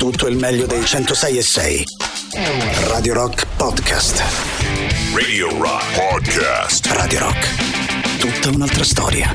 Tutto il meglio dei 106.6. Radio Rock Podcast. Radio Rock Podcast. Radio Rock. Tutta un'altra storia.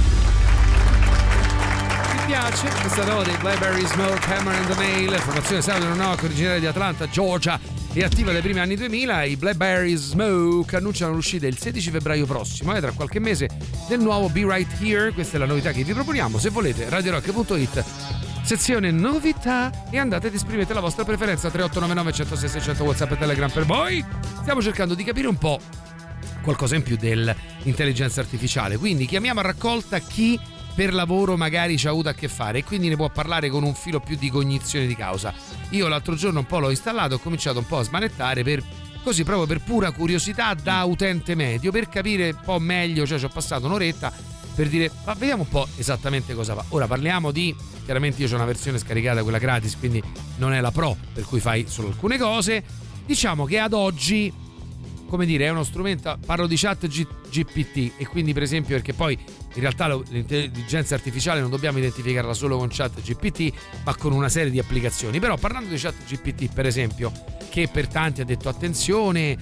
Mi piace questa roba dei Blackberry Smoke, Hammer and the Nail, formazione Southern Rock originaria di Atlanta, Georgia e attiva dai primi anni 2000. I Blackberry Smoke annunciano l'uscita il 16 febbraio prossimo, tra qualche mese, del nuovo Be Right Here. Questa è la novità che vi proponiamo. Se volete, radiorock.it, sezione novità, e andate ed esprimete la vostra preferenza. 3899 106 600 WhatsApp e Telegram per voi. Stiamo cercando di capire un po' qualcosa in più dell'intelligenza artificiale, quindi chiamiamo a raccolta chi per lavoro magari ci ha avuto a che fare e quindi ne può parlare con un filo più di cognizione di causa. Io l'altro giorno un po' l'ho installato, ho cominciato un po' a smanettare così proprio per pura curiosità da utente medio, per capire un po' meglio, cioè ci ho passato un'oretta per dire ma vediamo un po' esattamente cosa fa. Ora parliamo di, chiaramente io ho una versione scaricata, quella gratis, quindi non è la pro, per cui fai solo alcune cose. Diciamo che ad oggi, come dire, è uno strumento, parlo di chat GPT, e quindi per esempio, perché poi in realtà l'intelligenza artificiale non dobbiamo identificarla solo con chat GPT ma con una serie di applicazioni. Però parlando di chat GPT, per esempio, che per tanti ha detto attenzione,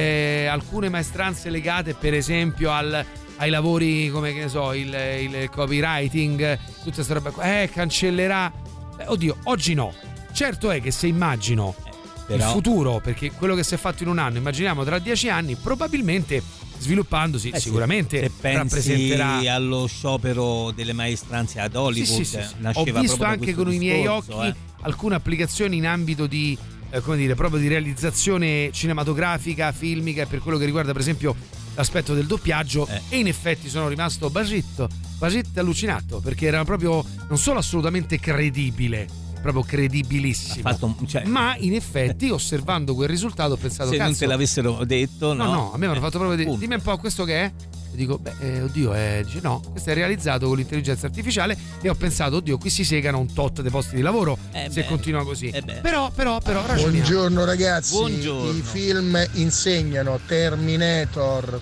alcune maestranze legate per esempio ai lavori come, che ne so, il copywriting, tutte queste robe qua, cancellerà. Oddio, oggi no. Certo è che se immagino il futuro, perché quello che si è fatto in un anno, immaginiamo tra 10 anni, probabilmente sviluppandosi sicuramente se pensi rappresenterà allo sciopero delle maestranze ad Hollywood. Sì. Nasceva ho visto anche con discorso, i miei occhi alcune applicazioni in ambito di come dire, proprio di realizzazione cinematografica, filmica, e per quello che riguarda per esempio l'aspetto del doppiaggio, e in effetti sono rimasto basito allucinato, perché era proprio non solo assolutamente credibile, proprio credibilissimo, ma in effetti osservando quel risultato ho pensato, se cazzo, non te l'avessero detto, no, a me mi hanno fatto proprio dimmi un po' questo che è. E dico, oddio, dice no, questo è realizzato con l'intelligenza artificiale, e ho pensato, oddio, qui si segano un tot dei posti di lavoro se continua così. Però ragioniamo. Buongiorno ragazzi. Buongiorno. I film insegnano Terminator,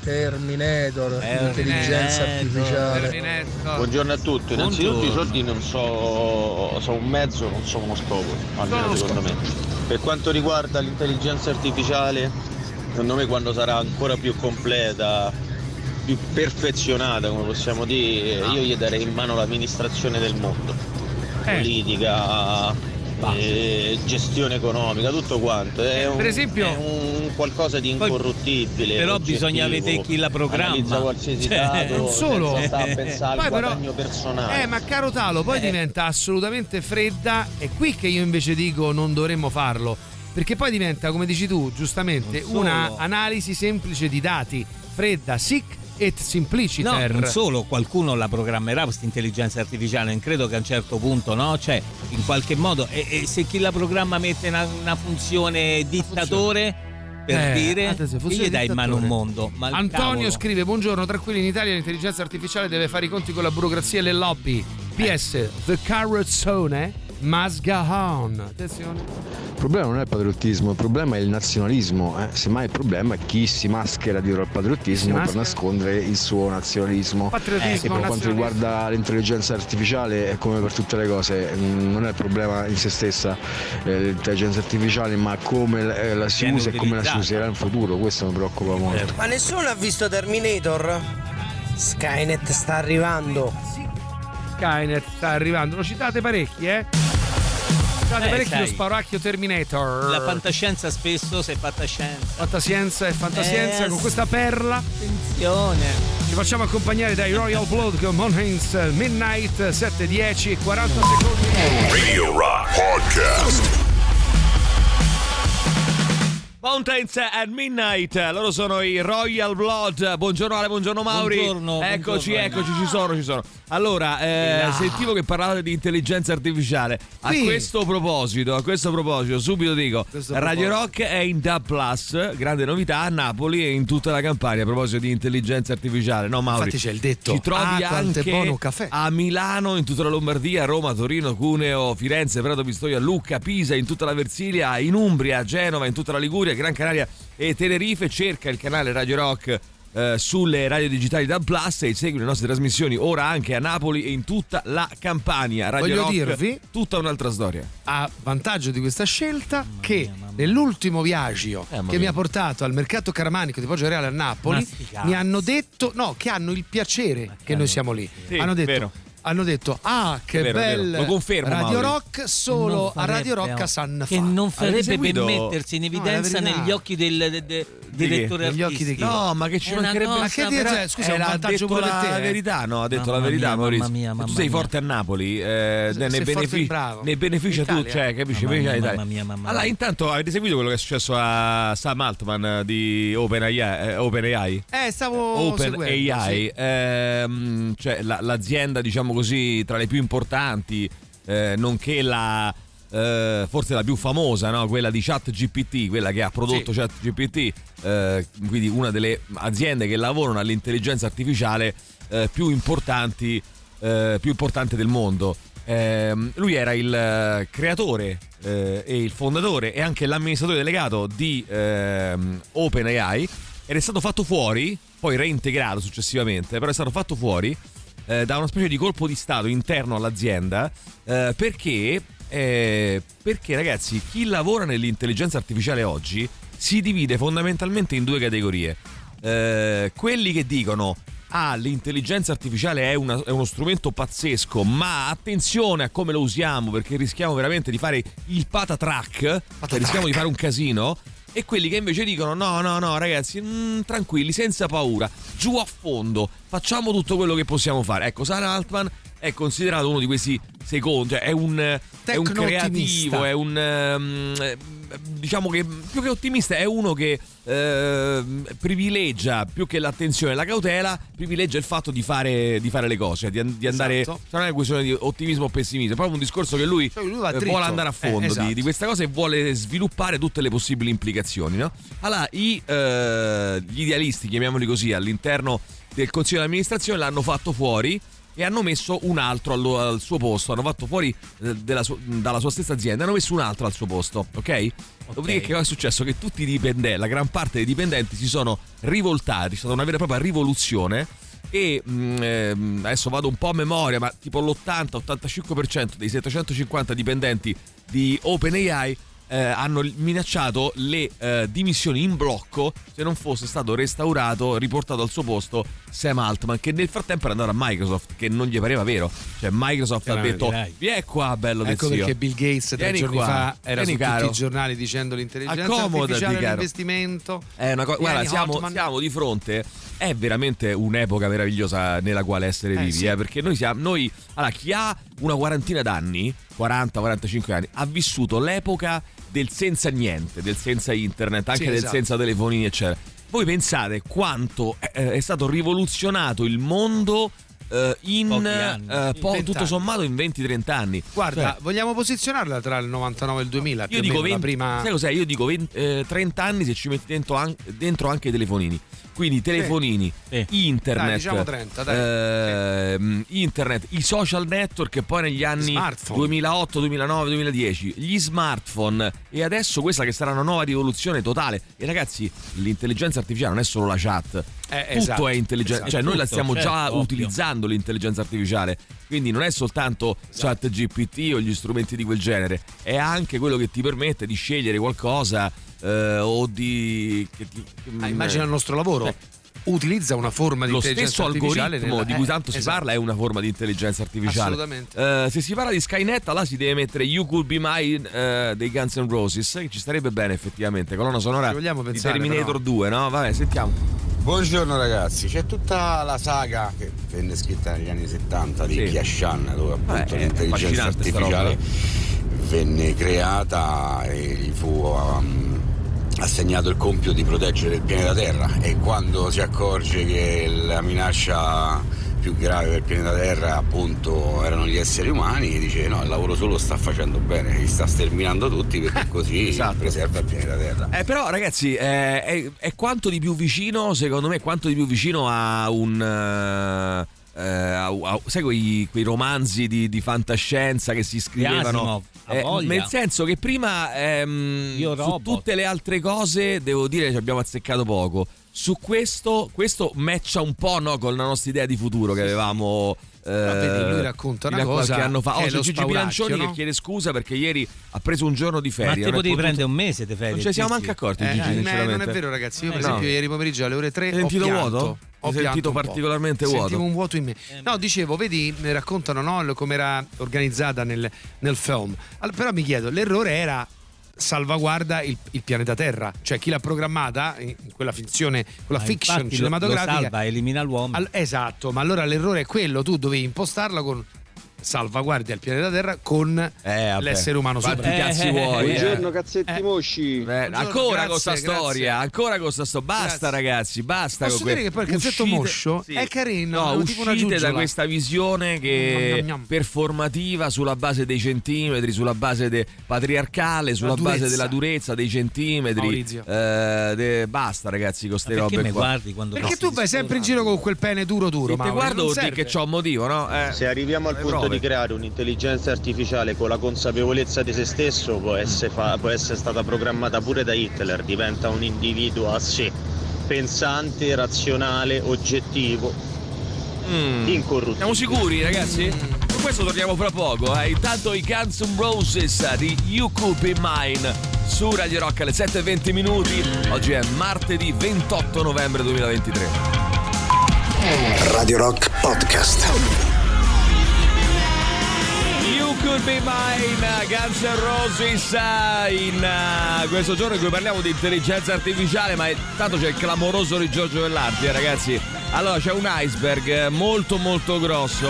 intelligenza artificiale. Buongiorno a tutti. Innanzitutto i soldi non sono un mezzo, non sono uno scopo, almeno secondo me. Per quanto riguarda l'intelligenza artificiale, secondo me quando sarà ancora più completa, più perfezionata, come possiamo dire, io gli darei in mano l'amministrazione del mondo, politica, gestione economica, tutto quanto. Per esempio, è un qualcosa di incorruttibile. Però bisogna vedere chi la programma. Analizza qualsiasi dato, non solo, sta a pensare al guadagno personale. Ma caro Talo, poi diventa assolutamente fredda. È qui che io invece dico non dovremmo farlo, perché poi diventa, come dici tu giustamente, una analisi semplice di dati, fredda, sic et simpliciter. No, non solo, qualcuno la programmerà questa intelligenza artificiale, non credo che a un certo punto, no? Cioè, in qualche modo, e se chi la programma mette una funzione dittatore, per dire, chi gli dà in mano un mondo? Ma Antonio scrive, buongiorno, tranquilli, in Italia l'intelligenza artificiale deve fare i conti con la burocrazia e le lobby. PS, the carrozzone must go on. Attenzione. Il problema non è il patriottismo, il problema è il nazionalismo. Semmai il problema è chi si maschera dietro al patriottismo per nascondere il suo nazionalismo. Patriottismo, e per quanto riguarda l'intelligenza artificiale, è come per tutte le cose, non è il problema in se stessa l'intelligenza artificiale, ma come la si usa e come la si userà in futuro. Questo mi preoccupa molto. Ma nessuno ha visto Terminator? Skynet sta arrivando. Lo citate parecchi, parecchio lo spauracchio Terminator. La fantascienza spesso, se fantascienza. Fantascienza e fantascienza con questa perla. Attenzione. Ci facciamo accompagnare dai Royal Blood con Mountains Midnight, 7:10 e 40 secondi. Radio Rock Podcast. Mountains at Midnight, loro sono i Royal Blood. Buongiorno Ale, buongiorno Mauri. Eccoci, ci sono. Allora, sentivo che parlavate di intelligenza artificiale. A questo proposito, subito dico, Radio Rock è in DAB+, grande novità a Napoli e in tutta la Campania a proposito di intelligenza artificiale, no Mauri? Infatti c'è il detto, ci trovi anche buono caffè. A Milano, in tutta la Lombardia, Roma, Torino, Cuneo, Firenze, Prato Pistoia, Lucca, Pisa, in tutta la Versilia, in Umbria, Genova, in tutta la Liguria, Gran Canaria e Tenerife. Cerca il canale Radio Rock sulle radio digitali da Plus e segui le nostre trasmissioni ora anche a Napoli e in tutta la Campania. Radio Voglio Rock, dirvi, tutta un'altra storia. A vantaggio di questa scelta, che nell'ultimo viaggio che mi ha portato al mercato caramanico di Poggio Reale a Napoli mi hanno detto che hanno il piacere che noi siamo lì. Sì, hanno detto che bello, lo confermo, Radio Mauri. Rock solo a Radio Rock a San che Fa. non farebbe seguito? per mettersi in evidenza No, è la negli occhi del direttore negli occhi di artistico. chi? No, ma che ci È una mancherebbe. cosa, Ma che dire, però scusa, è un ha vantaggio detto pure per la te, verità, no? Ha detto Mamma la verità, mia, Maurizio. mamma mia, tu mamma sei mia. forte a Napoli, sei forte e bravo. ne beneficia tu, Italia. cioè, capisci? Mamma Beneficia mia, l'Italia. mamma mia, mamma Allora, mia. intanto avete seguito quello che è successo a Sam Altman di OpenAI? Stavo seguendo, OpenAI, sì. cioè l'azienda, diciamo così, tra le più importanti, nonché forse la più famosa, no? Quella di ChatGPT, quella che ha prodotto ChatGPT, quindi una delle aziende che lavorano all'intelligenza artificiale più importante del mondo. Lui era il creatore e il fondatore e anche l'amministratore delegato di OpenAI ed è stato fatto fuori, poi reintegrato successivamente, però è stato fatto fuori da una specie di colpo di stato interno all'azienda perché ragazzi, chi lavora nell'intelligenza artificiale oggi si divide fondamentalmente in due categorie. Quelli che dicono l'intelligenza artificiale è uno strumento pazzesco, ma attenzione a come lo usiamo perché rischiamo veramente di fare il patatrack, rischiamo di fare un casino. E quelli che invece dicono no ragazzi, tranquilli, senza paura, giù a fondo, facciamo tutto quello che possiamo fare. Ecco, Sam Altman è considerato uno di questi secondi, è un creativo, è un diciamo che più che ottimista è uno che privilegia più che l'attenzione e la cautela, privilegia il fatto di fare le cose, di andare, esatto. Non è una questione di ottimismo o pessimismo, è proprio un discorso che lui vuole andare a fondo esatto. di questa cosa e vuole sviluppare tutte le possibili implicazioni, no? Allora gli idealisti, chiamiamoli così, all'interno del consiglio di amministrazione l'hanno fatto fuori e hanno messo un altro al suo posto, hanno fatto fuori dalla sua stessa azienda, hanno messo un altro al suo posto, ok? Dopodiché che cosa è successo? Che tutti i dipendenti, la gran parte dei dipendenti si sono rivoltati, c'è stata una vera e propria rivoluzione e adesso vado un po' a memoria, ma tipo l'80-85% dei 750 dipendenti di OpenAI hanno minacciato le dimissioni in blocco se non fosse stato restaurato, riportato al suo posto Sam Altman, che nel frattempo era andato a Microsoft, che non gli pareva vero. Cioè Microsoft ha detto vieni qua bello del ecco zio. Perché Bill Gates 3 giorni fa era su tutti i giornali dicendo l'intelligenza artificiale è un investimento. È una guarda, siamo di fronte, è veramente un'epoca meravigliosa nella quale essere vivi, sì. Perché noi allora, chi ha una quarantina d'anni, 40-45 anni, ha vissuto l'epoca del senza niente, del senza internet, anche del senza telefonini eccetera. Voi pensate quanto è stato rivoluzionato il mondo in tutto sommato in 20-30 anni. Guarda, vogliamo posizionarla tra il 99 e il 2000? Io dico 20, la prima... sai cos'è? Io dico 30 anni se ci metti dentro anche i telefonini. Quindi telefonini, internet, dai, diciamo 30, dai. Internet, i social network e poi negli anni 2008, 2009, 2010, gli smartphone e adesso questa che sarà una nuova rivoluzione totale. E ragazzi, l'intelligenza artificiale non è solo la chat, tutto è intelligenza, cioè noi la stiamo già utilizzando l'intelligenza artificiale, quindi non è soltanto ChatGPT o gli strumenti di quel genere, è anche quello che ti permette di scegliere qualcosa o di immagina il nostro lavoro utilizza una forma di lo intelligenza stesso artificiale algoritmo di cui tanto si parla è una forma di intelligenza artificiale. Assolutamente. Se si parla di Skynet, allora si deve mettere You Could Be Mine dei Guns N' Roses, che ci starebbe bene effettivamente, colonna sonora di Terminator 2, no? Vabbè, sentiamo. Buongiorno ragazzi, c'è tutta la saga che venne scritta negli anni 70 di Kiashan, dove appunto l'intelligenza artificiale venne creata e gli fu assegnato il compito di proteggere il pianeta Terra, e quando si accorge che la minaccia più grave per il pianeta Terra appunto erano gli esseri umani, dice no, il lavoro solo sta facendo bene, li sta sterminando tutti perché così preserva il pianeta Terra. Però ragazzi è quanto di più vicino, secondo me, quanto di più vicino a un sai quei romanzi di fantascienza che si scrivevano, nel senso che prima su tutte le altre cose devo dire ci abbiamo azzeccato poco. su questo matcha un po', no, con la nostra idea di futuro che avevamo. Vedi, lui racconta una cosa qualche anno fa. che è lo Gigi Bilancioni, no? che chiede scusa perché ieri ha preso un giorno di ferie. Ma te potevi prendere un mese di ferie? Non ce ne siamo manco accorti, Gigi, sinceramente. Non è vero, ragazzi. Io per esempio ieri pomeriggio alle ore 3 hai sentito vuoto? Ho sentito particolarmente vuoto? Sentivo un vuoto in me. No, dicevo, vedi, raccontano, no, come era organizzata nel film. Però mi chiedo, l'errore era salvaguarda il pianeta Terra, cioè chi l'ha programmata in quella finzione, quella fiction cinematografica, lo salva, elimina l'uomo. Esatto, ma allora l'errore è quello, tu dovevi impostarla con salvaguardia il pianeta Terra con l'essere umano quanti cazzi vuoi? Buongiorno cazzetti mosci. Ancora con sta storia, ancora con sta storia. Basta ragazzi, basta. Posso dire che poi il cazzetto moscio è carino. No, uscite da questa visione che performativa sulla base dei centimetri, sulla base patriarcale, sulla base della durezza dei centimetri. Basta ragazzi con ste robe qua. Perché tu vai sempre in giro con quel pene duro. Se ti guardo vuol dire che c'ho un motivo, no? Se arriviamo al punto di creare un'intelligenza artificiale con la consapevolezza di se stesso, può essere stata programmata pure da Hitler, diventa un individuo a sé, pensante, razionale, oggettivo, incorruttibile. Siamo sicuri ragazzi? Su questo torniamo fra poco. Intanto i Guns N' Roses di You Could Be Mine su Radio Rock alle 7:20. Oggi è martedì 28 novembre 2023. Radio Rock Podcast. Could Be Mine, Guns N' Roses in questo giorno in cui parliamo di intelligenza artificiale, ma intanto c'è il clamoroso di Giorgio Vellardi, ragazzi. Allora c'è un iceberg molto grosso,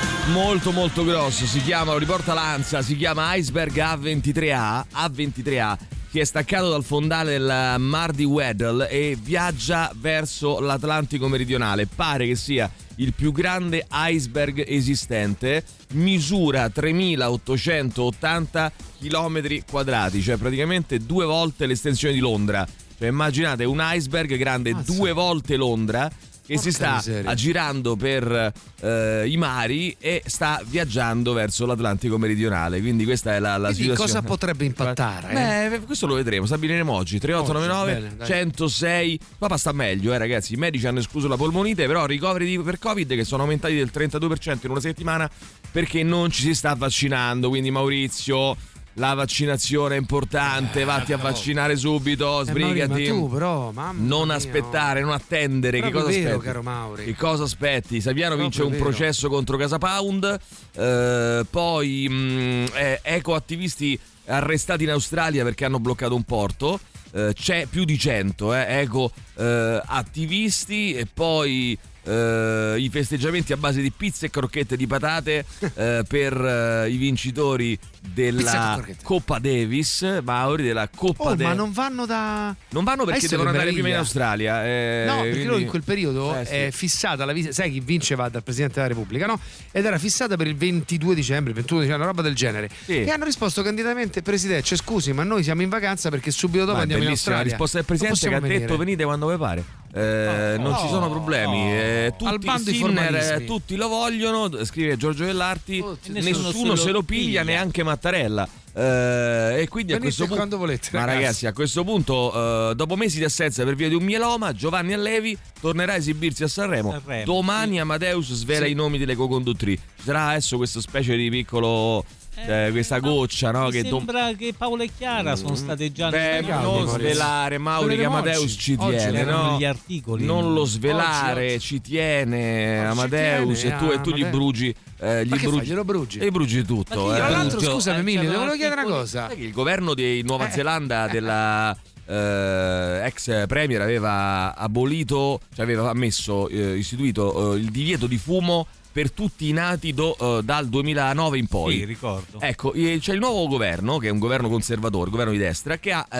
si chiama, lo riporta l'ANSA, si chiama iceberg A23A, che è staccato dal fondale del Mar di Weddell e viaggia verso l'Atlantico meridionale. Pare che sia il più grande iceberg esistente, misura 3.880 km quadrati, cioè praticamente 2 volte l'estensione di Londra. Cioè immaginate un iceberg grande 2 volte Londra che si sta aggirando per i mari e sta viaggiando verso l'Atlantico meridionale. Quindi questa è la situazione. Cosa potrebbe impattare? Questo lo vedremo, stabiliremo oggi. 3899 106. Papà sta meglio, ragazzi. I medici hanno escluso la polmonite, però ricoveri per Covid che sono aumentati del 32% in una settimana perché non ci si sta vaccinando. Quindi Maurizio, la vaccinazione è importante, vatti a vaccinare subito, sbrigati. Ma tu però, mamma non mia, aspettare, non attendere. Che cosa vero, aspetti? Caro Mauri. Che cosa aspetti? Saviano vince un processo contro Casa Pound. Poi ecoattivisti arrestati in Australia perché hanno bloccato un porto. C'è più di 100 attivisti. E poi i festeggiamenti a base di pizza e crocchette di patate per i vincitori della Coppa Davis, Mauri, della Coppa Davis. Ma non vanno perché devono andare prima in Australia. No, perché loro in quel periodo è fissata la visita. Sai chi vince va dal Presidente della Repubblica, no? Ed era fissata per il 22 dicembre, il 21 dicembre, una roba del genere. E hanno risposto candidamente: Presidente, scusi, ma noi siamo in vacanza perché subito dopo andiamo in Australia. La risposta del Presidente che ha detto venite quando vi pare. Non ci sono problemi. Tutti lo vogliono, scrive Giorgio Vellarti. Nessuno se lo piglia, neanche Mattarella. E quindi a questo punto, quando volete, ragazzi, a questo punto, dopo mesi di assenza per via di un mieloma, Giovanni Allevi tornerà a esibirsi a Sanremo. Domani Amadeus svela i nomi delle co-conduttrici. Ci sarà adesso questa specie di piccolo questa goccia, no? Che sembra che Paolo e Chiara sono state già non svelare, Mauri, che Amadeus ci tiene, no? Gli articoli. Non lo svelare, ci tiene Amadeus, e tu gli brugi. Glielo brugi? E brugi tutto. Tra l'altro, scusami Emilio, ti volevo chiedere una cosa. Sai che il governo di Nuova Zelanda della ex premier aveva abolito, cioè aveva istituito il divieto di fumo per tutti i nati dal 2009 in poi. Sì, ricordo. Ecco, c'è il nuovo governo, che è un governo conservatore, governo di destra, che ha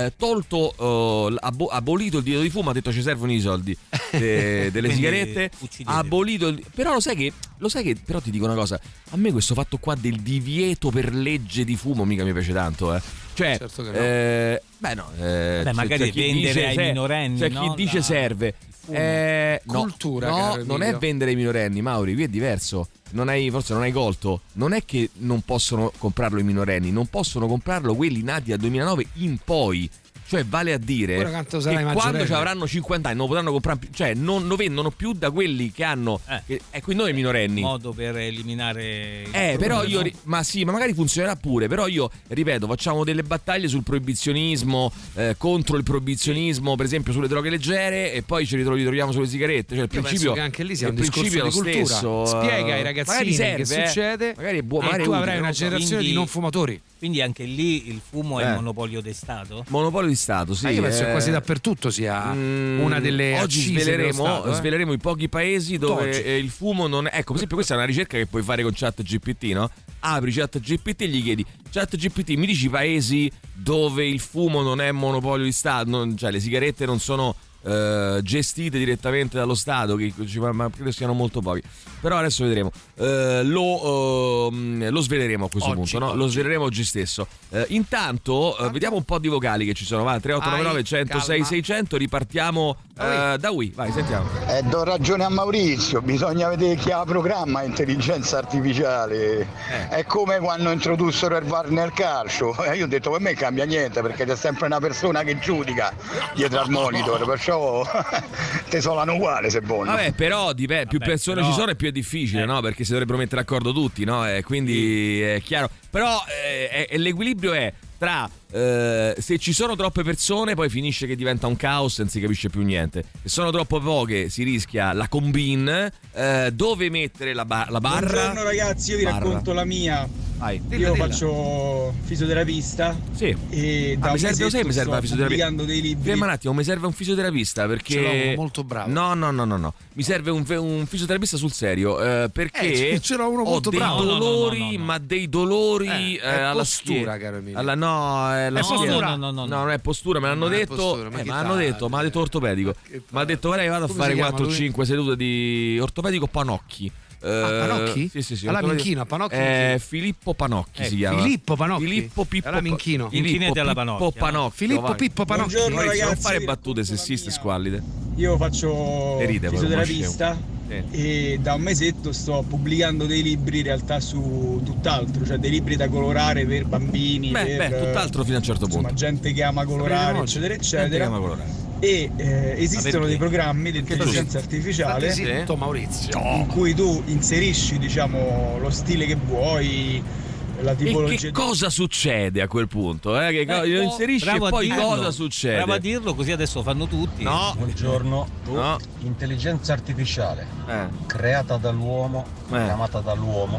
abolito il divieto di fumo, ha detto ci servono i soldi delle sigarette, ha abolito però lo sai che però ti dico una cosa, a me questo fatto qua del divieto per legge di fumo mica mi piace tanto, cioè certo che no. Magari vendere ai minorenni, c'è chi dice serve cultura, no, non è vendere ai minorenni, Mauri, qui è diverso. Forse non hai colto. Non è che non possono comprarlo i minorenni, non possono comprarlo quelli nati dal 2009 in poi. Cioè vale a dire che quando ci avranno 50 anni non potranno comprare, cioè non lo vendono più da quelli che hanno quindi noi minorenni. Modo per eliminare però io ma magari funzionerà pure, però io ripeto, facciamo delle battaglie sul proibizionismo, contro il proibizionismo, per esempio sulle droghe leggere, e poi ci ritroviamo sulle sigarette. Cioè il principio che anche lì sia un discorso di cultura. Stesso, spiega ai ragazzini che succede, magari tu avrai una generazione di non fumatori. Quindi anche lì il fumo è monopolio di Stato? Monopolio di Stato, sì. Io penso che quasi dappertutto sia una delle oggi sveleremo i pochi paesi dove il fumo non è. Ecco, per esempio, questa è una ricerca che puoi fare con ChatGPT, no? Apri ChatGPT e gli chiedi: ChatGPT, mi dici paesi dove il fumo non è monopolio di Stato, cioè le sigarette non sono gestite direttamente dallo Stato, che ma credo siano molto pochi, però adesso vedremo. Lo sveleremo a questo punto, no? Lo sveleremo oggi stesso. Intanto vediamo un po' di vocali che ci sono. Va, 3899 106 600. Ripartiamo da Wii. Vai, sentiamo. Do ragione a Maurizio, bisogna vedere chi ha programma intelligenza artificiale. È come quando introdussero il VAR nel calcio. Io ho detto, per me cambia niente, perché c'è sempre una persona che giudica dietro al monitor, perciò te solano uguale se buono. Vabbè, però più persone ci sono e più è difficile, no? Perché si dovrebbero mettere d'accordo tutti, no? Quindi è chiaro. Però l'equilibrio è tra se ci sono troppe persone poi finisce che diventa un caos e non si capisce più niente. Se sono troppo poche si rischia la combine. Dove mettere la barra? Buongiorno ragazzi, io vi racconto la mia. Io faccio fisioterapista. Sì. E da mi serve la fisioterapia. Dei libri. Ferma un attimo, mi serve un fisioterapista perché molto bravo. No. Mi serve un fisioterapista sul serio, perché ce l'ho uno molto ho dei bravo. dolori, ma dei dolori alla postura, schiena. Caro Emilio. La postura. No, non è postura, me l'hanno detto. Me l'hanno detto ortopedico. Mi ha detto guarda, vado a fare 4-5 sedute di ortopedico Panocchi. Panocchi? Sì. Alla Minchino, Panocchi. Filippo Panocchi si chiama. Filippo Panocchi. Filippo Pippo alla Minchino. Filippo Panocchi. Filippo Pippo Panocchi. Buongiorno ragazzi. Non fare battute sessiste squallide. Io faccio fisioterapista e da un mesetto sto pubblicando dei libri in realtà su tutt'altro, cioè dei libri da colorare per bambini, tutt'altro fino a un certo punto. Insomma, gente che ama colorare, eccetera, eccetera. E esistono dei programmi di intelligenza artificiale in cui tu inserisci, diciamo, lo stile che vuoi, la tipologia. E che cosa succede a quel punto? Lo inserisci e poi cosa succede? Prova a dirlo, così adesso fanno tutti. No. Buongiorno. No. Intelligenza artificiale creata dall'uomo, chiamata dall'uomo.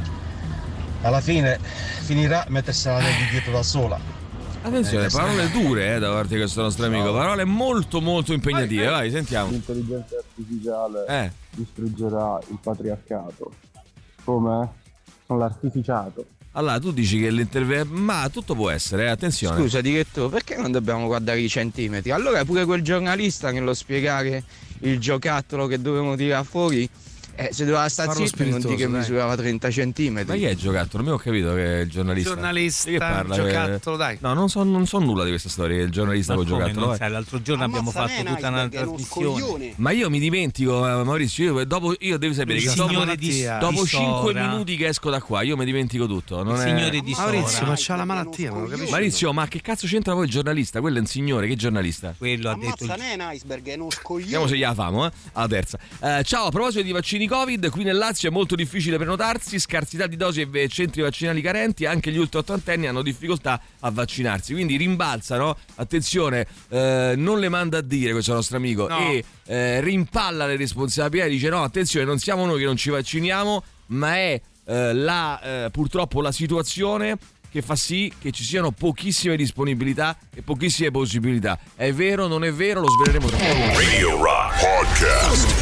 Alla fine finirà a mettersela dietro da sola. Attenzione, parole dure da parte di questo nostro amico, parole molto molto impegnative. Vai, sentiamo. L'intelligenza artificiale distruggerà il patriarcato. Come? Con l'artificiato. Allora, tu dici che ma tutto può essere, attenzione. Scusa, direttore, perché non dobbiamo guardare i centimetri? Allora pure quel giornalista nello spiegare il giocattolo che dovevamo tirare fuori, se doveva stare zitto non dire che misurava 30 centimetri. Ma chi è il giocattolo? Non ho capito che è il giornalista. Giornalista, che parla? giocattolo, dai. No, non so nulla di questa storia, il giornalista col giocattolo. Non sai, l'altro giorno abbiamo fatto tutta una trasmissione. Ma io mi dimentico, Maurizio, io devi sapere che dopo 5 minuti che esco da qua, io mi dimentico tutto. Non signore di Maurizio, ma c'ha la malattia, non lo capisci? Maurizio, ma che cazzo c'entra poi il giornalista? Quello è un signore, che giornalista? Quello ha detto. Non è un iceberg, è uno scoglione. Vediamo se gliela famo, alla terza. Ciao, a proposito di vaccini Covid, qui nel Lazio è molto difficile prenotarsi, scarsità di dosi e centri vaccinali carenti, anche gli ultra ottantenni hanno difficoltà a vaccinarsi, quindi rimbalzano, attenzione, non le manda a dire questo nostro amico, e rimpalla le responsabilità e dice no, attenzione, non siamo noi che non ci vacciniamo, ma è purtroppo la situazione che fa sì che ci siano pochissime disponibilità e pochissime possibilità. È vero, non è vero, lo sveleremo tra poco. Radio Rock Podcast.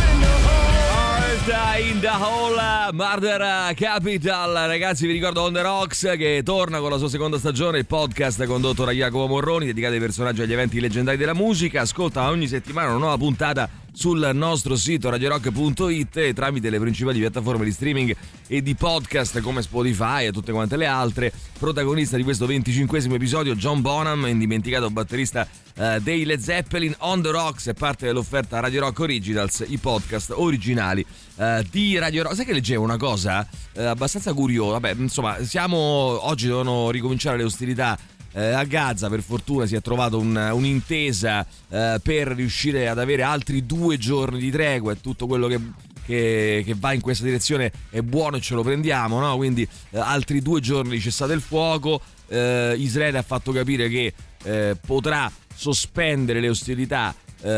In the Hole, Murder Capital. Ragazzi, vi ricordo On The Rocks che torna con la sua seconda stagione, il podcast condotto da Jacopo Morroni, dedicato ai personaggi e agli eventi leggendari della musica. Ascolta ogni settimana una nuova puntata sul nostro sito radiorock.it e tramite le principali piattaforme di streaming e di podcast come Spotify e tutte quante le altre. Protagonista di questo 25esimo episodio John Bonham, indimenticato batterista dei Led Zeppelin. On The Rocks è parte dell'offerta Radio Rock Originals, i podcast originali di Radio Rock. Sai che leggevo una cosa abbastanza curiosa? Vabbè, insomma, oggi devono ricominciare le ostilità a Gaza. Per fortuna si è trovato un'intesa per riuscire ad avere altri 2 giorni di tregua, e tutto quello che va in questa direzione è buono e ce lo prendiamo, no? Quindi altri 2 giorni di cessate il fuoco. Israele ha fatto capire che potrà sospendere le ostilità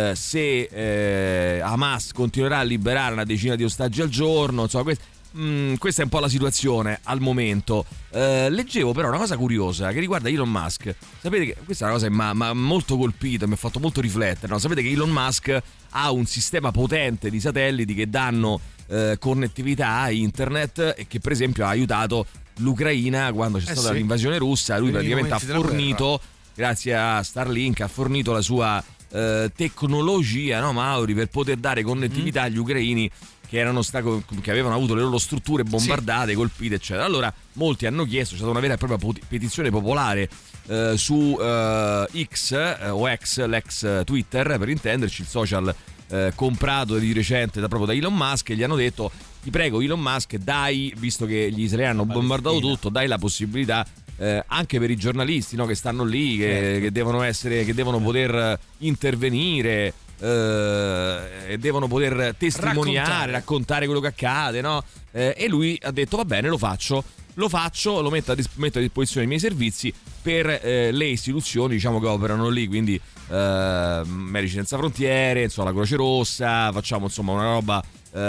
se Hamas continuerà a liberare una decina di ostaggi al giorno. Insomma, questa è un po' la situazione al momento. Leggevo però una cosa curiosa che riguarda Elon Musk. Sapete che questa è una cosa che mi ha molto colpito e mi ha fatto molto riflettere, no? Sapete che Elon Musk ha un sistema potente di satelliti che danno connettività a internet, e che per esempio ha aiutato l'Ucraina quando c'è stata l'invasione russa. Lui praticamente ha fornito, grazie a Starlink, ha fornito la sua tecnologia, no Mauri, per poter dare connettività agli ucraini che avevano avuto le loro strutture bombardate, colpite, eccetera. Allora molti hanno chiesto, c'è stata una vera e propria petizione popolare su X o X, l'ex Twitter per intenderci, il social comprato di recente proprio da Elon Musk, e gli hanno detto: ti prego Elon Musk, dai, visto che gli israeliani hanno bombardato tutto, dai la possibilità anche per i giornalisti, no, che stanno lì, che devono poter intervenire, e devono poter testimoniare, raccontare quello che accade, no? E lui ha detto: va bene, lo faccio, lo metto a disposizione dei miei servizi per le istituzioni, diciamo, che operano lì, quindi Medici Senza Frontiere, insomma, la Croce Rossa. Facciamo insomma una roba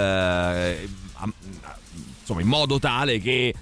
insomma in modo tale che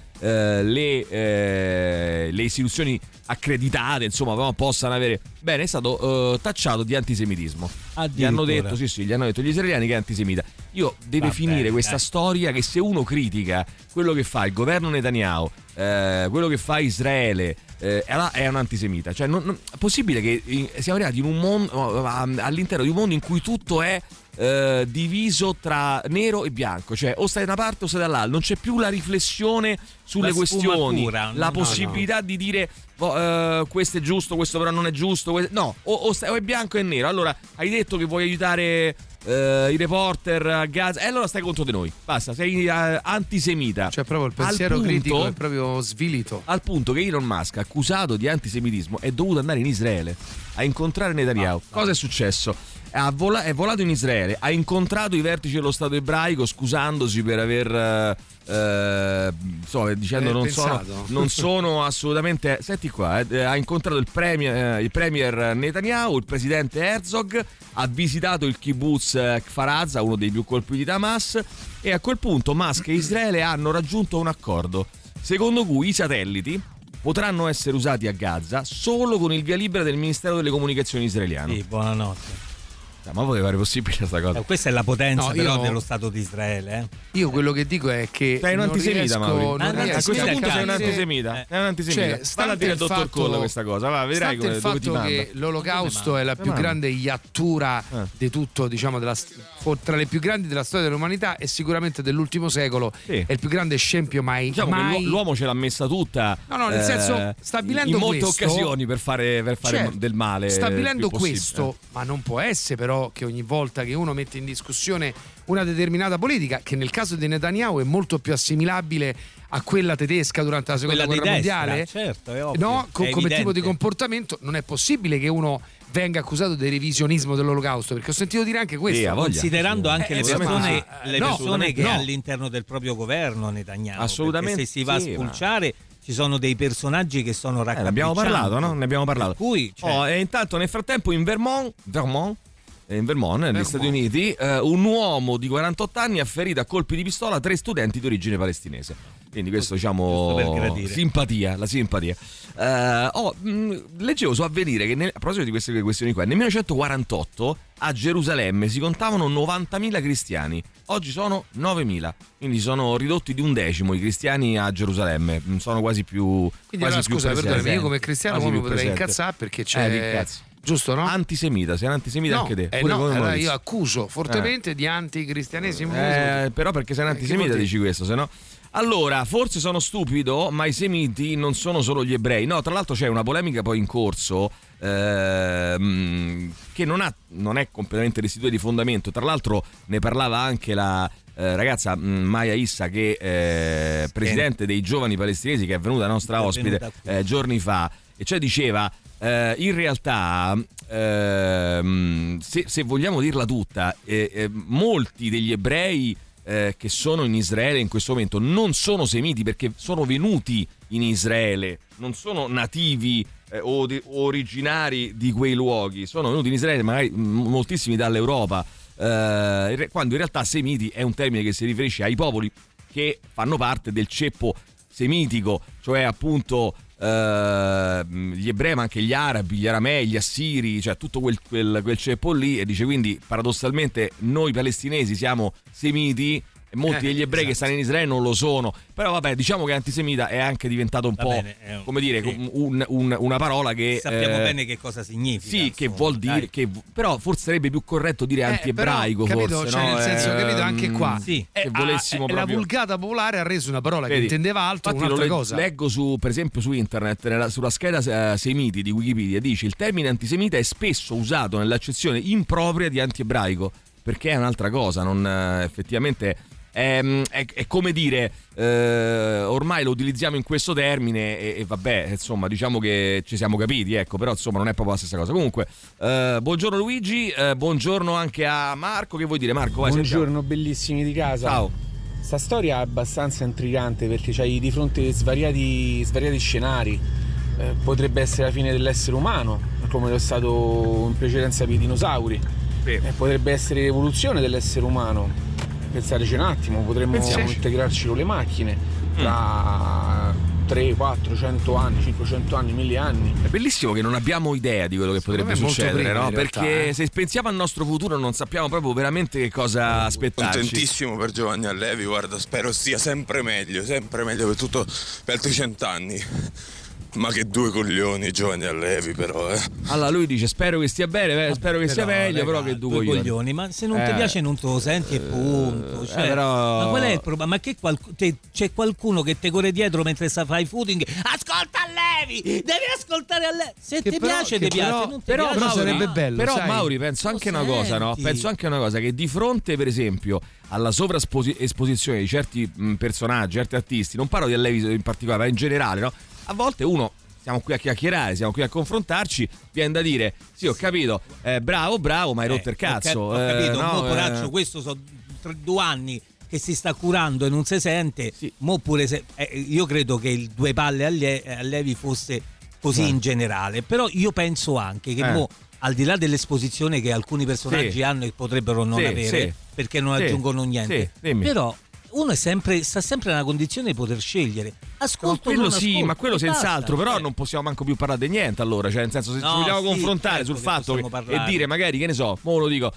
le istituzioni accreditate, insomma, possano avere. Bene, è stato tacciato di antisemitismo. Gli hanno detto gli hanno detto gli israeliani che è antisemita. Deve finire questa storia che se uno critica quello che fa il governo Netanyahu, quello che fa Israele, è un antisemita. Cioè, non è possibile che siamo arrivati in un mondo, all'interno di un mondo in cui tutto è diviso tra nero e bianco, cioè o stai da una parte o stai dall'altra, non c'è più la riflessione sulle questioni, la possibilità di dire questo è giusto, questo però non è giusto, o è bianco e nero. Allora hai detto che vuoi aiutare i reporter a Gaza, e allora stai contro di noi, basta, sei antisemita. Cioè proprio il pensiero critico è proprio svilito, al punto che Elon Musk, accusato di antisemitismo, è dovuto andare in Israele a incontrare Netanyahu. Cosa è successo? È volato in Israele, ha incontrato i vertici dello Stato ebraico, scusandosi per aver dicendo non sono assolutamente. Senti qua, ha incontrato il premier Netanyahu, il presidente Herzog, ha visitato il kibbutz Kfar Aza, uno dei più colpiti da Hamas, e a quel punto Musk e Israele hanno raggiunto un accordo secondo cui i satelliti potranno essere usati a Gaza solo con il via libera del Ministero delle Comunicazioni israeliano. Sì, buonanotte. Ma poteva fare possibile questa cosa? Questa è la potenza però dello Stato di Israele. Io quello che dico è che sei un antisemita, Mauro. A questo punto sei un antisemita. È un antisemita. Cioè, Falla dire al dottor Colla questa cosa. Va, vedrai il fatto che l'Olocausto è la più grande iattura di tutto, diciamo, tra le più grandi della storia dell'umanità e sicuramente dell'ultimo secolo. È il più grande scempio mai. Diciamo mai... che l'uomo ce l'ha messa tutta. No, nel senso, stabilendo in molte questo, occasioni per fare del male. Stabilendo questo, ma non può essere però che ogni volta che uno mette in discussione una determinata politica, che nel caso di Netanyahu è molto più assimilabile a quella tedesca durante la seconda guerra mondiale, certo, è ovvio, no? Come tipo di comportamento, non è possibile che uno venga accusato di revisionismo dell'Olocausto, perché ho sentito dire anche questo, considerando anche le persone che all'interno del proprio governo Netanyahu, assolutamente, se si va a spulciare ci sono dei personaggi che sono raccapriccianti. Ne abbiamo parlato, no? Ne abbiamo parlato. Cui, e intanto nel frattempo in Vermont, negli Stati Uniti, un uomo di 48 anni ha ferito a colpi di pistola 3 studenti di origine palestinese. Quindi questo, diciamo, la simpatia. Leggevo su Avvenire che a proposito di queste questioni qua, nel 1948 a Gerusalemme si contavano 90.000 cristiani, oggi sono 9.000, quindi sono ridotti di 1/10 i cristiani a Gerusalemme, sono quasi più. Quindi allora, scusa, perdonami, io come cristiano mi potrei incazzare perché c'è. Giusto, no? Antisemita, sei un antisemita anche te. Allora io accuso fortemente di anticristianesimo. Però perché sei un antisemita dici questo, se no. Allora, forse sono stupido, ma i semiti non sono solo gli ebrei. No, tra l'altro c'è una polemica poi in corso che non è completamente restituita di fondamento. Tra l'altro ne parlava anche la ragazza Maya Issa, che è presidente dei giovani palestinesi, che è venuta nostra ospite giorni fa. e cioè diceva in realtà se vogliamo dirla tutta, molti degli ebrei che sono in Israele in questo momento non sono semiti, perché sono venuti in Israele, non sono nativi o originari di quei luoghi, sono venuti in Israele magari moltissimi dall'Europa, quando in realtà semiti è un termine che si riferisce ai popoli che fanno parte del ceppo semitico, cioè appunto gli ebrei, ma anche gli arabi, gli aramei, gli assiri, cioè tutto quel ceppo lì. E dice quindi paradossalmente noi palestinesi siamo semiti e molti degli ebrei che stanno in Israele non lo sono. Però vabbè, diciamo che antisemita è anche diventato un po' come dire una parola che sappiamo bene che cosa significa. Sì, insomma, che vuol dire che, però forse sarebbe più corretto dire antiebraico, però, capito, forse, cioè, no? nel senso, capito, anche qua sì, che volessimo la vulgata popolare ha reso una parola che intendeva altro, un'altra cosa. Leggo per esempio su internet, sulla scheda semiti di Wikipedia, dice: il termine antisemita è spesso usato nell'accezione impropria di antiebraico, perché è un'altra cosa, non effettivamente è come dire ormai lo utilizziamo in questo termine e vabbè, insomma, diciamo che ci siamo capiti, ecco, però insomma non è proprio la stessa cosa. Comunque buongiorno Luigi, buongiorno anche a Marco. Che vuoi dire, Marco? Vai, buongiorno, sentiamo. bellissimi di casa. Ciao. Sta storia è abbastanza intrigante perché c'hai di fronte svariati scenari. Potrebbe essere la fine dell'essere umano, come lo è stato in precedenza per i dinosauri. Potrebbe essere l'evoluzione dell'essere umano. Pensateci un attimo, potremmo integrarci con le macchine tra 3, 4, 100 anni, 500 anni, 1000 anni. È bellissimo che non abbiamo idea di quello che potrebbe succedere, prima, no? Perché se pensiamo al nostro futuro non sappiamo proprio veramente che cosa aspettarci. Contentissimo per Giovanni Allevi, guarda, spero stia sempre meglio per altri 100 anni. Ma che due coglioni Giovanni Allevi, però Allora lui dice spero che stia bene, spero che sia meglio, però che due coglioni. Ma se non ti piace non te lo senti e punto, cioè, però... Ma qual è il problema? Ma che c'è qualcuno che te corre dietro mentre fai footing? Ascolta Allevi, devi ascoltare Allevi. Se ti piace, ti piace, non ti piace. Però sarebbe bello. Però sai? Mauri, penso anche una cosa, no? Penso anche una cosa, che di fronte per esempio alla sovraesposizione di certi personaggi, certi artisti, non parlo di Allevi in particolare, ma in generale, no? A volte uno, siamo qui a chiacchierare, siamo qui a confrontarci, viene da dire sì, ho capito, bravo, ma hai rotto il cazzo. Ho capito, no, poraccio, questo sono 2 anni che si sta curando e non si sente. Sì. Mo pure io credo che il due palle Allevi fosse così in generale, però io penso anche che mo, al di là dell'esposizione che alcuni personaggi hanno e potrebbero non avere, perché non aggiungono niente, però uno sta sempre nella condizione di poter scegliere. Ascolto, quello non sì, ascolto, ma quello senz'altro, basta, però non possiamo manco più parlare di niente, allora, cioè nel senso, se ci vogliamo confrontare sul fatto e dire magari, che ne so, mo lo dico,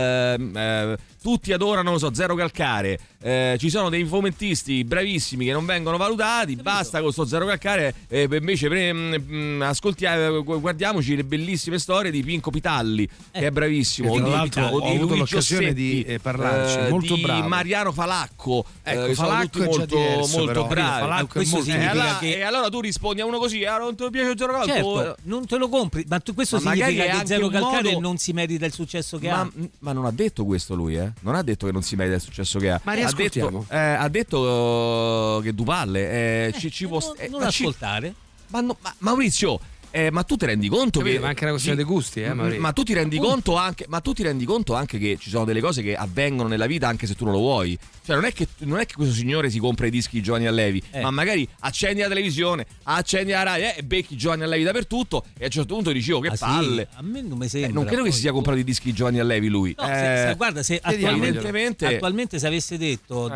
tutti adorano, non so, Zero Calcare, ci sono dei fumettisti bravissimi che non vengono valutati, basta con sto Zero Calcare, invece guardiamoci le bellissime storie di Pinco Pitalli, che è bravissimo, tra l'altro o ho di avuto Luigi l'occasione di parlarci, molto di bravo. Mariano Falacco, Falacco sono tutti molto bravi. Questo significa e allora tu rispondi a uno così, non ti piace Zero Calcare, certo, non te lo compri, ma questo significa che Zero Calcare non si merita il successo che ha. Ma non ha detto questo lui, non ha detto che non si merita il successo che ha. Ma ha detto che Duvalle ci può non ascoltare. Ma Maurizio, ma tu ti rendi conto che ma anche una questione dei gusti, ma tu ti rendi conto anche che ci sono delle cose che avvengono nella vita anche se tu non lo vuoi. Cioè non è che questo signore si compra i dischi di Giovanni Allevi, ma magari accendi la televisione, accendi la radio e becchi Giovanni Allevi dappertutto e a un certo punto dici che palle. Sì, a me non mi sembra. Non credo che si sia comprato i dischi di Giovanni Allevi lui. No, guarda, se attualmente se avesse detto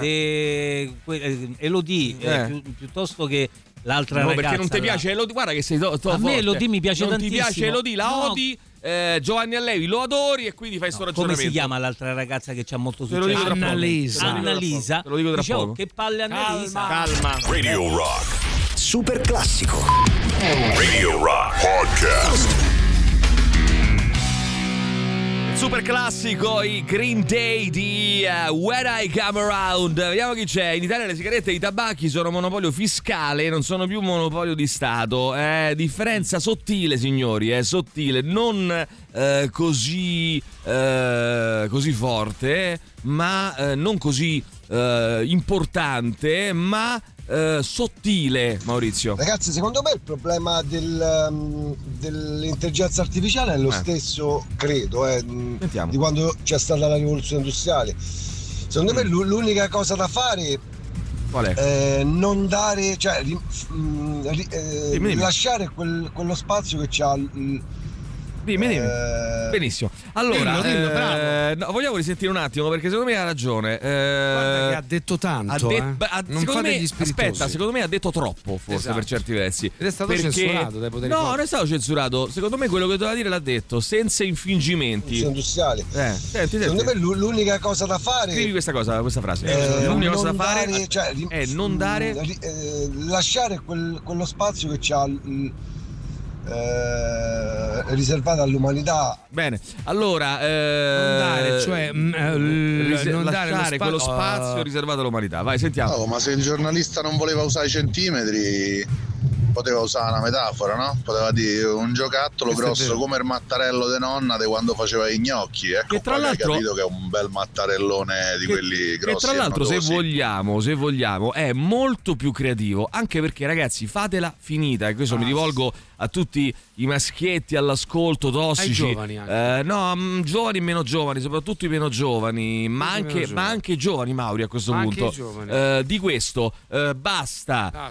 Elodie piuttosto che l'altra ragazza, perché non ti piace Elodie, guarda che sei a me Elodie mi piace tantissimo. Non ti piace Elodie, la odi, Giovanni Allevi lo adori e quindi fai sto ragionamento. Come si chiama l'altra ragazza che c'ha molto successo? Annalisa. Te lo dico tra poco. Che palle Annalisa. Calma. Radio Rock. Super classico. Radio Rock Podcast. Super classico, i Green Day di When I Come Around. Vediamo chi c'è. In Italia le sigarette e i tabacchi sono monopolio fiscale, non sono più monopolio di Stato. Differenza sottile, signori, sottile, non così forte, ma non così importante, ma sottile, Maurizio. Ragazzi, secondo me il problema dell'intelligenza artificiale è lo stesso, credo, di quando c'è stata la rivoluzione industriale. Secondo me l'unica cosa da fare qual è? Non dare, cioè lasciare quello spazio che c'ha. Dimmi. Benissimo. Allora, no, vogliamo risentire un attimo perché secondo me ha ragione. Guarda che ha detto tanto. Non fate gli spiritosi. Aspetta, secondo me ha detto troppo, forse, per certi versi. Ed è stato censurato dai poteri. No, non è stato censurato. Secondo me quello che doveva dire l'ha detto, senza infingimenti. Industriali. Senti. Secondo me l'unica cosa da fare. Scrivi questa frase. L'unica cosa da fare è non dare. Lasciare quello spazio che c'ha. Riservata all'umanità. Bene, allora non dare, cioè non dare quello spazio riservato all'umanità. Vai, sentiamo. Oh, ma se il giornalista non voleva usare i centimetri, poteva usare una metafora, no? Poteva dire un giocattolo grosso come il mattarello di nonna di quando faceva i gnocchi. Ecco, che tra l'altro, hai capito che è un bel mattarellone di quelli grossi. Che tra l'altro, se vogliamo, è molto più creativo. Anche perché, ragazzi, fatela finita. E questo mi rivolgo a tutti i maschietti all'ascolto tossici. Ai giovani anche. Giovani e meno giovani, soprattutto i meno giovani, ma anche giovani, Mauri, a questo punto. Di questo basta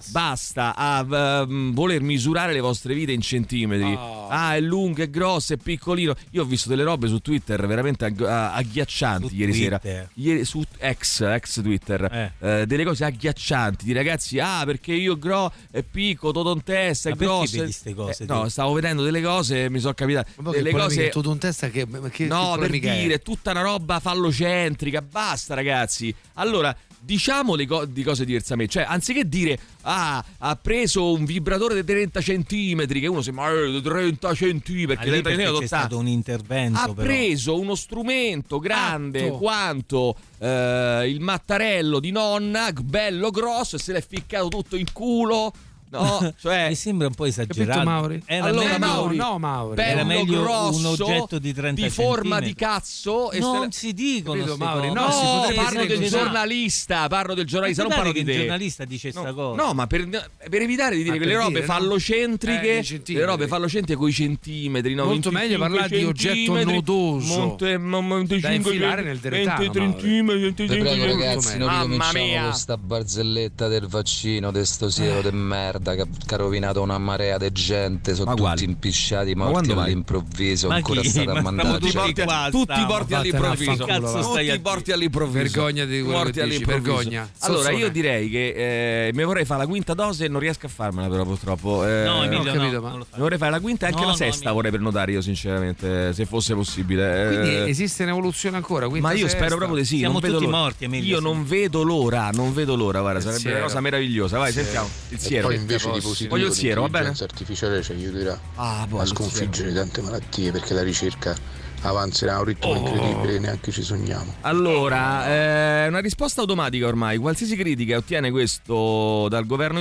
a voler misurare le vostre vite in centimetri. È lungo, è grosso, è piccolino. Io ho visto delle robe su Twitter veramente agghiaccianti ieri sera. Su ex Twitter. Delle cose agghiaccianti di ragazzi. Perché io è piccolo, todo in testa, è grosso. No, stavo vedendo delle cose e mi sono capitato delle cose tutto in testa che no, per dire tutta una roba fallocentrica. Basta, ragazzi. Allora, diciamo di cose diversamente. Cioè, anziché dire ha preso un vibratore di 30 centimetri, che uno si 30 centimetri, perché c'è stato un intervento. Ha preso uno strumento grande quanto il mattarello di nonna, bello grosso, e se l'è ficcato tutto in culo. No, cioè mi sembra un po' esagerato. Mauri? Mauri. Era meglio grosso, un oggetto di 30 di forma di cazzo. Non si dicono Mauri. Parlo del giornalista. Non parlo di te. Il giornalista dice sta cosa. No, ma per evitare di dire quelle robe fallocentriche, le robe fallocentriche con i centimetri. Molto meglio parlare di oggetto nodoso da infilare nel deretano. 20 centimetri. Vi prego, ragazzi, non ricominciamo con sta barzelletta del vaccino, de sto siero de merda che ha rovinato una marea di gente. Sono tutti impisciati, morti all'improvviso. Ancora state a mandare tutti morti all'improvviso. Tutti morti all'improvviso. Vergogna di quello che dici, vergogna. Allora io direi che mi vorrei fare la quinta dose e non riesco a farmela, però purtroppo no, Emilio, mi vorrei fare la quinta e anche la sesta vorrei prenotare io, sinceramente, se fosse possibile. Quindi esiste un'evoluzione ancora? Ma io spero proprio di sì. Siamo tutti morti, Emilio. Io non vedo l'ora, guarda, sarebbe una cosa meravigliosa. Vai, sentiamo il siero. Invece di positivo, l'intelligenza artificiale ci aiuterà a sconfiggere tante malattie, perché la ricerca avanzerà a un ritmo incredibile, neanche ci sogniamo. Allora, una risposta automatica ormai. Qualsiasi critica ottiene questo dal governo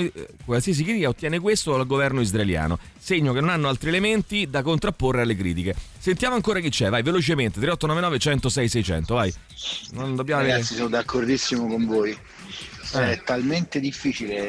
israeliano, segno che non hanno altri elementi da contrapporre alle critiche. Sentiamo ancora chi c'è, vai velocemente. 3899 106 600, vai. Non dobbiamo Ragazzi, sono d'accordissimo con voi. È talmente difficile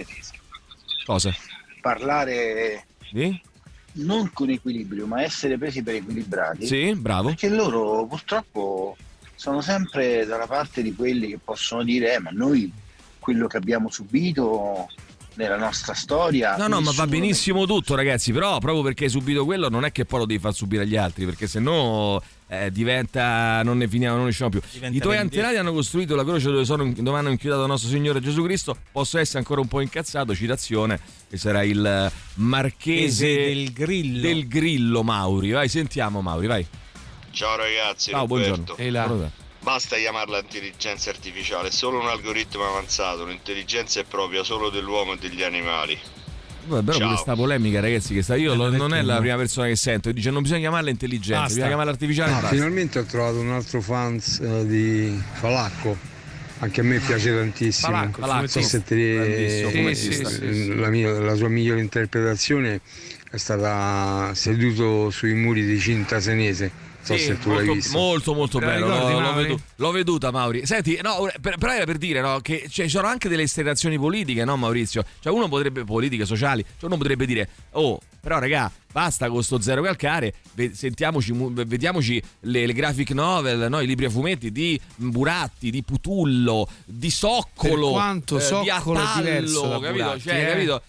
parlare non con equilibrio, ma essere presi per equilibrati. Sì, bravo. Perché loro purtroppo sono sempre dalla parte di quelli che possono dire ma noi quello che abbiamo subito nella nostra storia. No, ma va benissimo tutto, ragazzi, però proprio perché hai subito quello non è che poi lo devi far subire agli altri, perché sennò diventa, non ne finiamo, non ne usciamo più. I tuoi antenati hanno costruito la croce dove hanno inchiodato il nostro Signore Gesù Cristo. Posso essere ancora un po' incazzato, citazione, che sarà il marchese del grillo Mauri. Vai, sentiamo Mauri, vai. Ciao ragazzi, ciao, Roberto. Buongiorno. Basta chiamarla intelligenza artificiale, è solo un algoritmo avanzato, l'intelligenza è propria solo dell'uomo e degli animali. Vabbè, però questa polemica, ragazzi, che io non è la prima persona che sento, dice non bisogna chiamarla intelligenza, bisogna chiamarla artificiale. Finalmente ho trovato un altro fan di Falacco. Anche a me piace tantissimo. Falacco. La sua migliore interpretazione è stata seduto sui muri di Cinta Senese. Sì, molto bello. L'ho veduta, Mauri. Senti, no, però era per dire, no, che ci sono anche delle esternazioni politiche, no, Maurizio? Cioè, uno potrebbe, politiche, sociali, cioè uno potrebbe dire, oh, però regà, basta con sto zero calcare, vediamoci le graphic novel, no? I libri a fumetti di Buratti, di Putullo, di Soccolo, per quanto Soccolo di Attallo, è diverso da capito? Buratti, Cioè, capito?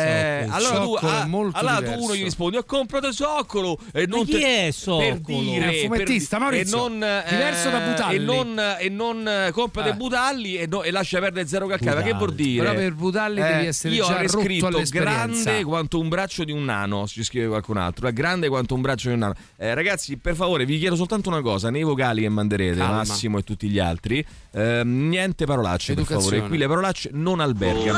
Allora tu uno gli rispondi, comprate Soccolo e non chi è Soccolo? Per dire, è un fumettista, Maurizio, diverso da Butalli e non comprate Butalli e lascia perdere zero calcare. Ma che vuol dire? Però per Butalli devi essere io già avrei scritto scritto grande quanto un braccio di un nano, ci scrive qualcun altro, è grande quanto un braccio di un nano. Ragazzi, per favore, vi chiedo soltanto una cosa, nei vocali che manderete, Massimo e tutti gli altri, niente parolacce, per favore, qui le parolacce non albergano.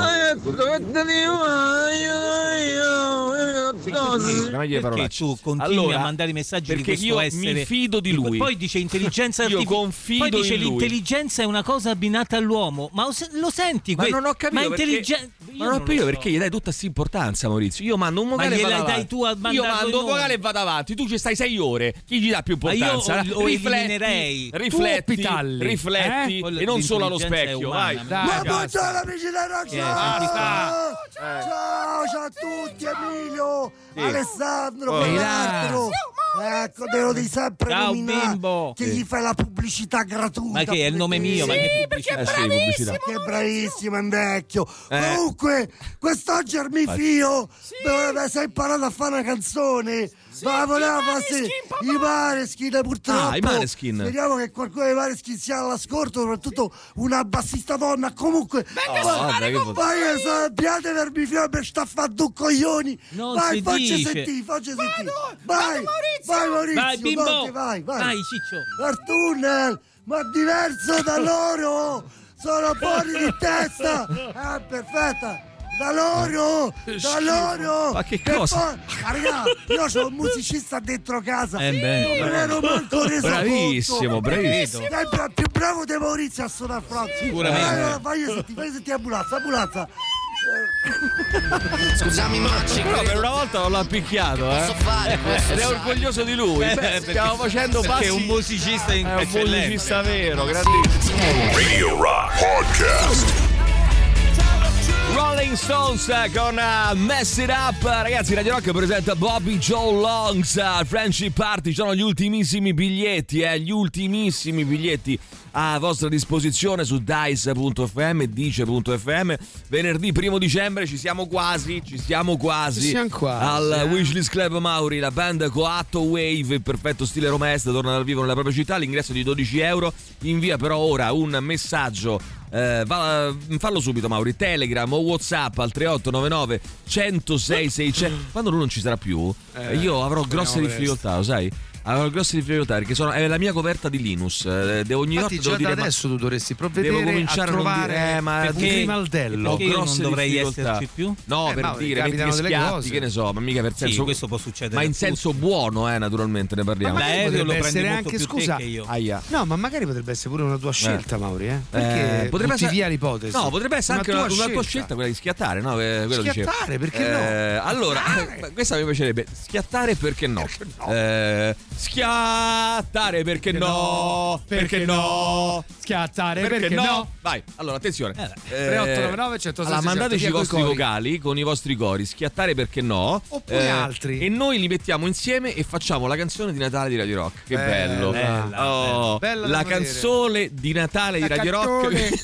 Perché tu continui a mandare messaggi perché di questo io mi fido di lui. Poi dice intelligenza artificiale. Io confido poi dice in lui. L'intelligenza è una cosa abbinata all'uomo. Ma lo senti? Ma non ho capito perché gli dai tutta questa importanza, Maurizio. Io mando un vocale e vado avanti. Io mando un vocale e vado avanti. Tu ci stai 6 ore. Chi gli dà più importanza? Rifletti e non solo allo specchio. Vai. Ma buongiorno amici da Rock. Ciao a tutti, Emilio, Alessandro, Pietro. Ecco, te lo devi sempre nominare, che gli fai la pubblicità gratuita. Ma che è il nome mio? Ma che pubblicità? Perché è bravissimo, che è bravissimo, è vecchio. Comunque, quest'oggi Armifio sei imparato a fare una canzone. Ma voleva fare i Maneskin, purtroppo. I Maneskin. Speriamo che qualcuno dei Maneskin sia all'ascolto, soprattutto una bassista donna. Comunque, vai sappiate per Armifio per sta a fare due coglioni. Vai, facci sentire. Vai Maurizio, vai bimbo, vai Ciccio. Al tunnel, ma diverso da loro, sono fuori di testa. Perfetta. Da loro. Ma che cosa? Raga, io c'ho un musicista dentro casa. Non me ne ero manco reso bravissimo. È il più bravo di Maurizio a suonare Franco. Sicuramente. Fai sentire ambulanza. Scusami ma però per una volta non l'ha picchiato, ed è orgoglioso di lui. Stiamo facendo passi. È un musicista è un musicista vero, grandissimo. Radio Rock Podcast. Rolling Stones con Mess It Up. Ragazzi, Radio Rock presenta Bobby Joe Longs al Friendship Party. Ci sono gli ultimissimi biglietti a vostra disposizione su dice.fm, dice.fm. Venerdì 1 dicembre ci siamo quasi al Wishlist Club Mauri, la band Coatto Wave, il perfetto stile Roma Est, torna dal vivo nella propria città. L'ingresso di €12. Invia però ora un messaggio, fallo subito Mauri, Telegram o WhatsApp al 3899 106 600. Quando lui non ci sarà più, io avrò grosse difficoltà, lo sai? Avevo grosse difficoltà perché è la mia coperta di Linus. Ogni notte devo dire, adesso tu dovresti provvedere devo cominciare a trovare perché Maldello. Ho grosse non dovrei difficoltà. esserci più? No, per dire, metti che schiatti, che ne so, ma mica per senso. Questo può succedere. Ma in senso buono, naturalmente ne parliamo. L'aereo lo essere anche più scusa. Che io. No, ma magari potrebbe essere pure una tua scelta, Mauri, Perché potrebbe essere via l'ipotesi. No, potrebbe essere anche una tua scelta, quella di schiattare, no? Schiattare, perché no? Allora, questa mi piacerebbe. Schiattare perché no? Schiattare perché no? Perché no? Schiattare perché no? Vai, allora attenzione. 3899 106 allora, mandateci i vostri vocali con i vostri cori. Schiattare perché no? Oppure altri. E noi li mettiamo insieme e facciamo la canzone di Natale di Radio Rock. Che bello. Bella la canzone di Natale di Radio Rock.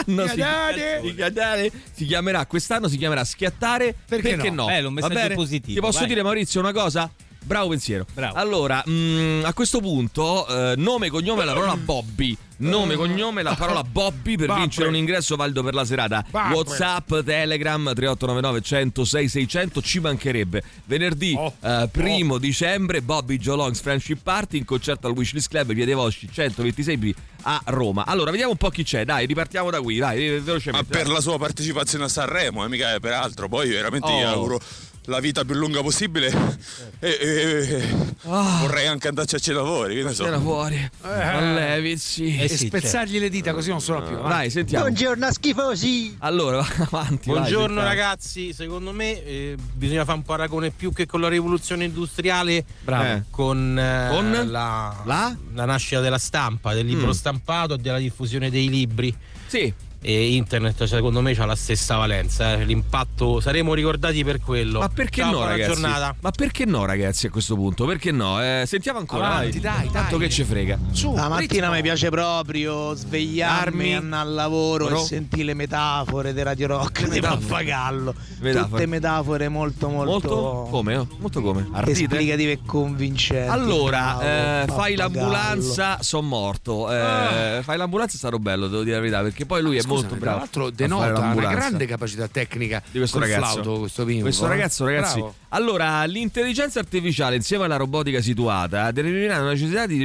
Si chiamerà quest'anno Schiattare perché no? Bello, un messaggio positivo. Ti posso dire, Maurizio, una cosa? Bravo pensiero. Bravo. Allora, a questo punto, nome, cognome, la parola Bobby. Nome, cognome, la parola Bobby per vincere un ingresso valido per la serata. WhatsApp, Telegram 3899 106 600. Ci mancherebbe. Venerdì 1 dicembre Bobby Joe Longs Friendship Party in concerto al Wishlist Club, via dei Vosci 126B a Roma. Allora, vediamo un po' chi c'è. Dai, ripartiamo da qui. Vai, velocemente. Ma per la sua partecipazione a Sanremo, mica peraltro. Poi veramente gli auguro la vita più lunga possibile e vorrei anche andarci a lavori, che ne so. Era fuori Levizi e spezzargli le dita così non suona più. Dai, sentiamo. Buongiorno schifosi. Allora, avanti. Buongiorno ragazzi, secondo me bisogna fare un paragone più che con la rivoluzione industriale. Bravo. Con la nascita della stampa, del libro stampato e della diffusione dei libri. Sì. E internet secondo me c'ha la stessa valenza, l'impatto, saremo ricordati per quello. Ma perché no, ragazzi? Giornata. Ma perché no, ragazzi, a questo punto? Perché no? Sentiamo ancora. Avanti, dai. Tanto che ci frega. Su, la mattina mi piace proprio svegliarmi, andare al lavoro e sentire le metafore di Radio Rock di Pappagallo. Tutte metafore molto come? Molto come? Ardite? Esplicative e convincenti. Allora, fai l'ambulanza, son morto. Fai l'ambulanza è stato bello, devo dire la verità, perché poi lui è molto bravo. Tra l'altro denota una grande capacità tecnica di questo ragazzo. Flauto, questo ragazzi, bravo. Allora, l'intelligenza artificiale insieme alla robotica situata determineranno la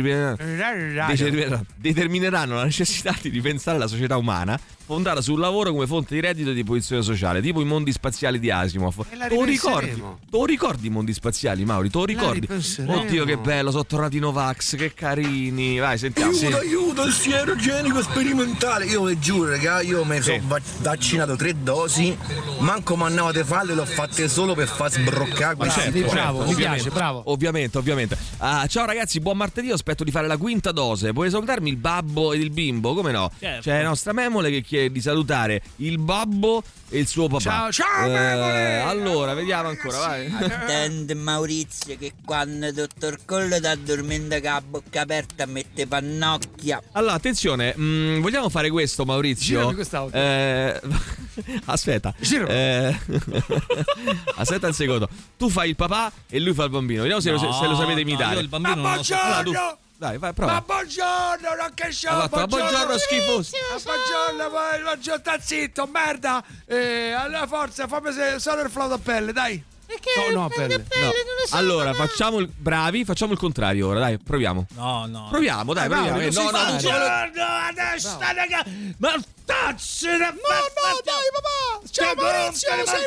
necessità di ripensare la società umana fondata sul lavoro come fonte di reddito e di posizione sociale, tipo i mondi spaziali di Asimov. Te lo ricordi i mondi spaziali, Mauri? Te lo ricordi? Oddio, che bello, sono tornati i Novax, che carini. Vai, sentiamo. Aiuto, il siero igienico sperimentale. Io vi giuro, raga, io mi sono vaccinato 3 dosi, manco mi andavate farle, l'ho fatte solo per far sbroccare. Bravo, mi piace, bravo. Ovviamente. Ciao ragazzi, buon martedì, aspetto di fare la 5ª dose. Puoi salutarmi il babbo ed il bimbo? Come no? Certo. C'è la nostra Memole che chiede di salutare il babbo e il suo papà. Ciao Memole! Allora, vediamo ancora, vai. Attende Maurizio che quando il dottor Collo ti addormenta con la bocca aperta mette pannocchia. Allora, attenzione, vogliamo fare questo, Maurizio? Girami quest'audio. Aspetta. Aspetta un secondo. Tu fai il papà e lui fa il bambino. Vediamo se lo sapete imitare. Io il bambino non lo so. Allora, dai, vai, prova. Ma buongiorno, non che show. Allora, buongiorno schifoso. Buongiorno, sta zitto, merda. Allora forza, fammi solo il flauto a pelle, dai. No, a pelle. Non lo so. Allora, facciamo il contrario ora, dai, proviamo. No. Proviamo, dai, proviamo. Buongiorno, adesso ma tazzo da no, dai papà. Ciao Maurizio, sei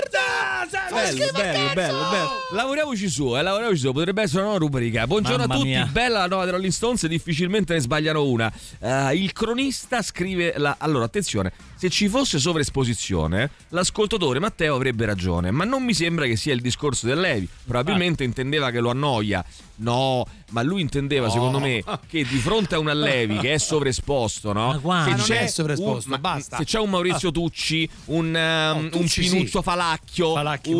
una merda. Bello. Lavoriamoci su, potrebbe essere una nuova rubrica. Buongiorno Mamma a tutti, mia. bella la nuova dei Rolling Stones, difficilmente ne sbagliano una. Il cronista scrive allora, attenzione, se ci fosse sovraesposizione, l'ascoltatore Matteo avrebbe ragione, ma non mi sembra che sia il discorso del Levi. Probabilmente intendeva che lo annoia. No, ma lui intendeva, secondo me, che di fronte a un Allevi che è sovraesposto, no? Ma non è sovraesposto, basta. Se c'è un Maurizio Tucci, un Pinuzzo Falacchio,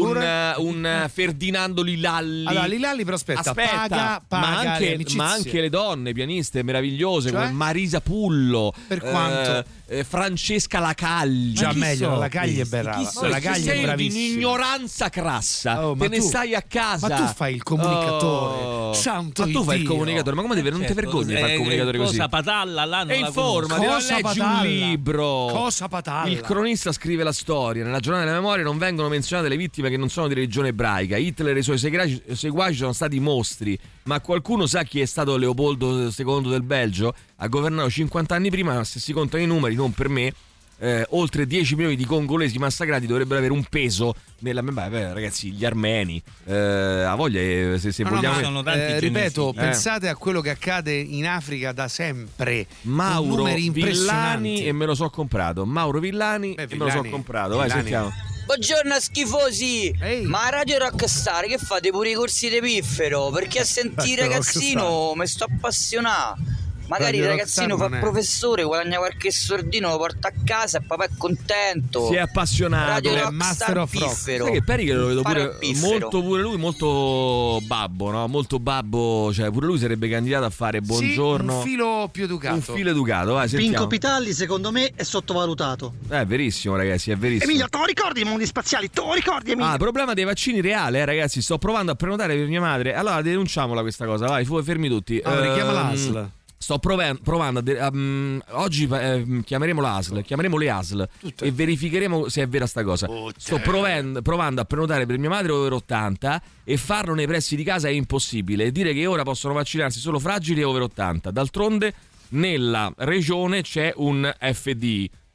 un Ferdinando Lilalli. Allora, Lilalli, però aspetta, paga ma anche le donne pianiste meravigliose, come Marisa Pullo. Per quanto? Francesca Lacagli. Già meglio, la Lacagli è bella. La Lacagli è bravissima. Di ignoranza crassa. Te ne stai a casa. Ma tu fai il comunicatore. Santo ma tu fai il comunicatore, ma come non ti vergogni di fare il comunicatore così? Cosa patalla là non e informati, leggi un libro. Cosa patalla? Il cronista scrive la storia. Nella giornata della memoria non vengono menzionate le vittime che non sono di religione ebraica. Hitler e i suoi seguaci sono stati mostri. Ma qualcuno sa chi è stato Leopoldo II del Belgio? Ha governato 50 anni prima, ma se si contano i numeri, non per me, oltre 10 milioni di congolesi massacrati dovrebbero avere un peso nella memoria. Ragazzi, gli armeni, a voglia, se vogliamo. Sono tanti ripeto, pensate a quello che accade in Africa da sempre. Mauro Villani e me lo so comprato. Mauro Villani e me lo so comprato. Vai, sentiamo. Buongiorno schifosi. Ma a Radio Rockstar che fate pure i corsi di piffero? Perché a sentire ragazzino mi sto appassionando. Magari il ragazzino fa professore, guadagna qualche sordino, lo porta a casa e papà è contento. Si è appassionato. Radio Master of Rock. Sai che Perry che lo vedo pure lui molto babbo, no? Molto babbo, cioè pure lui sarebbe candidato a fare buongiorno. Un filo più educato. Un filo educato, vai, sentiamo. Pinco Pitalli secondo me è sottovalutato. È verissimo, ragazzi, è verissimo. Emilio, te lo ricordi i mondi spaziali? Te lo ricordi, Emilio? Il problema dei vaccini reale, ragazzi, sto provando a prenotare per mia madre. Allora denunciamola questa cosa, vai, fermi tutti. Richiama l'ASL. Sto provando oggi chiameremo l'ASL, chiameremo le ASL e verificheremo se è vera sta cosa. Sto provando a prenotare per mia madre over 80 e farlo nei pressi di casa è impossibile. E dire che ora possono vaccinarsi solo fragili e over 80. D'altronde nella regione c'è un FDI.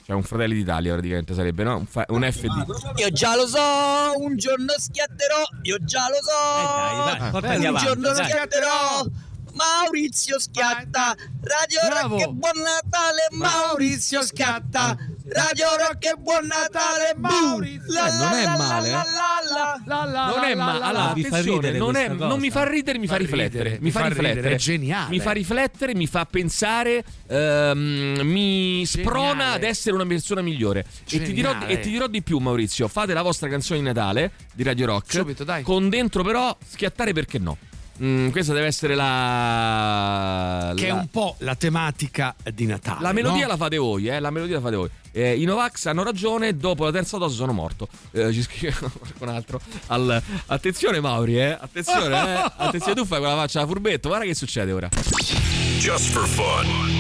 Cioè un Fratelli d'Italia praticamente sarebbe, no? Un FD. Io già lo so, un giorno schiatterò. Io già lo so, portati un avanti, giorno dai. schiatterò. Maurizio schiatta, Radio Rock e buon Natale. Maurizio schiatta, Radio Rock e buon Natale. Maurizio. Non è male. Non è male. Allora, attenzione, non mi fa ridere, mi fa riflettere. Mi fa riflettere. È geniale. Mi fa riflettere, mi fa pensare, mi sprona ad essere una persona migliore. E ti dirò di più, Maurizio. Fate la vostra canzone di Natale di Radio Rock. Subito, dai. Con dentro però schiattare, perché no? Questa deve essere che è un po' la tematica di Natale. La melodia la fate voi, la melodia la fate voi. I Novax hanno ragione, dopo la terza dose sono morto. Ci scrive qualcun altro. Attenzione Mauri, attenzione, attenzione, tu fai quella faccia da furbetto, guarda che succede ora. Just for fun.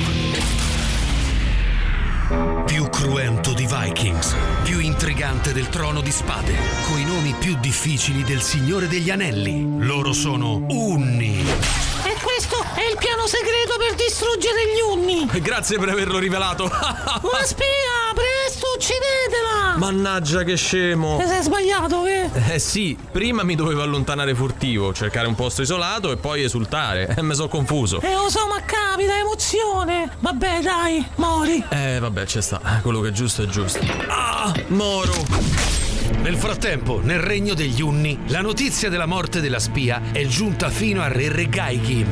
Più cruento di Vikings, più intrigante del Trono di Spade, coi nomi più difficili del Signore degli Anelli. Loro sono Unni. E questo è il piano segreto per distruggere gli Unni. Grazie per averlo rivelato. Una spia, presto, uccidetela. Mannaggia che scemo. Ti sei sbagliato, sì, prima mi dovevo allontanare furtivo, cercare un posto isolato e poi esultare. Mi sono confuso. Lo so, ma capita, emozione. Vabbè, dai, mori. Vabbè, c'è sta. Quello che è giusto è giusto. Moro. Nel frattempo, nel regno degli Unni, la notizia della morte della spia è giunta fino a Re Regaigim.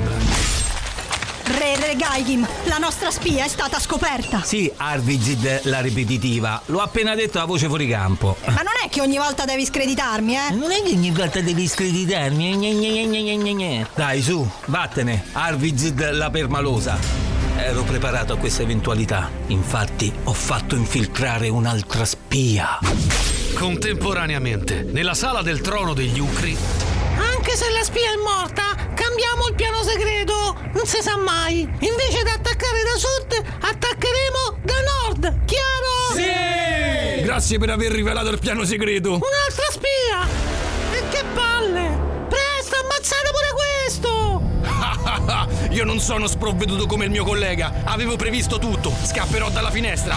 Re Regaigim, la nostra spia è stata scoperta. Sì, Arvizid la ripetitiva. L'ho appena detto a voce fuori campo. Ma non è che ogni volta devi screditarmi, Non è che ogni volta devi screditarmi. Dai, su, vattene, Arvizid la permalosa. Ero preparato a questa eventualità. Infatti, ho fatto infiltrare un'altra spia. Contemporaneamente, nella sala del trono degli Ucri. Anche se la spia è morta, cambiamo il piano segreto. Non si sa mai. Invece di attaccare da sud, attaccheremo da nord. Chiaro? Sì! Grazie per aver rivelato il piano segreto. Un'altra spia. E che palle. Presto, ammazzate pure questo. Io non sono sprovveduto come il mio collega. Avevo previsto tutto. Scapperò dalla finestra.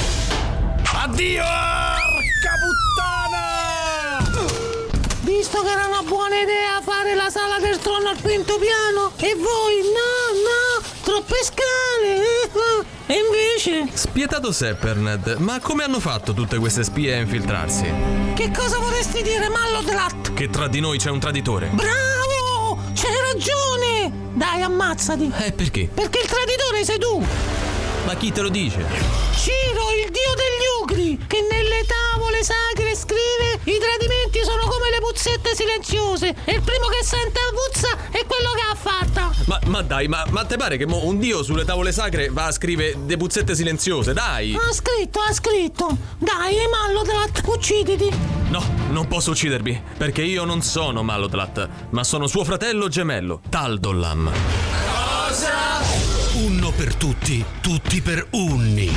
Addio! Porca puttana! Visto che era una buona idea fare la sala del trono al quinto piano, e voi no, troppe scale. E invece... Spietato Sepperned, ma come hanno fatto tutte queste spie a infiltrarsi? Che cosa vorresti dire, Mallodrat? Che tra di noi c'è un traditore. Bravo! C'hai ragione! Dai, ammazzati. Perché? Perché il traditore sei tu. Ma chi te lo dice? Ciro, il dio degli Ucri, che nelle tavole sacre scrive: i tradimenti sono come le puzzette silenziose, e il primo che sente la puzza è quello che ha fatta. Ma dai, ma te pare che un dio sulle tavole sacre va a scrivere de puzzette silenziose, dai! Ha scritto. Dai, Mallodrat, ucciditi. No, non posso uccidermi, perché io non sono Mallodrat, ma sono suo fratello gemello, Taldollam. Cosa? Unno per tutti, tutti per Unni.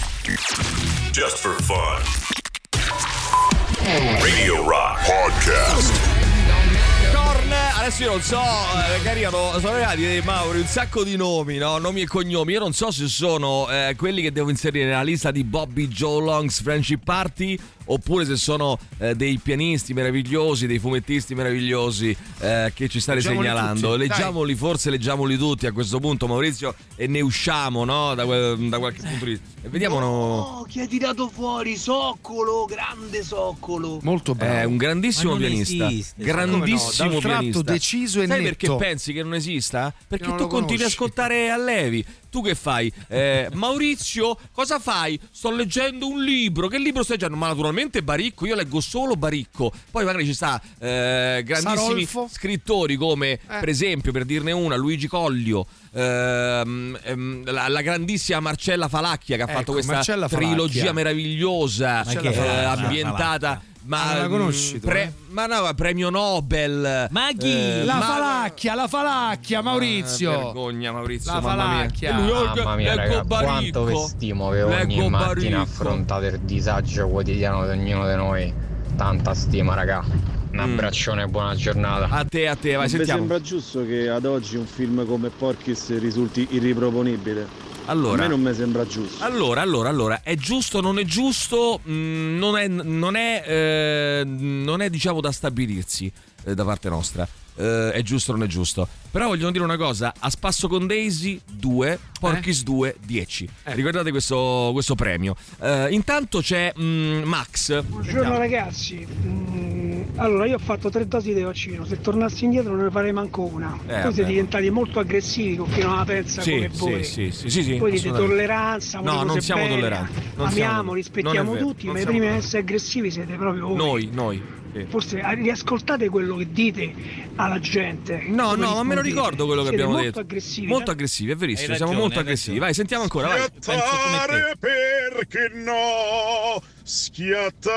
Just for fun. Radio Rock Podcast. Adesso io non so, magari sono arrivati Mauri un sacco di nomi, no? Nomi e cognomi. Io non so se sono quelli che devo inserire nella lista di Bobby Joe Long's Friendship Party, oppure se sono dei pianisti meravigliosi, dei fumettisti meravigliosi che ci state segnalando. Leggiamoli, forse leggiamoli tutti a questo punto, Maurizio, e ne usciamo, no? Da qualche punto di vista. E vediamo. No, chi ha tirato fuori? Soccolo, grande Soccolo. Molto bravo. È un grandissimo pianista. Grandissimo pianista. Deciso e sai netto. Perché pensi che non esista? Perché tu continui a ascoltare Allevi. Tu che fai? Maurizio, cosa fai? Sto leggendo un libro. Che libro stai leggendo? Ma naturalmente Baricco, io leggo solo Baricco. Poi magari ci sta grandissimi scrittori come per esempio, per dirne una, Luigi Collio, la grandissima Marcella Falacchia, che ha fatto questa trilogia meravigliosa ambientata. Ma la conosci tu? Premio Nobel. Ma chi? La Falacchia, Maurizio. Vergogna, Maurizio. La Falacchia. Mamma mia, raga, quanto vi stimo che ogni mattina affrontate il disagio quotidiano di ognuno di noi. Tanta stima, raga. Un abbraccione e buona giornata. A te, vai, sentiamo. Mi sembra giusto che ad oggi un film come Porky's risulti irriproponibile. A me non mi sembra giusto. Allora, è giusto o non è giusto? Non è diciamo da stabilirsi da parte nostra. È giusto o non è giusto? Però vogliono dire una cosa: a spasso con Daisy 2, Porky's 2 10. Ricordate questo premio. Intanto c'è Max. Buongiorno ragazzi. Allora, io ho fatto 3 dosi di vaccino. Se tornassi indietro non ne farei manco una. Voi siete diventati molto aggressivi con chi non la pensa come voi. Sì, voi dite tolleranza. No, non siamo bene, tolleranti. Amiamo, rispettiamo tutti, ma i primi a essere aggressivi siete proprio voi. Noi. Forse riascoltate quello che dite alla gente. No, ma me lo ricordo quello che siete abbiamo molto detto. Aggressivi, molto aggressivi, è verissimo. Siamo molto aggressivi. Vai, sentiamo ancora. Vai. Schiattare, perché no? Schiattare.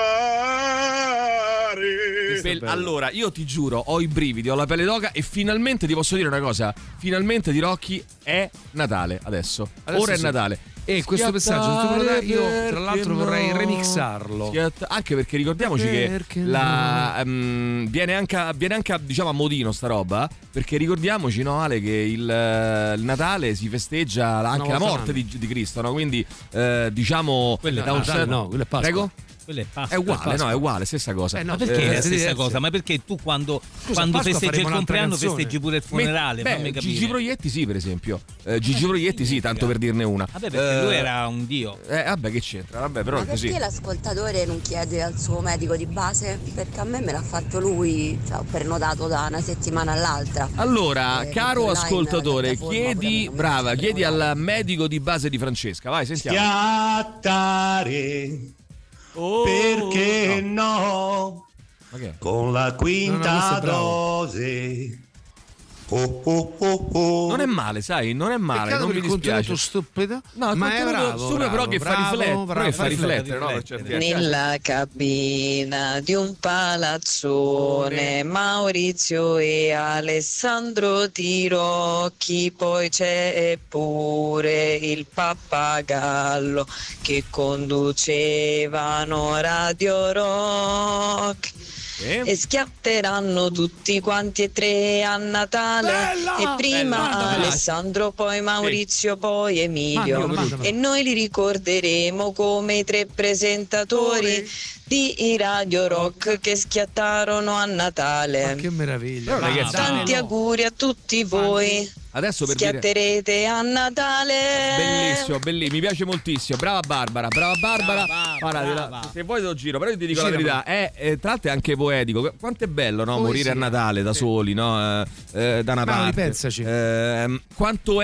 Allora, io ti giuro, ho i brividi, ho la pelle d'oca e finalmente ti posso dire una cosa. Finalmente di Rocky è Natale adesso. Ora è Natale. E questo messaggio io tra l'altro vorrei remixarlo. Anche perché ricordiamoci che viene anche diciamo a modino sta roba. Perché ricordiamoci, no, Ale, che il Natale si festeggia anche la morte di Cristo, no? Quindi diciamo quello è Natale, no, quello è Pasqua. Prego? Quello è Pasqua. È uguale, no, è uguale, stessa cosa. Ma perché è la stessa cosa? Ma perché tu quando festeggi il compleanno festeggi pure il funerale? Fammi capire. Gigi Proietti sì, per esempio. Gigi Proietti sì, tanto per dirne una. Vabbè, perché lui era un dio. Vabbè, che c'entra? Vabbè, però ma è così. perché l'ascoltatore non chiede al suo medico di base? Perché a me l'ha fatto lui, cioè, ho prenotato da una settimana all'altra. Allora, caro ascoltatore, chiedi al medico di base di Francesca. Vai, sentiamo. Schiattare. Perché no? Con la quinta dose. Non è male, sai, non è male. Peccato non mi dispiace. Stupido, no, ma è bravo, però che fa riflettere, no? Nella cabina di un palazzone, Maurizio e Alessandro Tirocchi, poi c'è pure il pappagallo che conducevano Radio Rock. E schiatteranno tutti quanti e 3 a Natale. E prima Alessandro, poi Maurizio, poi Emilio. E noi li ricorderemo come i 3 presentatori di Radio Rock che schiattarono a Natale. Ma che meraviglia! Tanti auguri a tutti voi. Adesso per schiatterete a Natale. Bellissimo, mi piace moltissimo. Brava Barbara. Guarda, se vuoi te lo giro, però io ti dico la verità, tra l'altro è anche poetico. Quanto è bello, no? Morire a Natale da soli, no? Da una parte. Pensaci. Quanto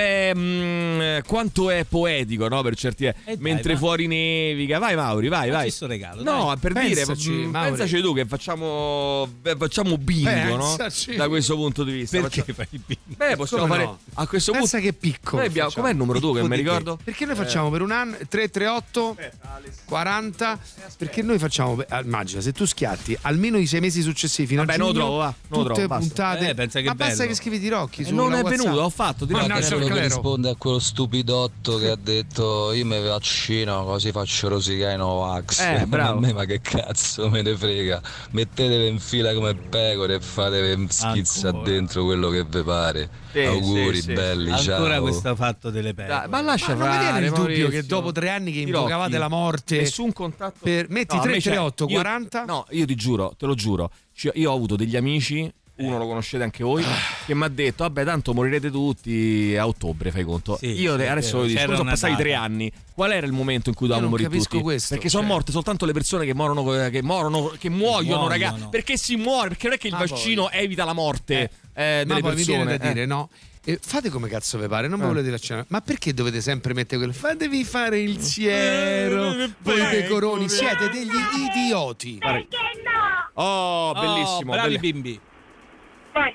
è poetico, no? Per certi mentre fuori nevica. Vai Mauri, vai. Questo regalo. No, per pensaci, dire, pensaci tu che facciamo bingo, no? Da questo punto di vista. Perché fai il bingo? Beh, possiamo fare a questo punto. Pensa che piccolo. Com'è il numero 2 che mi ricordo? Perché noi facciamo per un anno 338 40. Perché noi facciamo, immagina, se tu schiatti almeno i 6 mesi successivi fino a giugno, non lo trovo, va. Tutte puntate. Pensa che ma bello. basta che scrivi Tirocchi su non è WhatsApp. venuto, ho fatto quello che risponde a quello stupidotto che ha detto io mi vaccino così faccio rosicare i Novax. Bravo. A me ma che cazzo me ne frega, mettetevi in fila come pecore e fatevi schizza dentro quello che vi pare. Auguri belli, ciao. Ancora questo fatto delle perle. Ma lascia non fare. vedere il dubbio che dopo 3 anni che invocavate la morte, nessun contatto. Metti 338 40. No, io ti giuro, te lo giuro. Io ho avuto degli amici, uno lo conoscete anche voi, che mi ha detto vabbè tanto morirete tutti a ottobre, fai conto. Io adesso lo dico, sono passati 3 anni. Qual era il momento in cui dovevamo morire tutti? Questo, perché sono morte soltanto le persone che muoiono, raga. Perché si muore? Perché non è che il vaccino evita la morte delle poi persone. Mi viene da dire, no? Fate come cazzo vi pare, non mi volete vaccinare. Ma perché dovete sempre mettere quello? Fatevi fare il siero, voi pecoroni, siete degli idioti. Perché no? Oh, bellissimo. Bravi bimbi. Vai.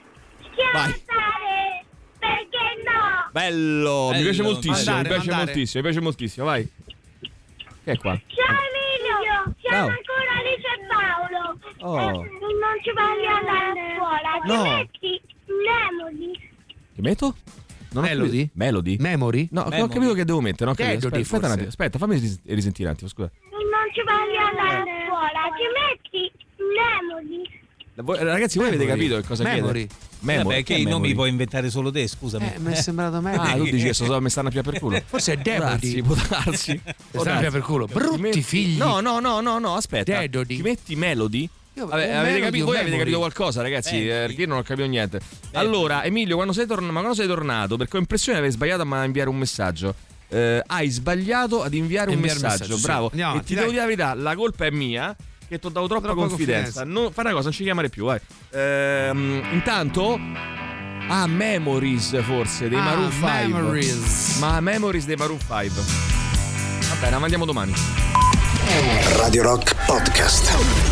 Perché no? Bello, mi piace moltissimo, mi piace moltissimo, vai. Che è qua? Ciao Emilio, siamo ancora Alice e Paolo. Non ci voglio andare a scuola, ti metti Memory. Che metto? Melody? Memory? No, ho capito che devo mettere, no? Aspetta un attimo, aspetta, fammi risentire un attimo, scusa. Non ci voglio andare a scuola, ti metti Memory. Ragazzi, voi avete capito che cosa Memory. chiede? Vabbè, che i nomi puoi inventare solo te, scusami. Mi è sembrato meglio. Tu dici che mi stanno a più per culo. Forse è Dedodi. Può darsi. Stanno più per culo. Brutti figli. No, aspetta. Dedodi. Ci metti Melody? Vabbè, voi avete capito qualcosa, ragazzi? Perché io non ho capito niente. Allora, Emilio, quando sei tornato? Perché ho l'impressione che avevi sbagliato a inviare un messaggio. Hai sbagliato ad inviare un messaggio. Bravo. Sì. Andiamo, e ti devo dire la verità, la colpa è mia, che ti ho dato troppa confidenza. Fai una cosa, non ci chiamare più, vai. Intanto Memories forse dei Maroon 5. Memories dei Maroon 5. Va bene, la mandiamo domani. Radio Rock Podcast.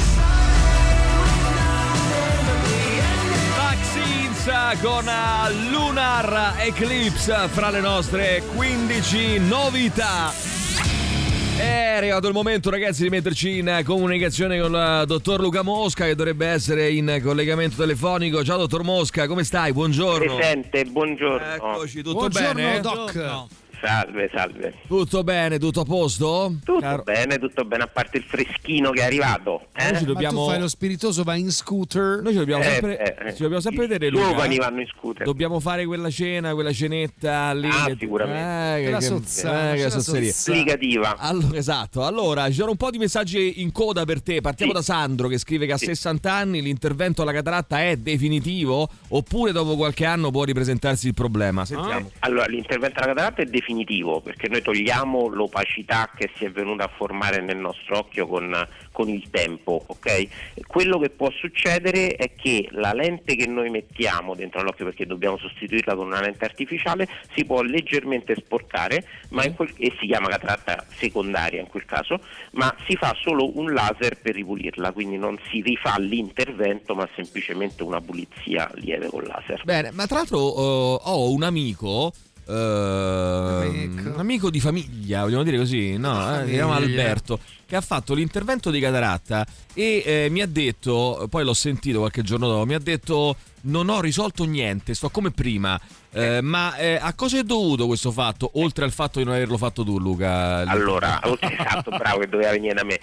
Con Lunar Eclipse fra le nostre 15 novità. È arrivato il momento, ragazzi, di metterci in comunicazione con il dottor Luca Mosca, che dovrebbe essere in collegamento telefonico. Ciao dottor Mosca, come stai? Buongiorno. Presente, buongiorno. Eccoci, tutto buongiorno, bene? Doc. No. Salve. Tutto bene, tutto a posto? Tutto bene, a parte il freschino che è arrivato. Noi ci dobbiamo... Ma tu fai lo spiritoso, vai in scooter. Noi ci dobbiamo sempre vedere, Luca. I giovani vanno in scooter. Dobbiamo fare quella cenetta lì. Sicuramente. La sozzeria. Applicativa. Allora, ci sono un po' di messaggi in coda per te. Partiamo da Sandro, che scrive che a 60 anni l'intervento alla cataratta è definitivo, oppure dopo qualche anno può ripresentarsi il problema. Sentiamo. Allora, l'intervento alla cataratta è definitivo, perché noi togliamo l'opacità che si è venuta a formare nel nostro occhio con il tempo, ok? Quello che può succedere è che la lente che noi mettiamo dentro l'occhio, perché dobbiamo sostituirla con una lente artificiale, si può leggermente sporcare, e si chiama cataratta secondaria in quel caso, ma si fa solo un laser per ripulirla, quindi non si rifà l'intervento, ma semplicemente una pulizia lieve con laser. Bene, ma tra l'altro ho un amico un amico di famiglia, vogliamo dire così, no? Si chiama Alberto, che ha fatto l'intervento di cataratta e mi ha detto, poi l'ho sentito qualche giorno dopo, mi ha detto: non ho risolto niente, sto come prima. Ma a cosa è dovuto questo fatto, oltre al fatto di non averlo fatto tu, Luca? Allora, esatto, bravo, che doveva venire da me.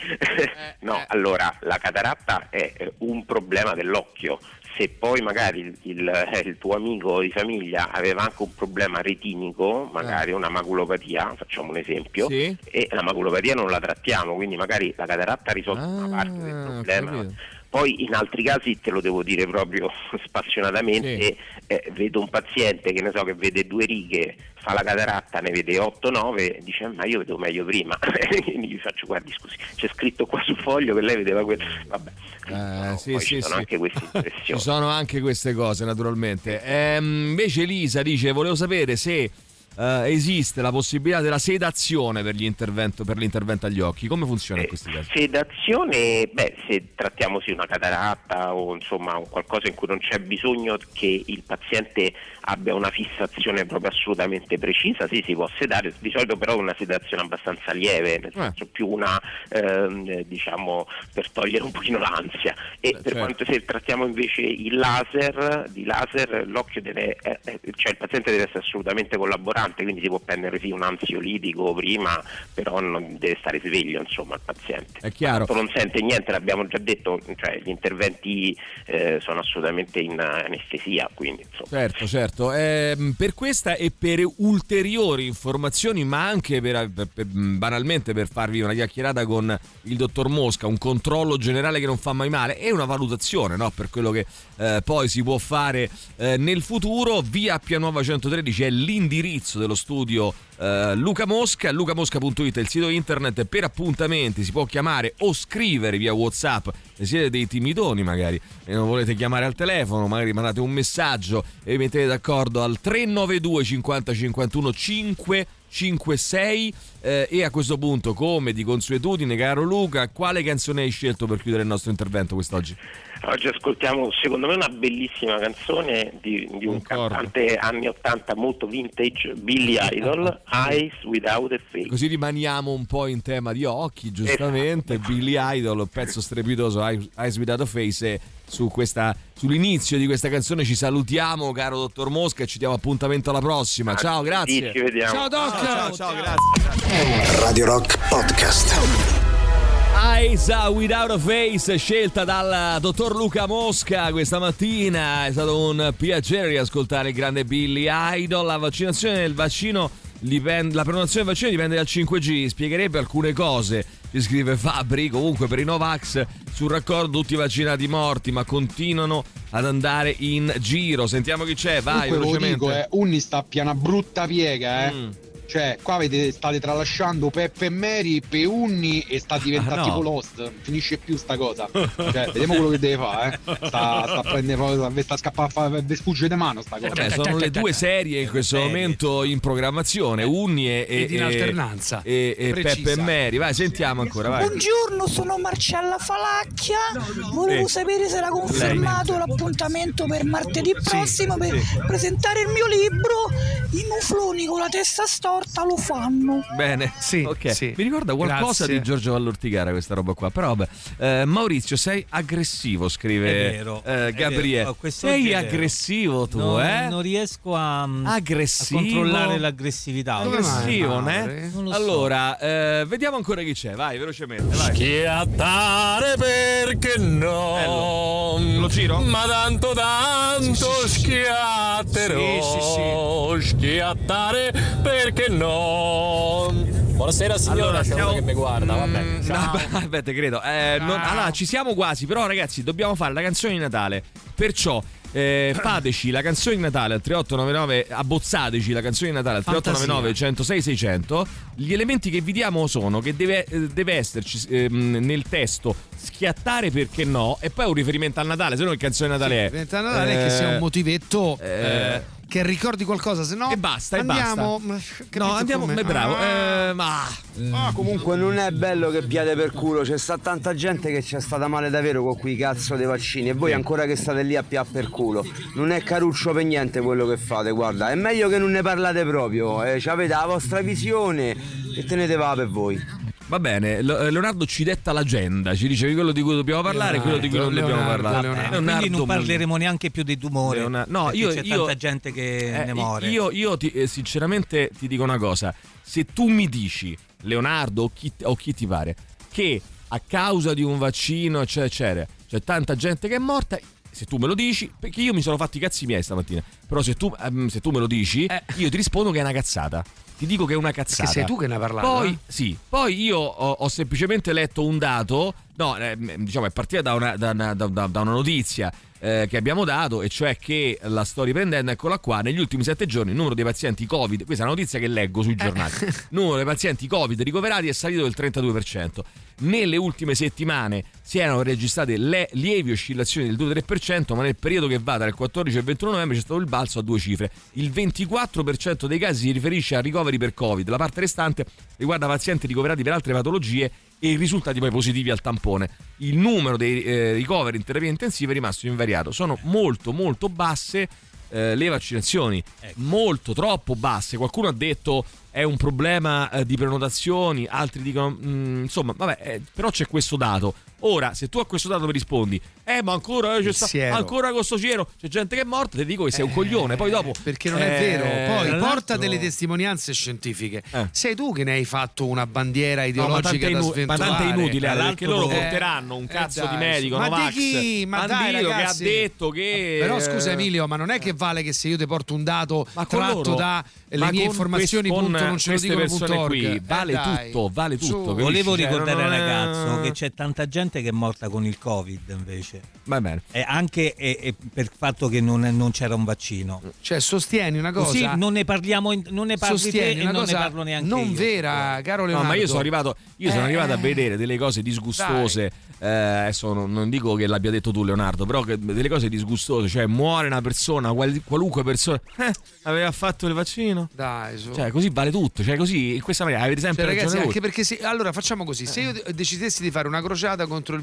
Allora, la cataratta è un problema dell'occhio. Se poi magari il tuo amico di famiglia aveva anche un problema retinico, magari una maculopatia, facciamo un esempio, e la maculopatia non la trattiamo, quindi magari la cataratta ha risolto una parte del problema. Poi in altri casi, te lo devo dire proprio spassionatamente, vedo un paziente che che vede 2 righe, fa la cataratta, ne vede 8-9, dice: ma io vedo meglio prima. Quindi gli faccio: guardi, scusi, c'è scritto qua sul foglio che lei vedeva quello. Vabbè, ci sono anche queste impressioni. Ci sono anche queste cose, naturalmente. Invece Elisa dice: volevo sapere se esiste la possibilità della sedazione per l'intervento agli occhi. Come funziona in questi casi? Sedazione, se trattiamo una cataratta o insomma qualcosa in cui non c'è bisogno che il paziente abbia una fissazione proprio assolutamente precisa, si può sedare, di solito però una sedazione abbastanza lieve, nel senso più una diciamo per togliere un pochino l'ansia. E per quanto se trattiamo invece il laser, l'occhio deve il paziente deve essere assolutamente collaborante, quindi si può prendere un ansiolitico prima, però non deve stare sveglio, insomma, il paziente. È chiaro. Non sente niente, l'abbiamo già detto, cioè gli interventi sono assolutamente in anestesia, quindi insomma. Certo. Per questa e per ulteriori informazioni, ma anche per banalmente per farvi una chiacchierata con il dottor Mosca, un controllo generale che non fa mai male e una valutazione, no, per quello che poi si può fare nel futuro, via Appia Nuova 113 è l'indirizzo dello studio Luca Mosca, lucamosca.it è il sito internet. Per appuntamenti si può chiamare o scrivere via WhatsApp, se siete dei timidoni magari e non volete chiamare al telefono, magari mandate un messaggio e vi mettete d'accordo al 392 50 51 556 e a questo punto, come di consuetudine, caro Luca, quale canzone hai scelto per chiudere il nostro intervento quest'oggi? Oggi ascoltiamo, secondo me, una bellissima canzone di un cantante anni 80 molto vintage, Billy Idol, Eyes Without a Face. Così rimaniamo un po' in tema di occhi, giustamente. Billy Idol, pezzo strepitoso, Eyes Without a Face. E sull'inizio di questa canzone ci salutiamo, caro dottor Mosca, e ci diamo appuntamento alla prossima. Ciao, grazie. Ci vediamo. Ciao Doc. Ciao, grazie. Radio Rock Podcast. Eyes Without a Face, scelta dal dottor Luca Mosca questa mattina. È stato un piacere riascoltare il grande Billy Idol. La vaccinazione del vaccino la prenotazione del vaccino dipende dal 5G, spiegherebbe alcune cose, ci scrive Fabri. Comunque per i Novax sul raccordo tutti vaccinati morti, ma continuano ad andare in giro. Sentiamo chi c'è, vai. Comunque velocemente. Lo dico, Unni sta a una brutta piega, Cioè, qua state tralasciando Peppe e Mary, Peunni e sta diventando tipo Lost. Finisce più sta cosa. Cioè, vediamo quello che deve fare, Sta a prendere, sta scappando, sfugge di mano sta cosa. Sono le due serie in questo momento in programmazione, Unni e in alternanza. E Peppe e Mary. Vai, sentiamo ancora, vai. Buongiorno, sono Marcella Falacchia. Volevo sapere se era confermato l'appuntamento per martedì prossimo per presentare il mio libro. I mufloni con la testa storta lo fanno. Bene, sì, ok. Sì. Mi ricorda qualcosa Grazie. di Giorgio Vallortigara questa roba qua. Però vabbè. Maurizio, sei aggressivo, scrive è vero, Gabriele. Sei aggressivo tu, Non riesco a controllare l'aggressività. Aggressivo, ne? Allora, vediamo ancora chi c'è. Vai, velocemente. Vai. Schiattare perché no? Bello. Lo giro? Ma tanto schiatterò. Schiattare perché no? Buonasera signora, allora, che mi guarda, vabbè. Vabbè, te credo. Allora, ci siamo quasi, però ragazzi, dobbiamo fare la canzone di Natale. Perciò fateci la canzone di Natale al 3899, abbozzateci la canzone di Natale al 3899 106 600. Gli elementi che vi diamo sono che deve esserci nel testo schiattare perché no, e poi un riferimento al Natale, se no che canzone di Natale è? Riferimento al Natale è che sia un motivetto che ricordi qualcosa, se no e basta, andiamo. No, andiamo, bravo. Comunque non è bello che piate per culo, c'è sta tanta gente che c'è stata male davvero con quei cazzo dei vaccini e voi ancora che state lì a pià per culo. Non è caruccio per niente quello che fate, guarda, è meglio che non ne parlate proprio, avete la vostra visione e tenetevela per voi. Va bene, Leonardo ci detta l'agenda, ci dice quello di cui dobbiamo parlare e quello di cui non dobbiamo parlare. Quindi non parleremo neanche più di tumore. No, c'è tanta gente che ne muore. Io sinceramente ti dico una cosa: se tu mi dici, Leonardo o chi ti pare, che a causa di un vaccino c'è tanta gente che è morta, se tu me lo dici, perché io mi sono fatti i cazzi miei stamattina, però se tu me lo dici, io ti rispondo che è una cazzata. Ti dico che è una cazzata. Perché sei tu che ne hai parlato. Poi io ho semplicemente letto un dato. No, diciamo è partita da una notizia che abbiamo dato, e cioè che la sto riprendendo, eccola qua. Negli ultimi 7 giorni il numero dei pazienti Covid, questa è una notizia che leggo sui giornali, il numero dei pazienti Covid ricoverati è salito del 32%. Nelle ultime settimane si erano registrate lievi oscillazioni del 2-3%, ma nel periodo che va dal 14 al 21 novembre c'è stato il balzo a 2 cifre. Il 24% dei casi si riferisce a ricoveri per Covid, la parte restante riguarda pazienti ricoverati per altre patologie e risultati poi positivi al tampone. Il numero dei ricoveri in terapia intensiva è rimasto invariato. Sono molto molto basse le vaccinazioni, molto troppo basse. Qualcuno ha detto è un problema di prenotazioni, altri dicono insomma vabbè, però c'è questo dato. Ora, se tu a questo dato mi rispondi ma ancora ancora con sto cielo c'è gente che è morta, ti dico che sei un coglione. Poi dopo perché non è vero. Poi porta delle testimonianze scientifiche. Sei tu che ne hai fatto una bandiera ideologica da sventolare. Ma tanto è inutile, perché loro porteranno un cazzo di medico, ma Novax, di chi? Ma dai, ragazzi, che ha detto che però scusa Emilio, ma non è che vale che se io ti porto un dato tratto da le mie informazioni non ce lo dicono qui, vale tutto. Volevo ricordare al ragazzo che c'è tanta gente che è morta con il Covid invece. Va bene. Anche per il fatto che non c'era un vaccino. Cioè sostieni una cosa. Così non ne parli te e non ne parlo neanche io. Non vera, caro Leonardo. No, ma io sono arrivato a vedere delle cose disgustose. Adesso non dico che l'abbia detto tu, Leonardo, però delle cose disgustose, cioè muore una persona, qualunque persona aveva fatto il vaccino. Dai, cioè così vale tutto, cioè così in questa maniera avete sempre ragazzi, anche perché allora facciamo così, se io decidessi di fare una crociata contro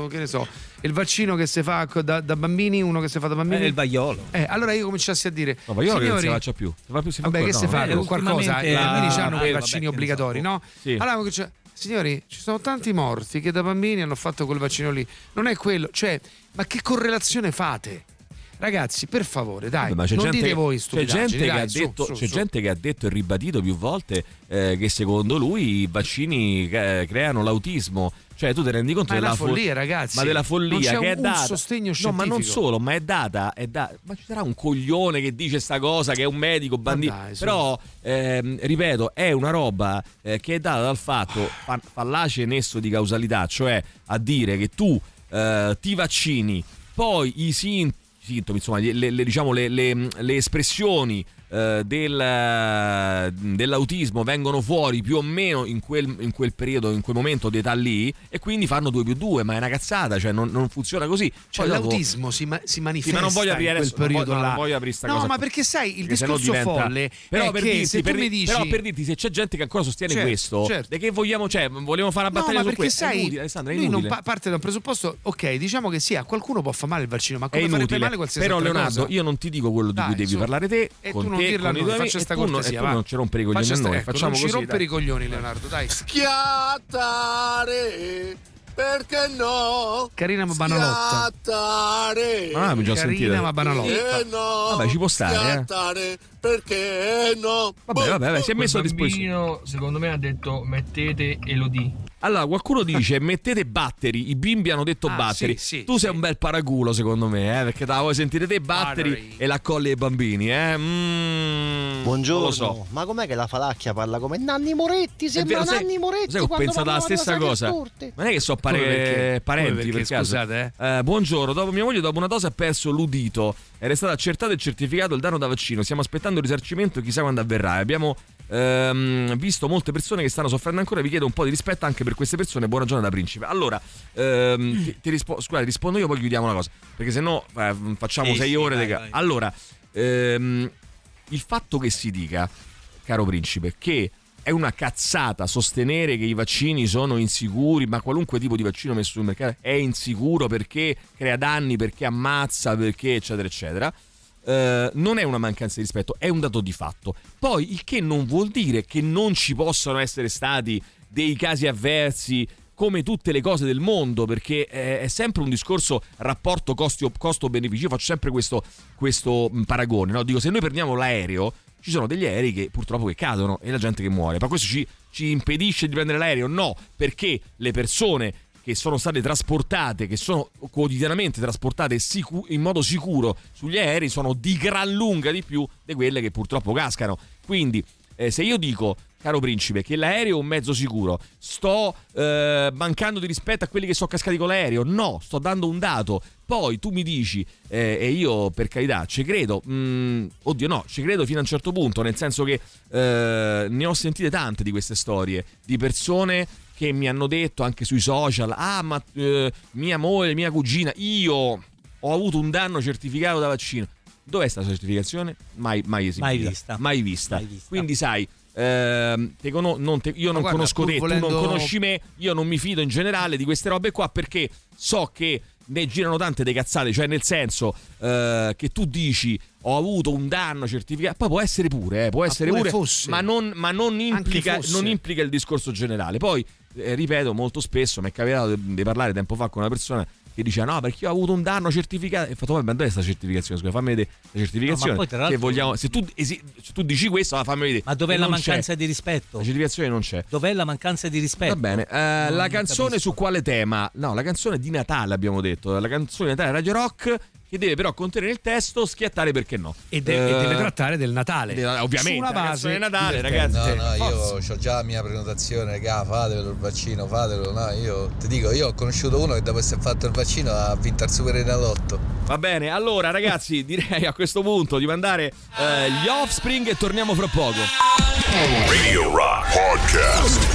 il vaccino che si fa da bambini, uno che si fa da bambini, il vaiolo. allora io cominciassi a dire vaiolo che non si faccia più. Vabbè, che si fa qualcosa, i bambini hanno quei vaccini obbligatori, no? Sì. Allora signori, ci sono tanti morti che da bambini hanno fatto quel vaccino lì. Non è quello, cioè, ma che correlazione fate? Ragazzi, per favore, dai, ma non dite voi stupidaggini. C'è gente che ha detto e ribadito più volte che secondo lui i vaccini creano l'autismo. Cioè, tu ti rendi conto della follia, ragazzi. Ma della follia non c'è che è data. Sostegno scientifico. No, ma non solo, ma è data. Ma ci sarà un coglione che dice sta cosa, che è un medico bandito. Però, ripeto, è una roba che è data dal fatto fallace nesso di causalità, cioè a dire che tu ti vaccini, poi i sintomi, insomma, le espressioni dell'autismo vengono fuori più o meno in quel periodo, in quel momento di età lì, e quindi fanno 2+2, ma è una cazzata, cioè non funziona così. Cioè l'autismo si manifesta ma non voglio aprire in quel periodo là. Non voglio aprire sta no, cosa. No, ma perché sai, il discorso diventa... folle però è per che dirti, se tu mi dici... Però per dirti, se c'è gente che ancora sostiene questo, certo. che vogliamo, cioè, vogliamo fare una battaglia su questo? Sai, è inutile, Alessandra, è lui inutile. non parte da un presupposto, ok, diciamo che sì, a qualcuno può far male il vaccino, ma come farebbe male qualsiasi però altra Leonardo, cosa? Io non ti dico quello di cui devi parlare te, e con tu non te, dirla con i tuoi amici, faccia sta e tu cortesia, non ci rompere i coglioni a noi, facciamo non così. ci rompere i coglioni, Leonardo, dai. Schiattare, perché no? Carina ma banalotta. Mi già Carina ma banalotta. Vabbè, ci può stare, perché no? Vabbè, si è messo a disposizione. Secondo me ha detto mettete Elodie. Allora, qualcuno dice mettete Battery, i bimbi hanno detto Battery. Sì, tu sei un bel paraculo, secondo me, perché te la vuoi sentire te Battery e la colli ai bambini, Buongiorno, lo so. ma com'è che la Falacchia parla come Nanni Moretti? Sembra Nanni Moretti. Sai, ho pensato la stessa cosa. Non è che so parenti per caso. Scusate, buongiorno, dopo mia moglie dopo una dose ha perso l'udito. Era stato accertato e certificato il danno da vaccino. Stiamo aspettando il risarcimento, chissà quando avverrà. Abbiamo visto molte persone che stanno soffrendo ancora. Vi chiedo un po' di rispetto anche per queste persone. Buona giornata, Principe. Allora, scusate, rispondo io, poi chiudiamo una cosa, perché sennò facciamo 6 ore. Vai. Allora, il fatto che si dica, caro Principe, che è una cazzata sostenere che i vaccini sono insicuri, ma qualunque tipo di vaccino messo sul mercato è insicuro perché crea danni, perché ammazza, perché eccetera eccetera, non è una mancanza di rispetto, è un dato di fatto. Poi il che non vuol dire che non ci possano essere stati dei casi avversi come tutte le cose del mondo, perché è sempre un discorso rapporto costo-beneficio. Io faccio sempre questo paragone, no? Dico, se noi prendiamo l'aereo, ci sono degli aerei che purtroppo che cadono e la gente che muore, ma questo ci impedisce di prendere l'aereo? No, perché le persone che sono state trasportate, che sono quotidianamente trasportate in modo sicuro sugli aerei, sono di gran lunga di più di quelle che purtroppo cascano. Quindi se io dico, caro Principe, che l'aereo è un mezzo sicuro, sto mancando di rispetto a quelli che sono cascati con l'aereo? No, sto dando un dato. Poi tu mi dici, e io per carità ci credo, oddio no, ci credo fino a un certo punto, nel senso che ne ho sentite tante di queste storie, di persone che mi hanno detto anche sui social, ma mia moglie, mia cugina, io ho avuto un danno certificato da vaccino. Dov'è sta certificazione? Mai esibita. Mai vista. Quindi sai, io non conosco te, tu non conosci me, io non mi fido in generale di queste robe qua, perché so che ne girano tante de cazzate, cioè nel senso che tu dici ho avuto un danno certificato, poi può essere pure, ma non implica il discorso generale. Poi ripeto, molto spesso mi è capitato di parlare tempo fa con una persona che dice no, perché io ho avuto un danno certificato, e ho fatto ma dov'è sta certificazione? Scusa, fammi vedere la certificazione. No, che vogliamo, se tu dici questo, fammi vedere. Ma dov'è la mancanza di rispetto? La certificazione non c'è. Dov'è la mancanza di rispetto? Va bene, la canzone capisco. Su quale tema? No, la canzone di Natale abbiamo detto, la canzone di Natale Radio Rock, che deve però contenere il testo schiattare perché no. E deve trattare del Natale. Ovviamente, su una base di Natale, ragazzi. No, io ho già la mia prenotazione, raga, fatelo il vaccino, fatelo. No, io ti dico, io ho conosciuto uno che dopo essere fatto il vaccino ha vinto il Super Enalotto. Va bene, allora ragazzi, direi a questo punto di mandare gli Offspring e torniamo fra poco. Radio Rock Podcast.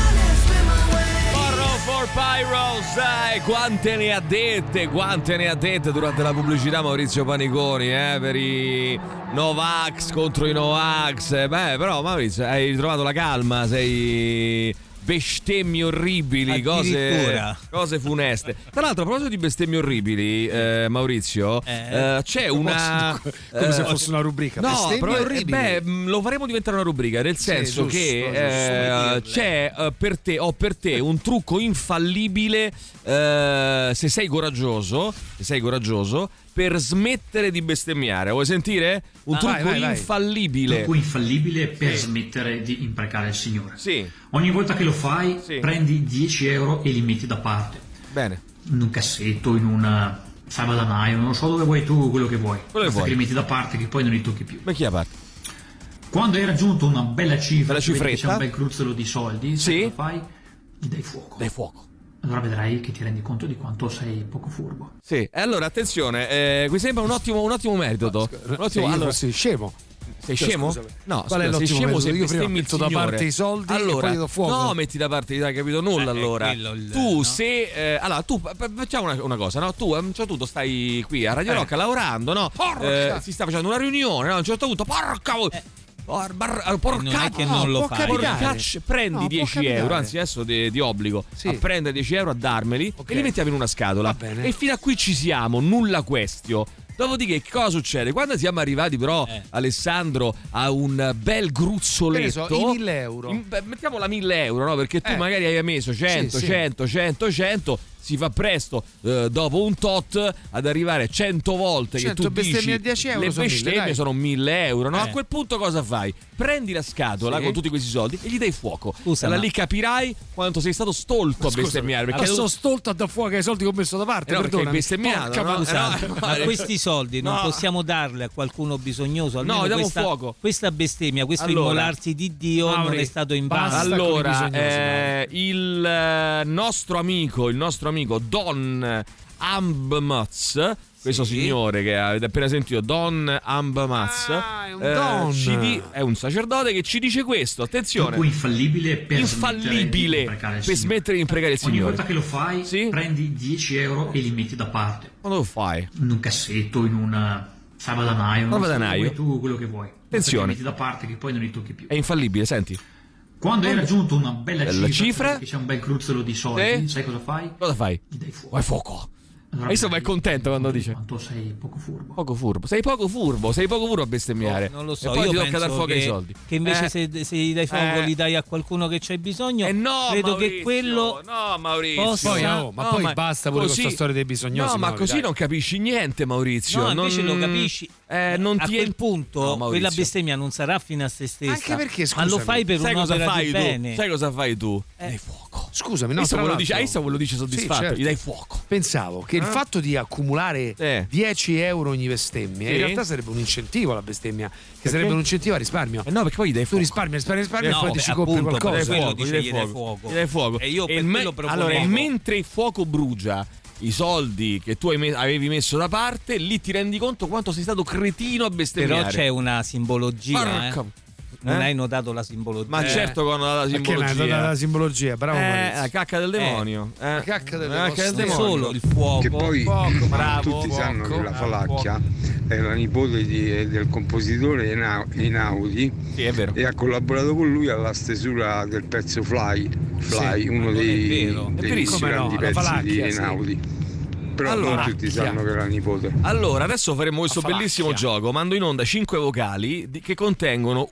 For Pyros, quante ne ha dette durante la pubblicità Maurizio Paniconi, per i Novax contro i Novax. Però Maurizio, hai ritrovato la calma, sei bestemmie orribili, cose funeste. Tra l'altro, a proposito di bestemmie orribili, Maurizio, c'è una come se fosse una rubrica. No, bestemmie orribili. lo faremo diventare una rubrica, nel senso che c'è per te un trucco infallibile, se sei coraggioso, per smettere di bestemmiare. Vuoi sentire? Un trucco infallibile. Un trucco infallibile per smettere di imprecare il Signore. Sì. Ogni volta che lo fai, prendi 10 euro e li metti da parte. Bene. In un cassetto, in un salvadanaio, non so dove vuoi tu, quello che vuoi. Quello che vuoi. Li metti da parte che poi non li tocchi più. Metti da parte. Quando hai raggiunto una bella cifra, bella cifretta, c'è un bel gruzzolo di soldi, se lo fai, gli dai fuoco. Dai fuoco. Allora vedrai che ti rendi conto di quanto sei poco furbo. Sì, allora attenzione, mi sembra un ottimo metodo. Allora sei scemo. Sei scemo? No, qual è sei scemo se bestemmi il Signore. Da parte i soldi allora, e poi do fuoco. No, metti da parte, non hai capito nulla allora. Tu se allora tu facciamo una cosa, no? Tu a un certo punto stai qui a Radio Rock lavorando, no? Si sta facendo una riunione, no? A un certo punto prendi 10 euro, anzi adesso di obbligo a prendere 10 euro, a darmeli e li mettiamo in una scatola. E fino a qui ci siamo, nulla questio. Dopodiché che cosa succede? Quando siamo arrivati però Alessandro a un bel gruzzoletto, i 1.000 euro, mettiamola 1.000 euro, no? Perché tu magari hai messo 100, 100 si fa presto dopo un tot ad arrivare a 100 volte 100 che tu dici a 10 euro le bestemmie sono 1.000 euro, no? A quel punto cosa fai? Prendi la scatola con tutti questi soldi e gli dai fuoco. Allora lì capirai quanto sei stato stolto a bestemmiare, perché sono stolto a dar fuoco ai soldi che ho messo da parte, perché hai bestemmiato, ma questi soldi non possiamo darli a qualcuno bisognoso, almeno diamo fuoco. Questa bestemmia, questo immolarsi di Dio non è stato in vano. Allora il nostro amico Don Ambmaz, questo signore che avete appena sentito, Don Ambmaz, è un sacerdote che ci dice questo. Attenzione, infallibile per smettere di imprecare il Signore. Ogni volta che lo fai, prendi 10 euro e li metti da parte. Quando lo fai? In un cassetto, in un salvadanaio, tu quello che vuoi. Attenzione, li metti da parte che poi non li tocchi più. È infallibile, senti. Quando hai raggiunto una bella cifra, che c'è un bel gruzzolo di soldi, sai cosa fai? Cosa fai? Gli dai fuoco. Vai fuoco. Allora, adesso vai contento quando dice quanto sei poco furbo. Sei poco furbo a bestemmiare. Non lo so, e poi io ti tocca dar fuoco ai soldi. Che invece se gli dai fuoco li dai a qualcuno che c'hai bisogno. No, credo Maurizio, che quello Maurizio. Poi basta pure questa storia dei bisognosi. No, ma così non capisci niente, Maurizio. No, invece lo capisci. Non a ti quel punto quella bestemmia non sarà fine a se stessa. Anche perché, scusami, ma lo fai per un'opera di bene. Sai cosa fai tu? Dai fuoco. Scusami, no, quello dice soddisfatto, certo. Gli dai fuoco. Pensavo che il fatto di accumulare 10 euro ogni bestemmia in realtà sarebbe un incentivo alla bestemmia, che sarebbe un incentivo al risparmio. No, perché poi gli dai fuoco. Tu risparmi e poi ti ci compri qualcosa. Gli dai fuoco. E io per quello proponevo. Allora, mentre il fuoco brucia i soldi che tu avevi messo da parte, lì ti rendi conto quanto sei stato cretino a bestemmiare. Però c'è una simbologia. Non hai notato la simbologia? Ma certo che ho notato la simbologia. Perché non hai notato la simbologia? Bravo, la cacca del demonio. La cacca del demonio. Solo il fuoco. Che poi bravo, tutti sanno che la Falacchia è la nipote del compositore Einaudi. Sì, è vero. E ha collaborato con lui alla stesura del pezzo Fly, uno dei grandi pezzi di Einaudi. Però non tutti sanno che è la nipote. Allora, adesso faremo questo bellissimo gioco. Mando in onda 5 vocali che contengono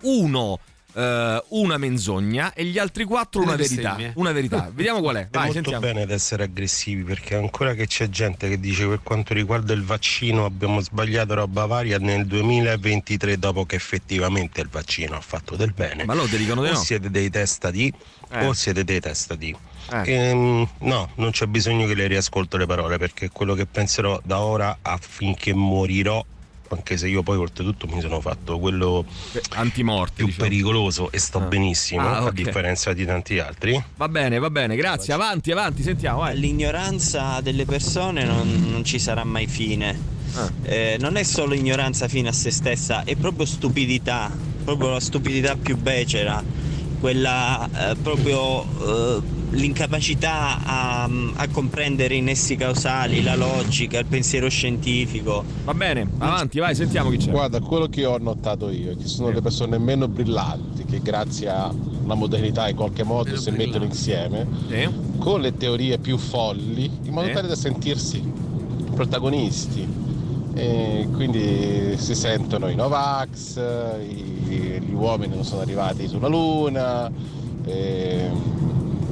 una menzogna e gli altri 4 una verità. Una verità. Vediamo qual è. Vai, molto bene ad essere aggressivi, perché ancora che c'è gente che dice per quanto riguarda il vaccino abbiamo sbagliato roba varia nel 2023, dopo che effettivamente il vaccino ha fatto del bene. Ma loro ti dicono di no. Siete dei testa di o siete dei testa di. No, non c'è bisogno che le riascolto le parole, perché è quello che penserò da ora affinché morirò, anche se io poi oltretutto mi sono fatto quello antimorte più pericoloso e sto benissimo, a differenza di tanti altri. Va bene, grazie. Avanti, sentiamo. Vai. L'ignoranza delle persone non ci sarà mai fine. Non è solo ignoranza fine a se stessa, è proprio stupidità, proprio la stupidità più becera, quella proprio l'incapacità a comprendere i nessi causali, la logica, il pensiero scientifico. Va bene, avanti, vai, sentiamo chi c'è. Guarda, quello che ho notato io è che sono le persone meno brillanti che grazie alla modernità in qualche modo si mettono insieme con le teorie più folli in modo tale da sentirsi protagonisti, e quindi si sentono i Novax, gli uomini non sono arrivati sulla Luna,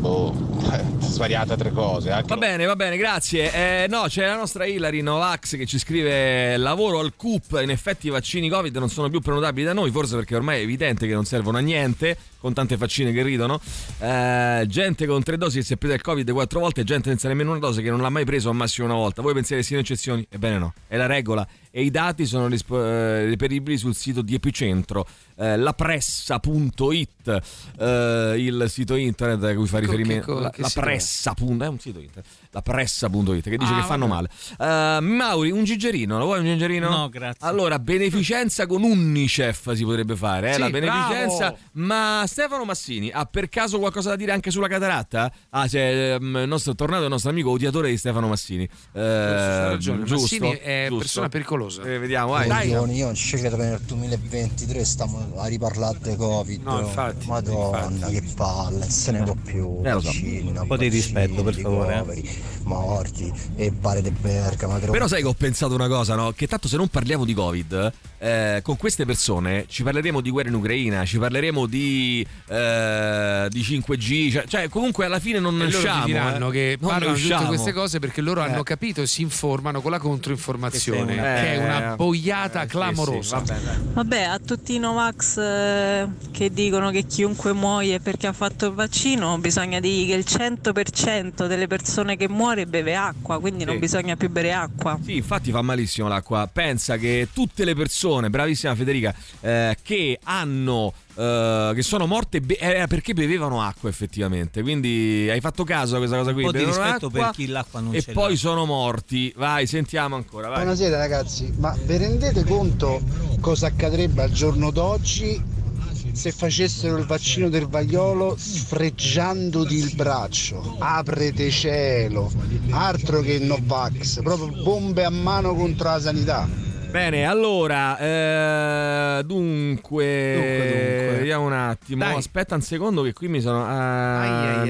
svariate altre cose. Va bene, grazie. No, c'è la nostra Hilary Novax che ci scrive: lavoro al CUP, in effetti i vaccini Covid non sono più prenotabili da noi, forse perché ormai è evidente che non servono a niente, con tante faccine che ridono. Gente con 3 dosi che si è presa il Covid 4 volte, gente senza nemmeno una dose che non l'ha mai preso al massimo una volta. Voi pensate che siano eccezioni? Ebbene no, è la regola. E i dati sono reperibili sul sito di Epicentro, lapressa.it, il sito internet a cui fa riferimento. La Pressa. È un sito internet. Lapressa.it, che dice che fanno male. Mauri, un gingerino, lo vuoi un gingerino? No, grazie. Allora, beneficenza con Unicef si potrebbe fare, sì, la beneficenza. Bravo. Ma Stefano Massini ha per caso qualcosa da dire anche sulla cataratta? C'è è tornato il nostro amico odiatore di Stefano Massini. Ragione. Giusto, Massini è giusto. persona pericolosa. Vediamo, vai. Dai. Io non ci credo che nel 2023 stiamo a riparlare di Covid. No, infatti. Madonna, che palle, se ne può più. Vaccini, un po' di rispetto, per favore. Poveri, morti e bare de Bergamo. Però sai che ho pensato una cosa, no? Che tanto se non parliamo di Covid, con queste persone ci parleremo di guerra in Ucraina, ci parleremo di 5G, cioè comunque alla fine non usciamo. Loro diranno che non parlano di tutte usciamo. queste cose perché loro hanno capito e si informano con la controinformazione, che è una boiata clamorosa. Sì, Vabbè, a tutti i Novax che dicono che chiunque muoie perché ha fatto il vaccino, bisogna dire che il 100% delle persone che muore beve acqua, quindi non bisogna più bere acqua. Sì, infatti fa malissimo l'acqua. Pensa che tutte le persone, bravissima Federica, che hanno che sono morte perché bevevano acqua effettivamente, quindi hai fatto caso a questa cosa qui. Un po' di rispetto acqua, per chi l'acqua non e ce poi l'ha. sono morti. Vai, sentiamo ancora, vai. Buonasera ragazzi, ma vi rendete conto cosa accadrebbe al giorno d'oggi se facessero il vaccino del vaiolo sfregiandoti il braccio? Aprete cielo, altro che Novax, proprio bombe a mano contro la sanità. Bene, allora, dunque, vediamo un attimo. Dai. Aspetta un secondo che qui mi sono mi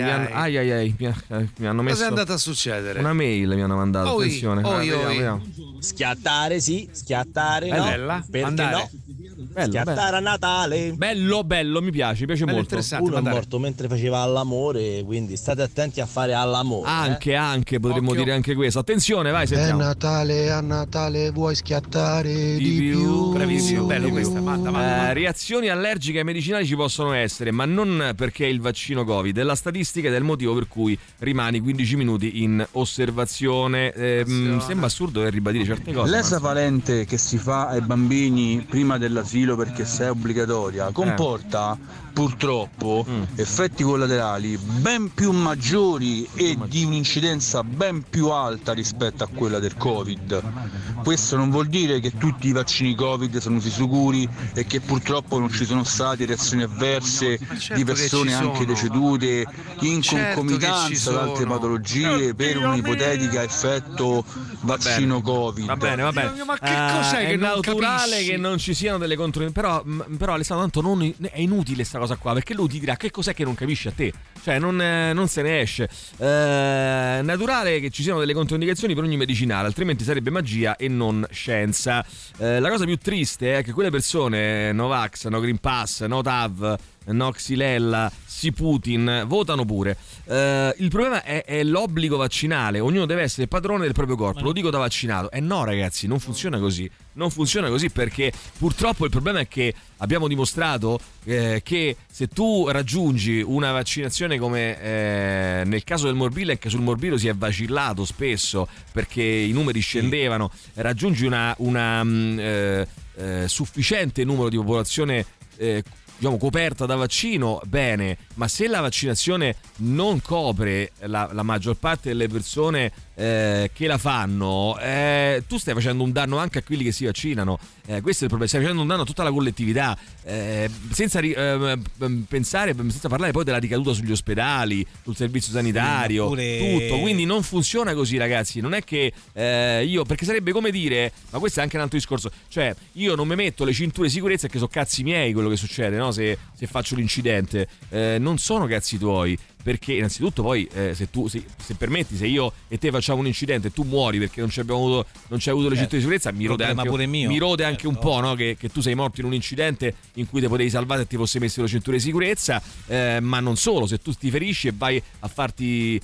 hanno messo. Cosa è andato a succedere? Una mail mi hanno mandato. Attenzione. Vediamo. Schiattare, sì, schiattare, no? Bella. Perché Andare. no? Bello, Schiattare a Natale. Bello, mi piace Bello, molto. interessante. Uno è Mandare. morto mentre faceva all'amore, quindi state attenti a fare all'amore. Anche potremmo Occhio. dire anche questo. Attenzione, vai, È sentiamo. Natale, a Natale vuoi schiattare di più? Bravissimo, bello questa. Manda. Reazioni allergiche ai medicinali ci possono essere, ma non perché è il vaccino Covid, è la statistica ed è il motivo per cui rimani 15 minuti in osservazione. Sembra assurdo ribadire certe cose. L'esavalente che si fa ai bambini prima dell'asilo perché se è obbligatoria comporta purtroppo effetti collaterali ben più maggiori e di un'incidenza ben più alta rispetto a quella del Covid. Questo non vuol dire che tutti i vaccini Covid sono sicuri e che purtroppo non ci sono state reazioni avverse di persone anche decedute in concomitanza ad altre patologie per un'ipotetica effetto vaccino Covid. Va bene. Ma che cos'è che è non naturale capisci? che non ci siano delle però Alessandro, tanto è inutile sta cosa qua, perché lui ti dirà che cos'è che non capisci a te, cioè non se ne esce. È naturale che ci siano delle controindicazioni per ogni medicinale, altrimenti sarebbe magia e non scienza. La cosa più triste è che quelle persone Novax, no Green Pass, no TAV, no Xylella, sì Putin, votano pure. Il problema è l'obbligo vaccinale, ognuno deve essere padrone del proprio corpo, lo dico da vaccinato. No ragazzi, non funziona così perché purtroppo il problema è che abbiamo dimostrato che se tu raggiungi una vaccinazione come nel caso del morbillo, anche sul morbillo si è vacillato spesso perché i numeri scendevano, raggiungi una sufficiente numero di popolazione coperta da vaccino, bene, ma se la vaccinazione non copre la maggior parte delle persone che la fanno, tu stai facendo un danno anche a quelli che si vaccinano. Questo è il problema, stai facendo un danno a tutta la collettività, senza parlare poi della ricaduta sugli ospedali, sul servizio sanitario, tutto. Quindi non funziona così, ragazzi. Non è che perché sarebbe come dire, ma questo è anche un altro discorso, cioè io non mi metto le cinture di sicurezza che sono cazzi miei quello che succede, no? Se faccio l'incidente, non sono cazzi tuoi. perché innanzitutto poi se permetti, se io e te facciamo un incidente e tu muori perché non c'è avuto le cinture di sicurezza, mi rode anche un po', no? Che tu sei morto in un incidente in cui te potevi salvare e ti fosse messo le cinture di sicurezza, ma non solo, se tu ti ferisci e vai a farti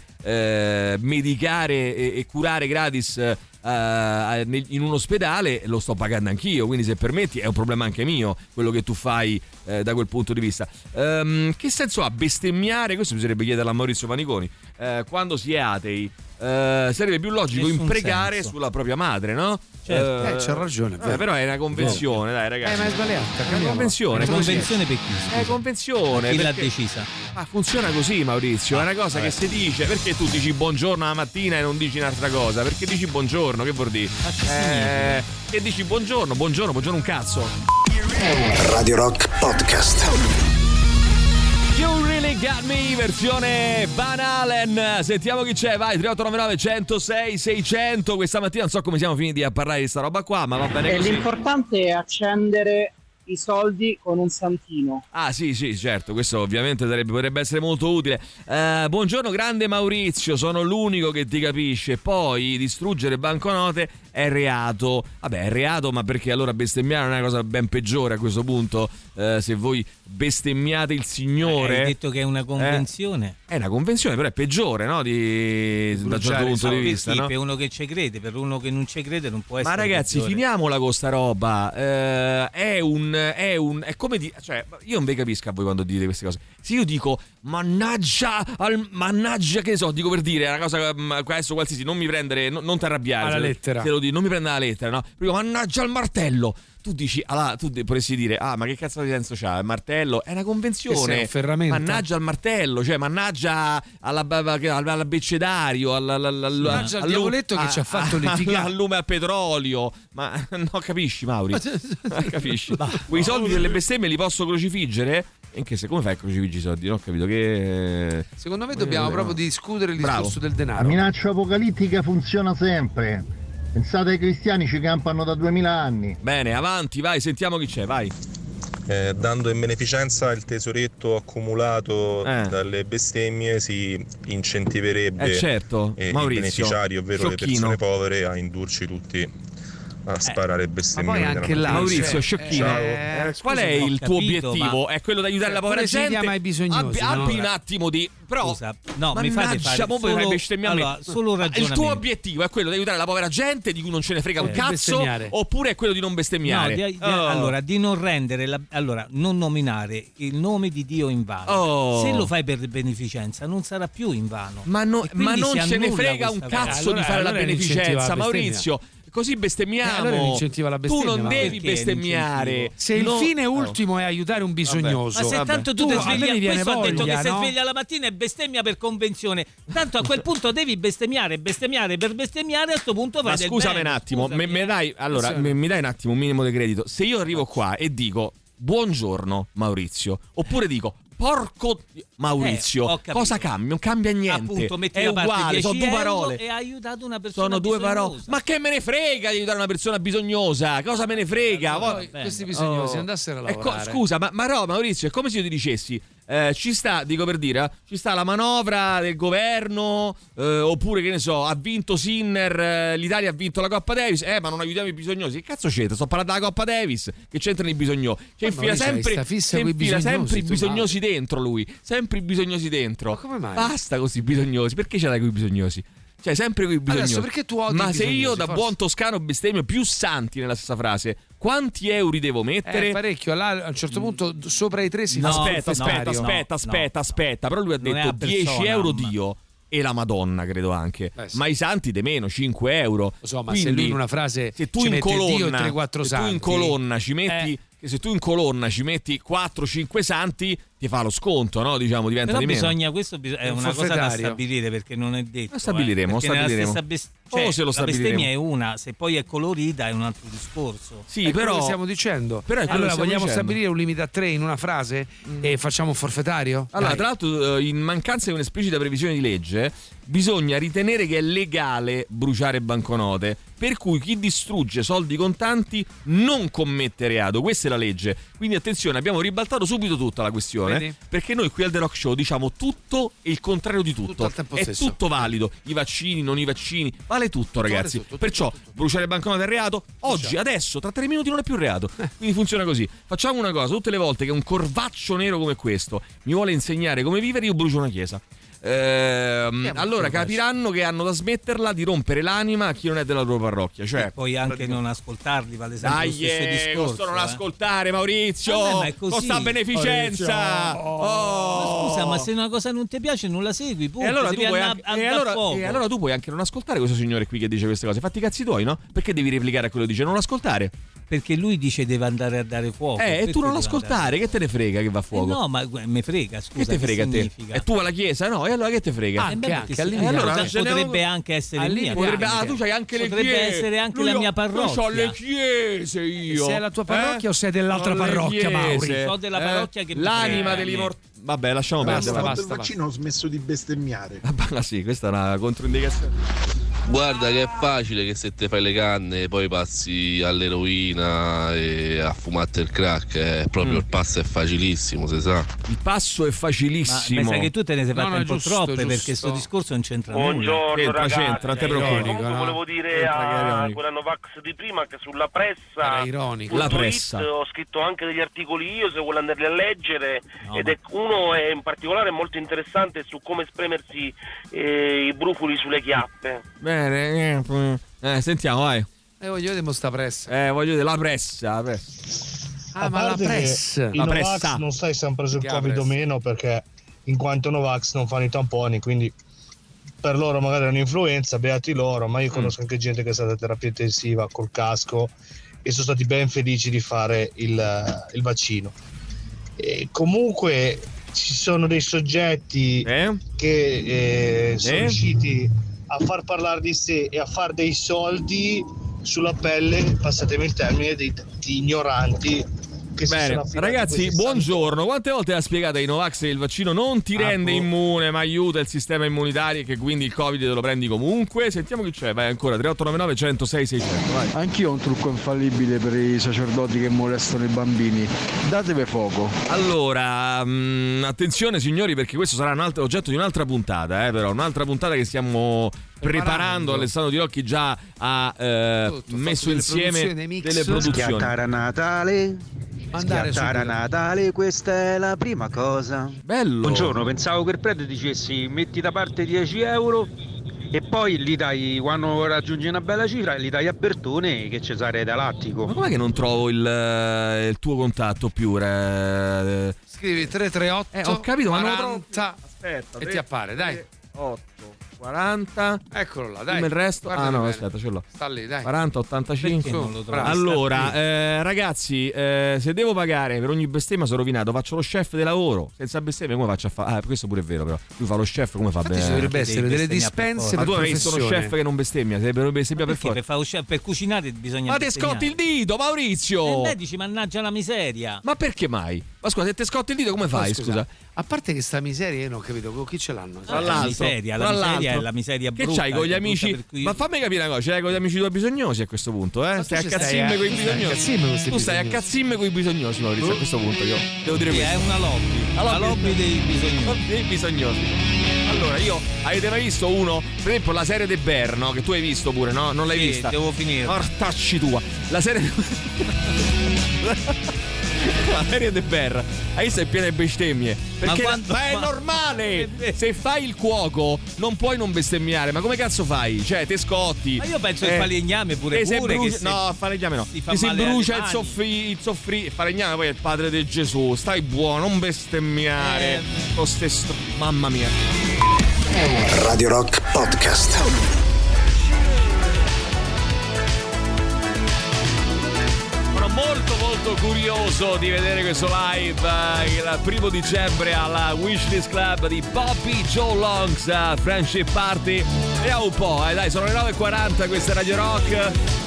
medicare e curare gratis in un ospedale, lo sto pagando anch'io, quindi se permetti è un problema anche mio quello che tu fai da quel punto di vista. Che senso ha bestemmiare? Questo bisognerebbe chiederlo a Maurizio Paniconi. Quando si è atei sarebbe più logico imprecare sulla propria madre, no? C'ha ragione, però è una convenzione, dai ragazzi. Ma è sbagliata. È una convenzione. Una convenzione per chi? È convenzione. Chi l'ha decisa? Funziona così, Maurizio. È una cosa che si dice. Perché tu dici buongiorno la mattina e non dici un'altra cosa? Perché dici buongiorno, che vuol dire? Che dici buongiorno un cazzo. Radio Rock Podcast. You Really Got Me, versione Van Halen. Sentiamo chi c'è, vai, 3899 106 600. Questa mattina non so come siamo finiti a parlare di sta roba qua, ma va bene così. L'importante è accendere i soldi con un santino. Ah sì, certo, questo ovviamente potrebbe essere molto utile. Buongiorno grande Maurizio, sono l'unico che ti capisce. Poi distruggere banconote è reato. Vabbè, è reato, ma perché allora bestemmiare è una cosa ben peggiore a questo punto. Se voi bestemmiate il Signore. Hai detto che è una convenzione. È una convenzione, però è peggiore, no? Da un certo punto di vista, no? Per uno che ci crede, per uno che non ci crede non può essere. Ma ragazzi, peggiore. finiamola con sta roba. È come dire, cioè, io non vi capisco a voi quando dite queste cose. Se io dico mannaggia, che ne so, dico per dire una cosa adesso qualsiasi, non mi prendere, non ti arrabbiare. Alla lettera. Te lo dico, non mi prendere la lettera, no? Dico mannaggia al martello. Tu dici, tu potresti dire, ma che cazzo di senso c'ha? Il martello è una convenzione. Mannaggia al martello, cioè mannaggia all'abbecedario, mannaggia al diavoletto che ci ha fatto litigare. Al lume al petrolio. Ma no, capisci, Mauri? Capisci? Quei soldi delle bestemmie li posso crocifiggere? Anche se come fai a crocifiggere i soldi? Non ho capito che. Secondo me dobbiamo proprio discutere il discorso del denaro. La minaccia apocalittica funziona sempre. Pensate ai cristiani, ci campano da 2000 anni. Bene, avanti, vai, sentiamo chi c'è, vai. Dando in beneficenza il tesoretto accumulato dalle bestemmie si incentiverebbe certo. I beneficiari, ovvero le persone povere, a indurci tutti a sparare bestemmie. Ma poi anche là, Maurizio, sciocchino. Qual è il tuo obiettivo? È quello di aiutare la povera gente? Ai bisognosi, abbi un attimo di. Però, scusa, no, mi fate fare solo ragionamento. Il tuo obiettivo è quello di aiutare la povera gente di cui non ce ne frega un cazzo, oppure è quello di non bestemmiare? No, allora di non rendere non nominare il nome di Dio in vano. Se lo fai per beneficenza non sarà più in vano. Ma non ce ne frega un cazzo di fare la beneficenza, Maurizio. Così bestemmiamo. Allora incentiva la bestemmia. Tu non devi bestemmiare. Se il fine ultimo è aiutare un bisognoso. Ma se tanto tu ti svegli, questo ha detto che si sveglia la mattina e bestemmia per convenzione. Tanto a quel punto devi bestemmiare per bestemmiare, a questo punto vai. Ma scusami un attimo, mi dai un attimo un minimo di credito. Se io arrivo qua e dico buongiorno Maurizio, oppure dico porco Maurizio, cosa cambia? Non cambia niente. Appunto, metti è uguale, sono due parole. E hai aiutato una persona sono due bisognosa. parole. Ma che me ne frega di aiutare una persona bisognosa? Cosa me ne frega? Questi bisognosi andassero a lavorare. Scusa, ma Maurizio, è come se io ti dicessi ci sta, dico per dire, ci sta la manovra del governo, oppure che ne so, ha vinto Sinner, l'Italia ha vinto la Coppa Davis, ma non aiutiamo i bisognosi. Che cazzo c'entra? Sto parlando della Coppa Davis, che c'entrano i bisognosi. Cioè infila sempre i bisognosi dentro lui, sempre i bisognosi dentro. Ma come mai? Basta con questi bisognosi, perché ce l'hai con i bisognosi? Cioè sempre con i bisognosi. Adesso perché tu odi ma i se io da forse? Buon toscano bestemmio più santi nella stessa frase, quanti euro devo mettere? Parecchio, là, a un certo punto sopra i 3 si fa. Aspetta, però lui ha detto 10 euro Dio e la Madonna, credo anche. Ma i santi di meno, 5 euro. Lo so, ma quindi, se lui in una frase se tu ci in mette colonna, Dio e 3-4 santi, tu in colonna ci metti se tu in colonna ci metti 4-5 santi, ti fa lo sconto, no? Diciamo, diventa però di meno. Questo è una cosa da stabilire, perché non è detto. Lo stabiliremo. Se la bestemmia è una, se poi è colorita è un altro discorso. Sì, è però quello che stiamo dicendo. Però allora vogliamo stabilire un limite a 3 in una frase e facciamo un forfettario? Allora, tra l'altro, in mancanza di un'esplicita previsione di legge, bisogna ritenere che è legale bruciare banconote, per cui chi distrugge soldi contanti non commette reato. Questa è la legge. Quindi attenzione, abbiamo ribaltato subito tutta la questione. Vedi? Perché noi qui al The Rock Show diciamo tutto e il contrario di tutto. Al tempo stesso. Tutto valido. I vaccini, non i vaccini, vale tutto, ragazzi. Tutto. Perciò bruciare banconote è reato. Oggi, adesso, tra 3 minuti non è più reato. Quindi funziona così. Facciamo una cosa: tutte le volte che un corvaccio nero come questo mi vuole insegnare come vivere, io brucio una chiesa. Allora capiranno che hanno da smetterla di rompere l'anima a chi non è della loro parrocchia, cioè e poi anche non ascoltarli, vale sempre lo stesso discorso. Non ascoltare, Maurizio, costa beneficenza. Scusa, ma se una cosa non ti piace non la segui, punto. E allora tu puoi anche non ascoltare questo signore qui che dice queste cose. Fatti i cazzi tuoi, no? Perché devi replicare a quello che dice? Non ascoltare. Perché lui dice deve andare a dare fuoco. E tu non ascoltare, che te ne frega che va a fuoco? No, ma mi frega, scusa. Che te frega a te? E tu alla chiesa? No, e allora che te frega? Anche allora potrebbe anche essere mia. Tu c'hai anche le chiese. Potrebbe essere anche la mia parrocchia. Io ho le chiese io. Sei la tua parrocchia o sei dell'altra parrocchia, Mauri? So della parrocchia che l'anima degli morti. Vabbè, lasciamo perdere. Basta. Il vaccino ho smesso di bestemmiare. Ma sì, questa è una controindicazione. Guarda che è facile che se te fai le canne poi passi all'eroina e a fumare il crack, proprio il passo è facilissimo, si sa. Il passo è facilissimo. Ma sai che tu te ne sei fatte un po' troppe, perché sto discorso non c'entra nulla. Buongiorno ragazzi, c'entra, te preoccupi. Volevo dire a quella Novax di prima che sulla pressa, la pressa, ho scritto anche degli articoli io, se vuole andarli a leggere, uno è in particolare molto interessante su come spremersi i brufoli sulle chiappe. Bene, sentiamo, vai. Voglio vedere sta pressa. Voglio vedere la pressa. Ma la pressa. I Novax non sai se hanno preso il Covid o meno, perché in quanto Novax non fanno i tamponi, quindi per loro magari è un'influenza, beati loro, ma io conosco anche gente che è stata a terapia intensiva col casco e sono stati ben felici di fare il vaccino. E comunque ci sono dei soggetti che sono riusciti a far parlare di sé e a far dei soldi sulla pelle, passatemi il termine, di ignoranti. Bene, ragazzi, buongiorno. Quante volte ha spiegato ai Novax che il vaccino non ti rende immune, ma aiuta il sistema immunitario e che quindi il Covid te lo prendi comunque? Sentiamo chi c'è, vai ancora, 3899 106 600, vai. Anch'io ho un trucco infallibile per i sacerdoti che molestano i bambini. Datevi fuoco. Allora, attenzione signori, perché questo sarà un altro oggetto di un'altra puntata, però un'altra puntata che stiamo preparando. Alessandro Di Rocchi già ha messo insieme delle produzioni. Schiattare a Natale. Schiattare a Natale, questa è la prima cosa. Bello. Buongiorno, pensavo che il prete dicessi metti da parte 10 euro e poi li dai, quando raggiungi una bella cifra, li dai a Bertone che Cesare da Lattico. Ma com'è che non trovo il tuo contatto più? Scrivi 338. Ho capito, 40, ma non lo trovo. Aspetta, e ti appare, dai. 8 40. Eccolo là, dai. Come il resto? Guardalo bene. Aspetta, ce l'ho. Sta lì, dai. 40 85. Allora, ragazzi, se devo pagare per ogni bestemmia sono rovinato, faccio lo chef di lavoro. Senza bestemmia come faccio a fare? Questo pure è vero, però. Lui fa lo chef, come fa? Infatti ci dovrebbe essere delle dispense per ma tu hai visto uno chef che non bestemmia? Se dovrebbe bestemmia per forza. Per fare lo chef, per cucinare bisogna. Ma te scotti il dito, Maurizio! E dici mannaggia la miseria. Ma perché mai? Ma scusa, se te scotti il dito come fai, scusa? A parte che sta miseria, io non ho capito con chi ce l'hanno. La miseria è la miseria brutta. Che c'hai con gli amici? Ma fammi capire una cosa, ce l'hai con gli amici tuoi bisognosi a questo punto, Stai a cazzimme con i bisognosi. Tu stai a cazzimme con i bisognosi, Maurizio, a questo punto io devo dire questo. È una lobby. La lobby dei bisognosi. Dei bisognosi. Allora, avete mai visto uno, per esempio la serie The Bear, no? Che tu hai visto pure, no? Non l'hai vista? Devo finire. Ortacci tua. La serie la serie The Bear hai è piena di bestemmie, perché ma è normale. Se fai il cuoco non puoi non bestemmiare, ma come cazzo fai? Cioè te scotti. Ma io penso che falegname pure no, falegname no, si brucia il soffritto, falegname poi è il padre di Gesù. Stai buono, non bestemmiare con mamma mia. Radio Rock Podcast. Molto curioso di vedere questo live il 1 dicembre alla Wishlist Club di Bobby Joe Long's Friendship Party. Vediamo un po', dai, sono le 9:40, questa è Radio Rock.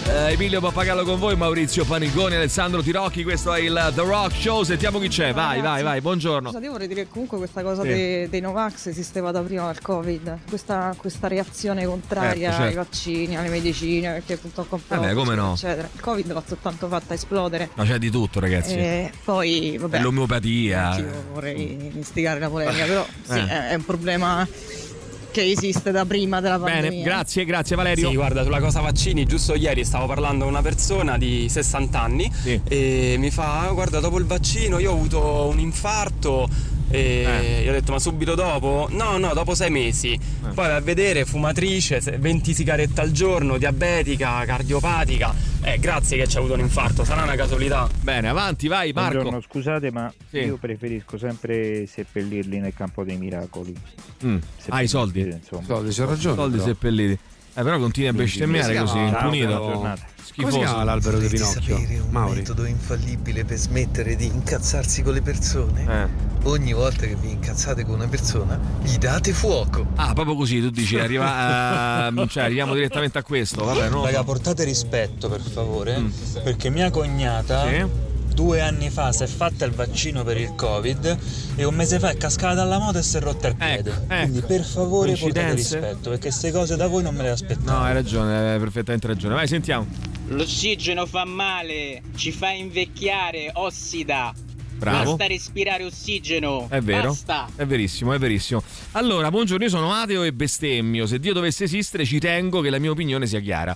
Emilio Pappagallo con voi, Maurizio Panigoni, Alessandro Tirocchi, questo è il The Rock Show. Sentiamo chi c'è, vai, buongiorno. Io vorrei dire che comunque questa cosa dei Novax esisteva da prima del Covid, questa reazione contraria ai vaccini, alle medicine, perché appunto come no? Eccetera. Il Covid l'ha soltanto fatta esplodere. Ma c'è di tutto, ragazzi. Poi vabbè, l'omeopatia. Io vorrei istigare la polemica, però sì, è un problema che esiste da prima della pandemia. Bene, grazie Valerio. Sì, guarda, sulla cosa vaccini, giusto ieri stavo parlando con una persona di 60 anni e mi fa: guarda, dopo il vaccino io ho avuto un infarto e io ho detto: ma subito dopo? No, dopo 6 mesi. Poi vai a vedere, fumatrice, 20 sigarette al giorno, diabetica, cardiopatica. Grazie che c'è avuto un infarto, sarà una casualità. Bene, avanti, vai Marco. Buongiorno, scusate, ma io preferisco sempre seppellirli nel campo dei miracoli. I soldi? Insomma. C'è ragione. Soldi seppelliti. Però continui a bestemmiare così, impunito. Come si chiama l'albero di Pinocchio? Un metodo infallibile per smettere di incazzarsi con le persone. Ogni volta che vi incazzate con una persona, gli date fuoco. Proprio così, tu dici, arriviamo direttamente a questo. Vabbè, no. Raga, portate rispetto, per favore, perché mia cognata 2 anni fa si è fatta il vaccino per il Covid e 1 mese fa è cascata dalla moto e si è rotta il piede. Quindi per favore portate rispetto, perché queste cose da voi non me le aspettate. No, hai ragione, hai perfettamente ragione. Vai, sentiamo. L'ossigeno fa male, ci fa invecchiare, ossida. Bravo. Basta respirare ossigeno. È vero. Basta. È verissimo. Allora, buongiorno, io sono ateo e bestemmio. Se Dio dovesse esistere, ci tengo che la mia opinione sia chiara.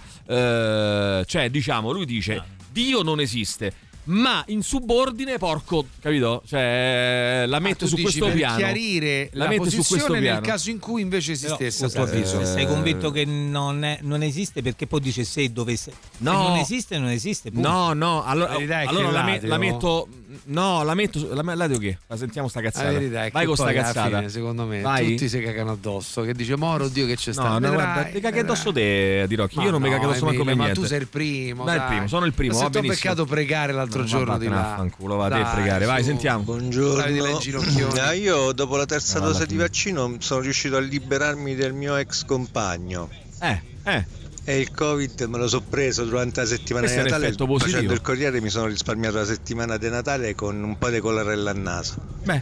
Lui dice: Dio non esiste. Ma in subordine, porco, capito? Cioè, la mette su questo piano. Per chiarire la posizione nel caso in cui invece esistesse, a tuo avviso. Sei convinto che non esiste, perché poi dice se dovesse. No, se non esiste, non esiste. Punto. No. Allora la metto. No, la metto. L'ateo che? La sentiamo sta cazzata. Vai con sta cazzata. Fine, secondo me tutti si cagano addosso. Che dice Moro, Dio che c'è stato. No, guarda, ti caghi addosso te, Tirocchi. Io non mi caghi addosso manco per niente. Ma tu sei il primo. Sono il primo. Ma se ti ho peccato pregare l'altro giorno di là. Fanculo, vate a pregare. Vai, sentiamo. Buongiorno. Io dopo la terza dose di vaccino sono riuscito a liberarmi del mio ex compagno. E il Covid me lo so preso durante la settimana di Natale. Facendo il Corriere mi sono risparmiato la settimana di Natale con un po' di collarella al naso.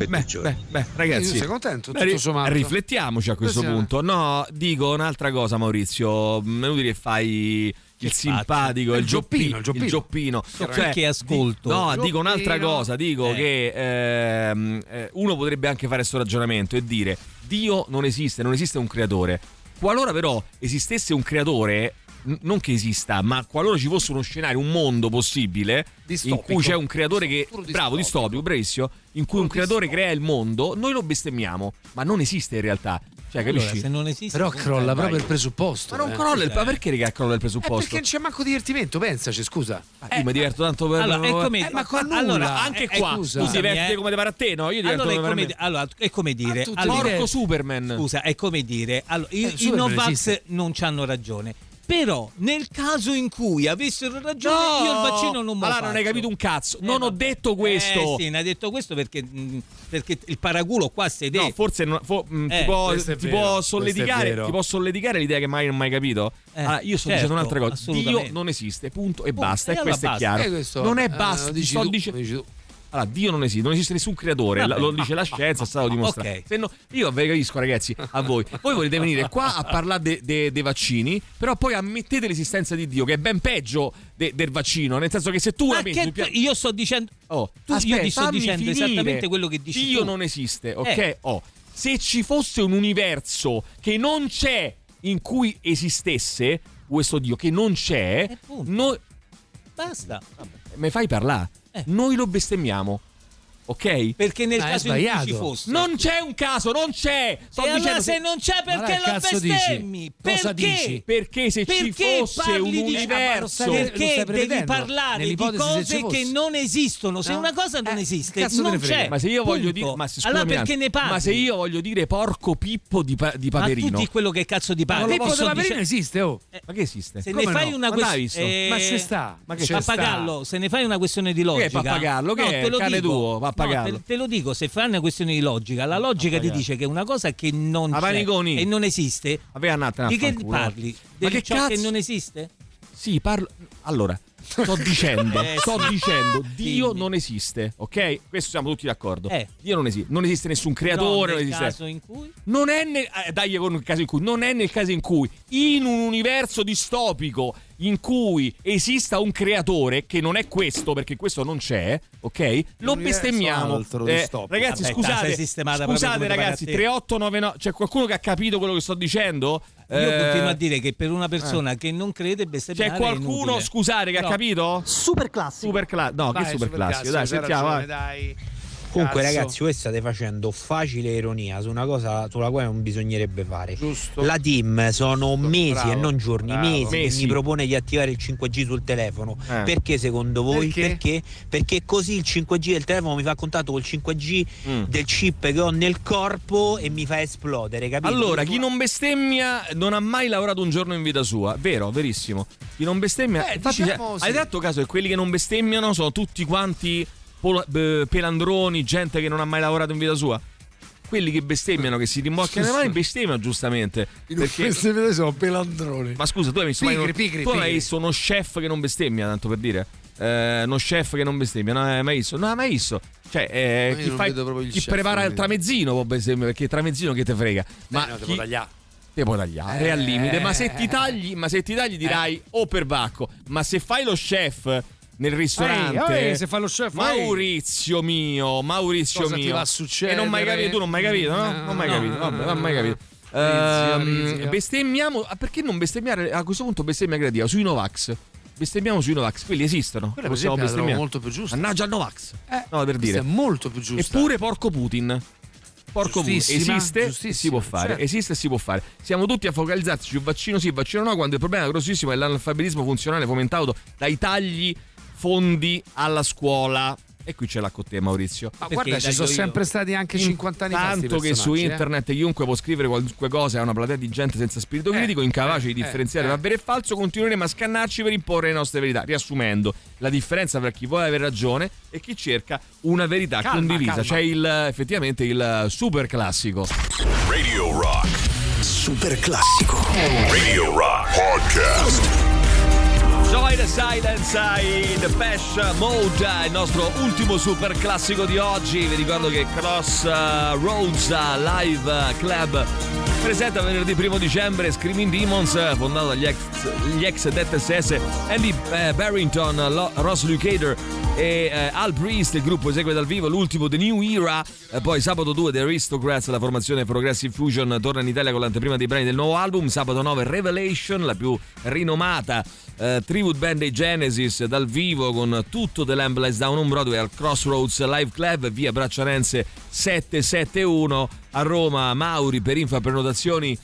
Ragazzi, sei contento? Tutto sommato. Riflettiamoci a questo punto. No, dico un'altra cosa, Maurizio. Non dire fai il simpatico, il gioppino. Che ascolto. No, dico un'altra cosa. Dico che uno potrebbe anche fare questo ragionamento e dire: Dio non esiste un creatore. Qualora però esistesse un creatore, non che esista, ma qualora ci fosse uno scenario, un mondo possibile distopico, in cui c'è un creatore che distopico, bravissimo, in cui un creatore crea il mondo, noi lo bestemmiamo, ma non esiste in realtà. Cioè, capisci? Allora, se non esiste, però crolla proprio il presupposto. Ma non crolla ma perché raga crolla il presupposto? Perché non c'è manco divertimento, pensaci, scusa. Io mi diverto tanto per ma con nulla. Anche qua tu diverti come ti pare a te, no? Io diverto è come dire porco Superman. Scusa, è come dire, i Novax non c'hanno ragione. Però nel caso in cui avessero ragione, io il vaccino non me lo faccio. Non hai capito un cazzo. Non ho detto questo. Sì, ne hai detto questo perché il paraculo qua sei te. No, forse ti può solleticare l'idea che mai non hai capito. Io sto dicendo un'altra cosa. Dio non esiste, punto e basta. E questo è chiaro. Non è basta. Sto dicendo. Allora, Dio non esiste nessun creatore, lo dice la scienza, è stato dimostrato. Okay. Se no, io vi capisco, ragazzi, a voi. Voi volete venire qua a parlare dei vaccini, però poi ammettete l'esistenza di Dio, che è ben peggio del vaccino, nel senso che se tu io sto dicendo io ti sto dicendo esattamente quello che dici Dio non esiste, ok? Se ci fosse un universo che non c'è, in cui esistesse questo Dio che non c'è, noi basta. Mi fai parlare? Noi lo bestemmiamo, ok? Perché nel caso in cui ci fosse non c'è un caso, non c'è. Allora se non c'è, perché lo bestemmi? Cosa dici? Perché se ci fosse un universo, perché devi parlare di cose che non esistono. Se una cosa non esiste, non c'è. Ma se io voglio dire, allora perché ne parli? Ma se io voglio dire porco Pippo di Paperino, ma tu di quello che cazzo di parli? Pippo di Paperino esiste, ma che esiste? Se ne fai una questione, ma ci sta. Ma che Pappagallo, se ne fai una questione di logica. Che è Pappagallo? Che è cane tuo, Pappagallo? Te lo dico, se fai una questione di logica, la logica ti dice che una cosa che non c'è e non esiste, di che parli? Di ciò che non esiste? Sì, parlo. Allora, sto dicendo Dio non esiste, ok? Questo siamo tutti d'accordo. Dio non esiste, non esiste nessun creatore, no, non esiste. Caso in cui? Non è nel caso in cui, non è nel caso in cui in un universo distopico in cui esista un creatore, che non è questo, perché questo non c'è, ok? Lo bestemmiamo. Ragazzi, scusate ragazzi, 3899, c'è qualcuno che ha capito quello che sto dicendo? Io continuo a dire che per una persona che non crede bestemmiare c'è qualcuno, scusate, che ha capito? Super classico. No, che super classico? Dai, sentiamo. Dai. Comunque ragazzi, voi state facendo facile ironia su una cosa sulla quale non bisognerebbe fare. Giusto. La TIM sono mesi e non giorni, mesi che mi propone di attivare il 5G sul telefono. Perché secondo voi? Perché così il 5G del telefono mi fa contatto col 5G del chip che ho nel corpo e mi fa esplodere, capito? Allora, chi non bestemmia non ha mai lavorato un giorno in vita sua. Vero, verissimo. Chi non bestemmia, hai dato caso che quelli che non bestemmiano sono tutti quanti pelandroni, gente che non ha mai lavorato in vita sua. Quelli che bestemmiano, che si rimboccano le mani, bestemmiano giustamente. Perché sono pelandroni. Ma scusa, tu hai visto hai visto uno chef che non bestemmia, tanto per dire? Uno chef che non bestemmia, non hai mai visto? Non hai mai visto? Cioè, chi prepara il tramezzino può bestemmiare, perché il tramezzino che te frega. Ma no, devo tagliare. Te puoi tagliare, è al limite. Ma se ti tagli dirai Perbacco. Ma se fai lo chef nel ristorante, se fa lo chef, Maurizio mio, cosa ti va a succedere? E non mai capito, tu non mai capito, no? Non mai capito, vabbè, non mai capito. Bestemmiamo, perché non bestemmiare? A questo punto bestemmia creativa sui Novax. Bestemmiamo sui Novax, quelli esistono. Quella possiamo bestemmiare molto più giusto. Mannaggia il Novax. No, per dire. È molto più giusto. Eppure porco Putin. Porco Putin esiste, si può fare, certo. Esiste e si può fare. Siamo tutti a focalizzarci su vaccino sì, vaccino no, quando il problema grossissimo è l'analfabetismo funzionale fomentato dai tagli fondi alla scuola. E qui ce l'ha con te, Maurizio. Ma guarda, ci sono sempre stati anche 50 anni fa. Tanto che su internet chiunque può scrivere qualunque cosa, è una platea di gente senza spirito critico, incapace di differenziare tra vero e falso. Continueremo a scannarci per imporre le nostre verità. Riassumendo, la differenza tra chi vuole avere ragione e chi cerca una verità condivisa. C'è effettivamente il super classico. Radio Rock Super classico. Radio Rock Podcast. Joy the Silence in Depeche Mode, il nostro ultimo super classico di oggi. Vi ricordo che Crossroads Live Club presenta venerdì 1 dicembre Screaming Demons, fondato dagli ex Death SS Andy Barrington, Ross Lukather e Al Priest. Il gruppo esegue dal vivo l'ultimo The New Era. Poi sabato 2 The Aristocrats, la formazione Progressive Fusion, torna in Italia con l'anteprima dei brani del nuovo album. Sabato 9 Revelation, la più rinomata tribute band dei Genesis, dal vivo con tutto The Lamb Lies Down on Broadway al Crossroads Live Club, via Braccianense 771 a Roma. Mauri, per info e prenotazioni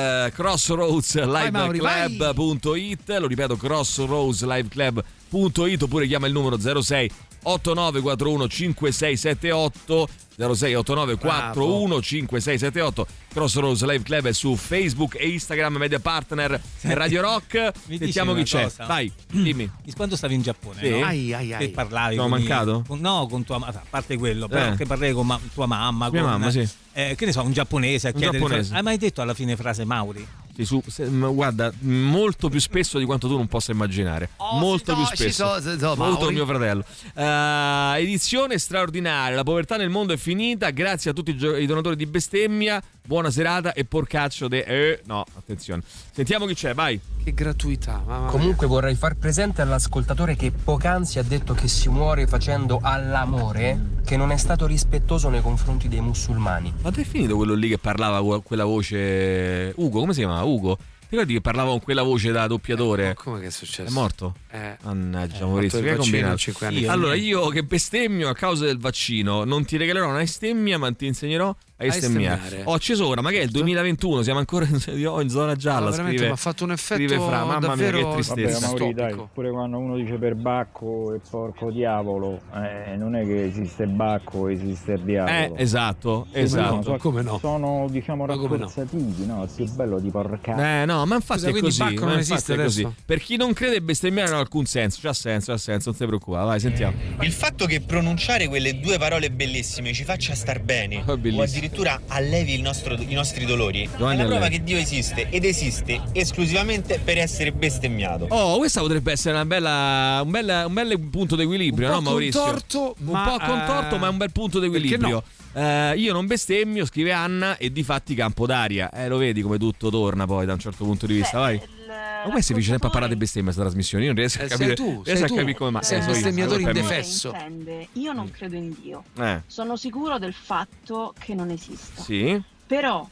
crossroadsliveclub.it, lo ripeto, crossroadsliveclub.it, oppure chiama il numero 06 8941 5678 06 89 41 5678. Crossroads Live Club è su Facebook e Instagram, media partner e Radio Rock. Sentiamo chi c'è. Vai, dimmi. Quando stavi in Giappone, sì. No? Che parlavi no, mancato? Con tua mamma, a parte quello, però che parlavi con tua mamma, mia mamma, sì. Che ne so, un giapponese a chiedere. Hai mai detto alla fine frase Mauri? Sì, guarda, molto più spesso di quanto tu non possa immaginare. Molto più spesso. Molto mio fratello. Edizione straordinaria. La povertà nel mondo è finita. Grazie a tutti i donatori di bestemmia. Buona serata e porcaccio no, attenzione. Sentiamo chi c'è, vai. Che gratuità. Comunque vorrei far presente all'ascoltatore che poc'anzi ha detto che si muore facendo all'amore, che non è stato rispettoso nei confronti dei musulmani. Ma è finito quello lì che parlava con quella voce? Ugo, come si chiamava? Ugo? Ti ricordi che parlava con quella voce da doppiatore? Come che è successo? È morto? Mannaggia, Maurizio, che hai combinato? 5 anni. Allora, io che bestemmio a causa del vaccino, non ti regalerò una bestemmia, ma ti insegnerò a bestemmiare. Ho acceso ora, ma che è il 2021, siamo ancora in zona gialla. Veramente mi ha fatto un effetto mamma davvero mia, che tristezza. Vabbè, Mauri, dai, pure quando uno dice per Bacco e porco diavolo, non è che esiste Bacco, esiste il diavolo. Esatto. Come no? Sono, diciamo, rafforzativi, no? È più bello di porcare. No, ma infatti è così. Bacco non esiste così. Per chi non crede, bestemmiare non ha alcun senso. C'ha senso, non ti preoccupare. Vai, sentiamo. Il fatto che pronunciare quelle due parole bellissime ci faccia star bene, o addirittura allevi i nostri dolori, è la prova che Dio esiste ed esiste esclusivamente per essere bestemmiato. Oh, questa potrebbe essere un bel punto d'equilibrio, no Maurizio? Un po' contorto, ma è un bel punto d'equilibrio. Io non bestemmio, scrive Anna, e di fatti campo d'aria. Lo vedi come tutto torna poi da un certo punto di vista, vai. Ma come si dice sempre a parlare di bestemmia questa trasmissione? Io non riesco a capire. Riesco a capire come mai. Sei un bestemmiatore indefesso. Io non credo in Dio. Sono sicuro del fatto che non esista. Sì. Però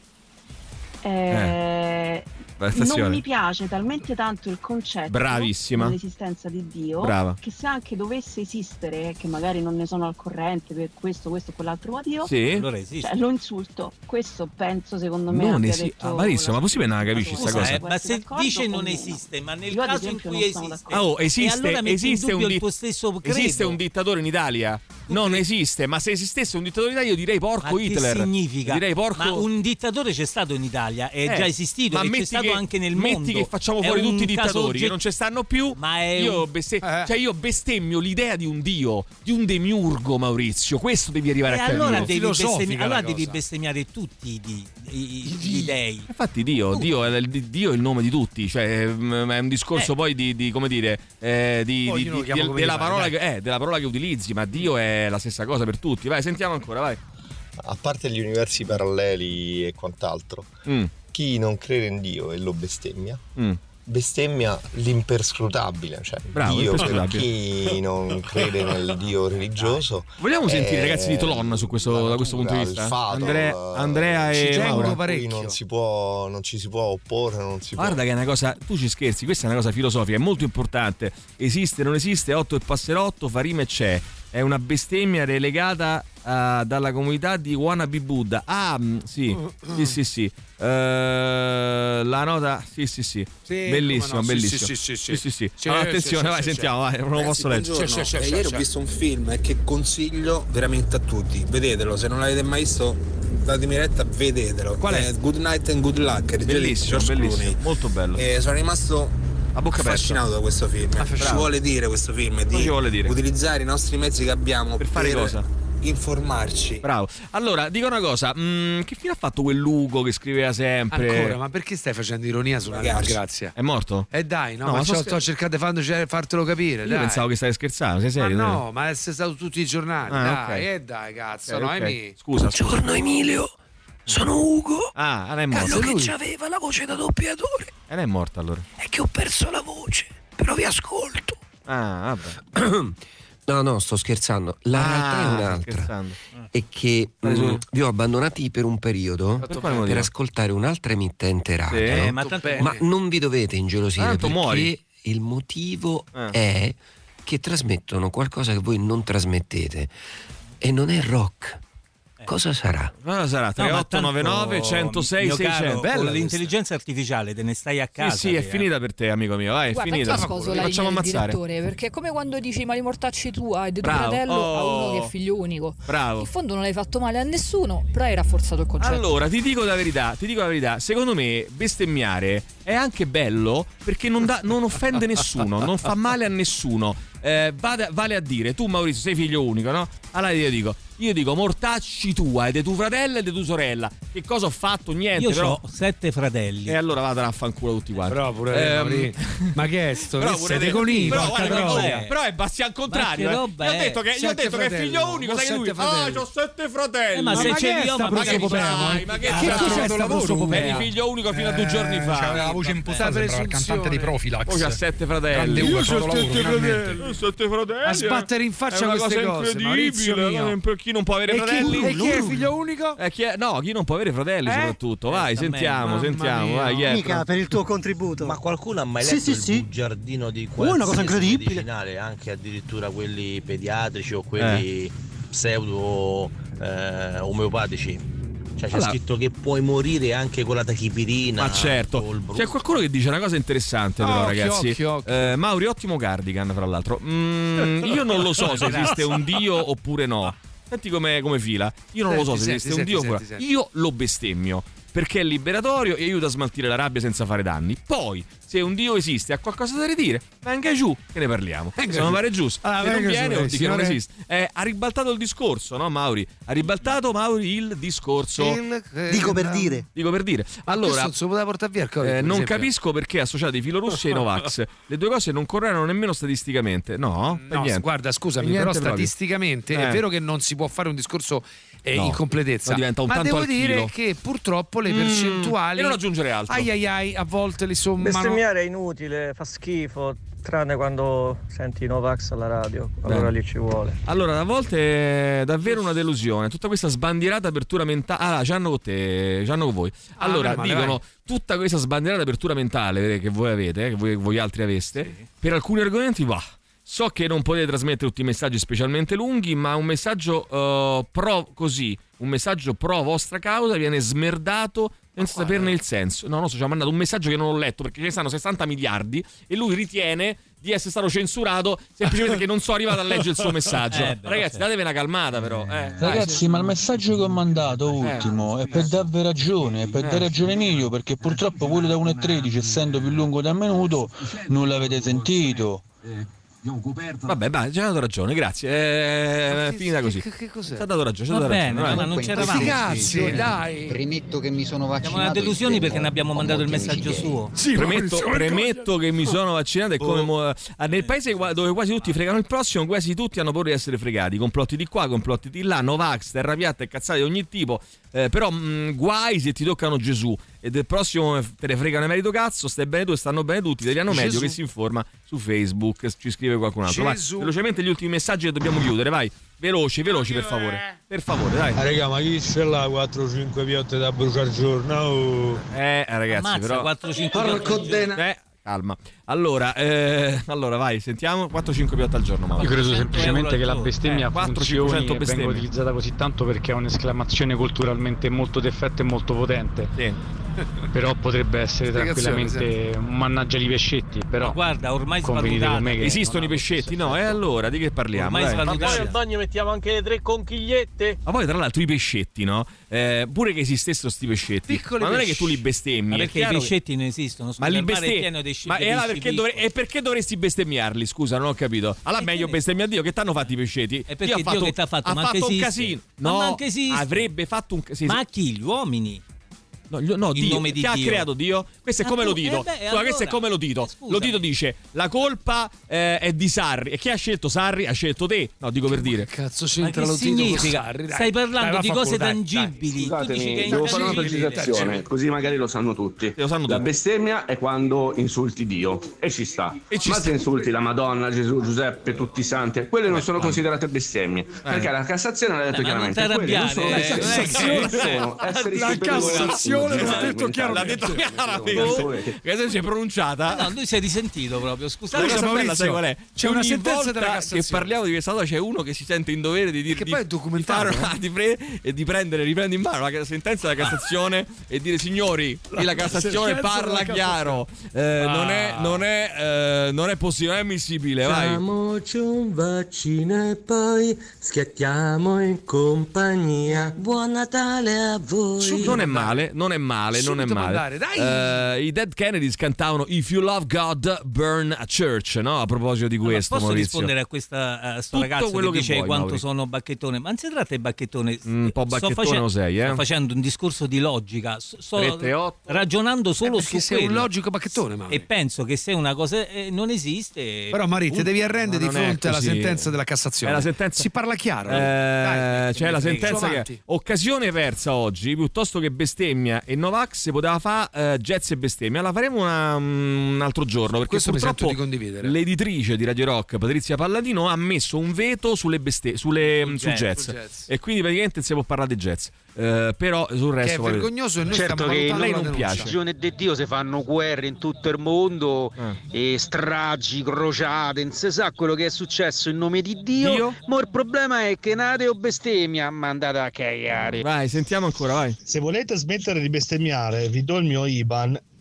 non mi piace talmente tanto il concetto dell'esistenza di Dio. Brava. Che se anche dovesse esistere, che magari non ne sono al corrente per questo o quell'altro motivo, allora esiste. Cioè, lo insulto. Questo penso, secondo me, non esiste. Marissimo, ma possibile non la capisci sta cosa? Ma se dice non esiste, ma nel caso in cui esiste, esiste il tuo stesso credo. Esiste un dittatore in Italia? Non esiste, ma se esistesse un dittatore in Italia io direi porco Hitler. Che significa? Direi porco. Ma un dittatore c'è stato in Italia, è già esistito, e c'è stato anche nel mondo. Metti che facciamo fuori tutti i dittatori che non ci stanno più, ma io bestemmio l'idea di un dio, di un demiurgo, Maurizio. Questo devi arrivare a capire. Allora devi bestemmiare tutti i dei. Infatti Dio è il nome di tutti, cioè è un discorso poi di come dire, della parola che utilizzi, ma Dio è la stessa cosa per tutti. Vai, sentiamo ancora, vai. A parte gli universi paralleli e quant'altro, chi non crede in Dio e lo bestemmia, bestemmia l'imperscrutabile, cioè Dio per chi non crede nel Dio religioso. Vogliamo sentire ragazzi di Tolon da questo punto di vista? Andrea e Mauro parecchio. Non ci si può opporre, Guarda che è una cosa, tu ci scherzi, questa è una cosa filosofica, è molto importante. Esiste, non esiste, 8 e passerotto, fa rima e c'è. È una bestemmia relegata dalla comunità di Wannabe Buddha. Sì. La nota, sì. Bellissimo, bellissimo. Sì. Allora, attenzione, vai, sentiamo, vai, non lo posso leggere. Ieri ho visto un film che consiglio veramente a tutti. Vedetelo, se non l'avete mai visto, datemi retta, vedetelo. Qual è? Good Night and Good Luck. Bellissimo, molto bello. Sono rimasto affascinato da questo film. Ci vuole dire questo film di utilizzare i nostri mezzi che abbiamo per fare cosa? Informarci. Bravo. Allora, dico una cosa, che fine ha fatto quell'Ugo che scriveva sempre? Ancora, ma perché stai facendo ironia sulla Grazia? È morto? Dai, no, ma sto cercando di fartelo capire. Io pensavo che stai scherzando, sei serio? Ma no, ma sei stato tutti i giornali. Dai, cazzo, okay. Scusa. Buongiorno Emilio. Sono Ugo. Non è morto. Quello che c'aveva la voce da doppiatore. E non è morto allora? È che ho perso la voce, però vi ascolto. Vabbè. No, sto scherzando. La realtà è un'altra. È che vi ho abbandonati per un periodo per ascoltare un'altra emittente radio. Ma non vi dovete ingelosire perché muori. Il motivo è che trasmettono qualcosa che voi non trasmettete e non è rock. Cosa sarà? Cosa sarà? 3899 106 600. Bella l'intelligenza artificiale, te ne stai a casa. Sì, è finita per te, amico mio. Vai, è finita. Facciamo ammazzare. Perché è come quando dici ma li mortacci tu hai tuo fratello a uno che è figlio unico. Bravo. In fondo non hai fatto male a nessuno, però hai rafforzato il concetto. Allora, ti dico la verità. Secondo me bestemmiare è anche bello perché non offende nessuno, non fa male a nessuno. Vale a dire, tu Maurizio sei figlio unico, no? Allora io dico mortacci tua e di tuo fratello e di tua sorella. Che cosa ho fatto? Niente. Io ho 7 fratelli. E allora vado a fanculo tutti quanti. Però pure ma che è sto? Siete con però è bassi al contrario. Io ho detto che è figlio unico, sai che lui c'ho 7 fratelli. Ma se c'è io, ma che cos'è sto lavoro? Eri figlio unico fino a 2 giorni fa. C'aveva la voce impostata, sembrava il cantante di Profilax. Poi c'ha 7 fratelli. Io ho 7 fratelli. A sbattere in faccia queste cose, incredibile. Chi non può avere fratelli? E chi è figlio unico? Chi non può avere fratelli soprattutto. Vai, sentiamo. Vai, mica per il tuo contributo. Ma qualcuno ha mai letto il bugiardino di una cosa incredibile, anche addirittura quelli pediatrici o quelli pseudo omeopatici? Cioè c'è scritto che puoi morire anche con la tachipirina. Ma certo. C'è qualcuno che dice una cosa interessante però, ragazzi. Occhio. Mauri, ottimo cardigan fra l'altro. Io non lo so se esiste un dio oppure no. Senti come fila. Io non lo so se esiste un dio oppure no. Io lo bestemmio. perché è liberatorio e aiuta a smaltire la rabbia senza fare danni. Poi, se un Dio esiste e ha qualcosa da ridire, venga giù che ne parliamo. Se non pare giusto. Se non viene o di che non esiste. Ha ribaltato il discorso, no Mauri? Ha ribaltato Mauri il discorso. Dico per dire. Allora, non si poteva portare via il COVID, non capisco perché associate i filorussi ai Novax. Le due cose non correrono nemmeno statisticamente. No, guarda, scusami, però statisticamente è vero che non si può fare un discorso in completezza, ma devo dire che purtroppo le percentuali e non aggiungere altro. A volte li sommano. Bestemmiare è inutile, fa schifo, tranne quando senti i Novax alla radio, allora lì ci vuole. Allora, a volte è davvero una delusione tutta questa sbandierata apertura mentale. C'hanno con te, c'hanno con voi. Allora, dicono tutta questa sbandierata apertura mentale che voi avete, che voi altri aveste, per alcuni argomenti so che non potete trasmettere tutti i messaggi specialmente lunghi, ma un messaggio un messaggio pro vostra causa viene smerdato senza saperne il senso. No, ci ha mandato un messaggio che non ho letto perché ce ne stanno 60 miliardi e lui ritiene di essere stato censurato semplicemente che non sono arrivato a leggere il suo messaggio. Ragazzi, datevi una calmata però. Ragazzi, ma il messaggio che ho mandato ultimo è per darvi ragione, è per dare ragione mio, perché purtroppo quello da 1:13, essendo più lungo da un minuto, non l'avete sentito. Vabbè, ci ha dato ragione, grazie. È finita così. Che cos'è? Ci ha dato ragione. Va bene, ma non c'eravamo. Cazzi, dai. Premetto che mi sono vaccinato. Siamo a delusioni perché ne abbiamo mandato il messaggio suo. Sì, premetto che mi sono vaccinato. Nel paese dove quasi tutti fregano il prossimo, quasi tutti hanno paura di essere fregati. Complotti di qua, complotti di là, Novax, terra piatta e cazzate di ogni tipo. Però guai se ti toccano Gesù e del prossimo te ne fregano merito cazzo. Stai bene tu e stanno bene tutti. Italiano Medio che si informa su Facebook. Ci scrive qualcun altro. Vai, velocemente gli ultimi messaggi che dobbiamo chiudere, vai. Veloci per favore. Per favore, dai. Raga, ma chi c'è là 4-5 piotte da bruciare al giorno? Ragazzi, ammazza, però 4-5 calma. Allora, vai, sentiamo 4-5 piotte al giorno. Io credo semplicemente che la bestemmia funzioni e venga utilizzata così tanto perché è un'esclamazione culturalmente molto d'effetto e molto potente. Sì. Però potrebbe essere tranquillamente un mannaggia di pescetti. Però ma guarda, ormai svalutata. Esistono i pescetti? No, allora di che parliamo? Ma poi al bagno mettiamo anche le 3 conchigliette. Ma poi tra l'altro i pescetti, no? Pure che esistessero sti pescetti. Ma non è che tu li bestemmi. Ma perché i pescetti non esistono? Ma li bestemmi. Ma perché dovresti bestemmiarli? Scusa, non ho capito. Allora meglio bestemmia a Dio. Che t'hanno fatto i pescetti? E perché Dio che t'ha fatto? Ha fatto un casino. No, avrebbe fatto un casino. Ma chi? Gli uomini? No, Dio. Chi ha creato Dio? Questo è come lo dito. Questo è come lo dito. Lo dito dice la colpa è di Sarri. E chi ha scelto Sarri? Ha scelto te. No, dico per dire. Che cazzo c'entra lo dito con Sarri? Stai parlando di cose tangibili. Scusatemi, devo fare una precisazione, così magari lo sanno tutti. La bestemmia è quando insulti Dio. E ci sta. Ma se insulti la Madonna, Gesù, Giuseppe, tutti i santi, quelle non sono considerate bestemmie. Perché la Cassazione l'ha detto chiaramente. Quelle non sono esseri superiori. L'ha detto chiaramente. Che si è pronunciata. No, lui si è risentito proprio. Scusate, la cosa bella, sai qual è? C'è una sentenza della Cassazione. Che parliamo di questa cosa, c'è uno che si sente in dovere di dire che poi è documentario e di riprendere in mano la sentenza della Cassazione e dire signori, la Cassazione parla chiaro. Non è possibile, non è ammissibile. Facciamoci un vaccino e poi schiattiamo in compagnia. Buon Natale a voi. Non è male. Dai. I Dead Kennedys cantavano If You Love God, Burn a Church, no? A proposito di questo, posso Maurizio rispondere a sto ragazzo che dice vuoi, quanto sono bacchettone? Ma non si tratta di bacchettone. Un po' bacchettone lo sei, Sto facendo un discorso di logica. Sto ragionando solo su sei quello. Un logico bacchettone, Mauri. E penso che se una cosa non esiste. Però Mauri, ti devi arrendere di fronte alla sentenza della Cassazione. Si parla chiaro. C'è la sentenza che occasione persa oggi, piuttosto che bestemmia e Novax poteva fare jazz e bestemmia. La faremo un altro giorno, perché questo purtroppo mi sento di condividere. L'editrice di Radio Rock, Patrizia Palladino, ha messo un veto sul jazz. E quindi praticamente non si può parlare di jazz. Però sul resto che è vergognoso e noi certo che lei non piace. Di Dio si fanno guerre in tutto il mondo e stragi, crociate, non si sa quello che è successo in nome di Dio. Ma il problema è che nate o bestemmia, ma andate a cagare. Vai, sentiamo ancora, vai. Se volete smettere di bestemmiare, vi do il mio IBAN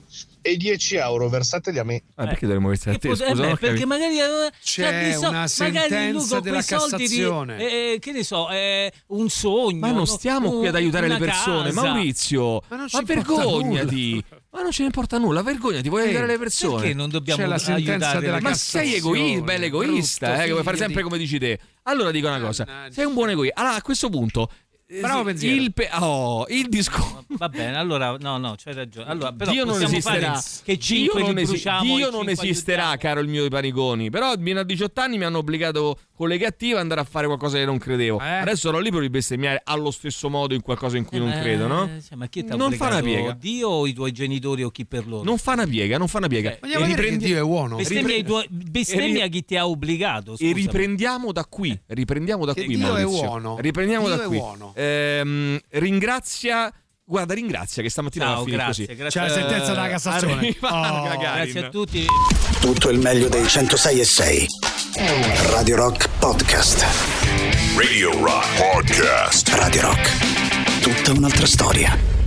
e 10 euro versateli a me. Perché dovremmo versare a te? Scusa, perché magari c'è una sentenza della Cassazione. Che ne so, un sogno. Ma non stiamo qui ad aiutare le persone, casa. Maurizio. Ma vergognati. Ma non ce ne importa nulla, vergognati, vuoi aiutare le persone? Perché non dobbiamo aiutare? Ma sei bello egoista, vuoi fare sempre come dici te. Allora dico una cosa, sei un buon egoista. Allora a questo punto bravo pensiero. Il disco. Va bene, allora no, c'hai ragione. Allora, però Dio non esisterà. Che 5 li bruciamo. Dio non esisterà, caro il mio Paniconi. Però fino a 18 anni mi hanno obbligato con le cattive ad andare a fare qualcosa che non credevo. Adesso ero libero di bestemmiare allo stesso modo in qualcosa in cui non credo, no? Ma chi t'ha non fa una piega. Dio o i tuoi genitori o chi per loro? Non fa una piega. Dio è buono. Bestemmia chi ti ha obbligato. Scusami. E riprendiamo da qui. Dio Maurizio. È buono. Riprendiamo da qui. Ringrazia che stamattina va a finire così. C'è la sentenza della Cassazione. Grazie a tutti. Tutto il meglio dei 106.6 Radio Rock Podcast. Radio Rock Podcast. Radio Rock, tutta un'altra storia.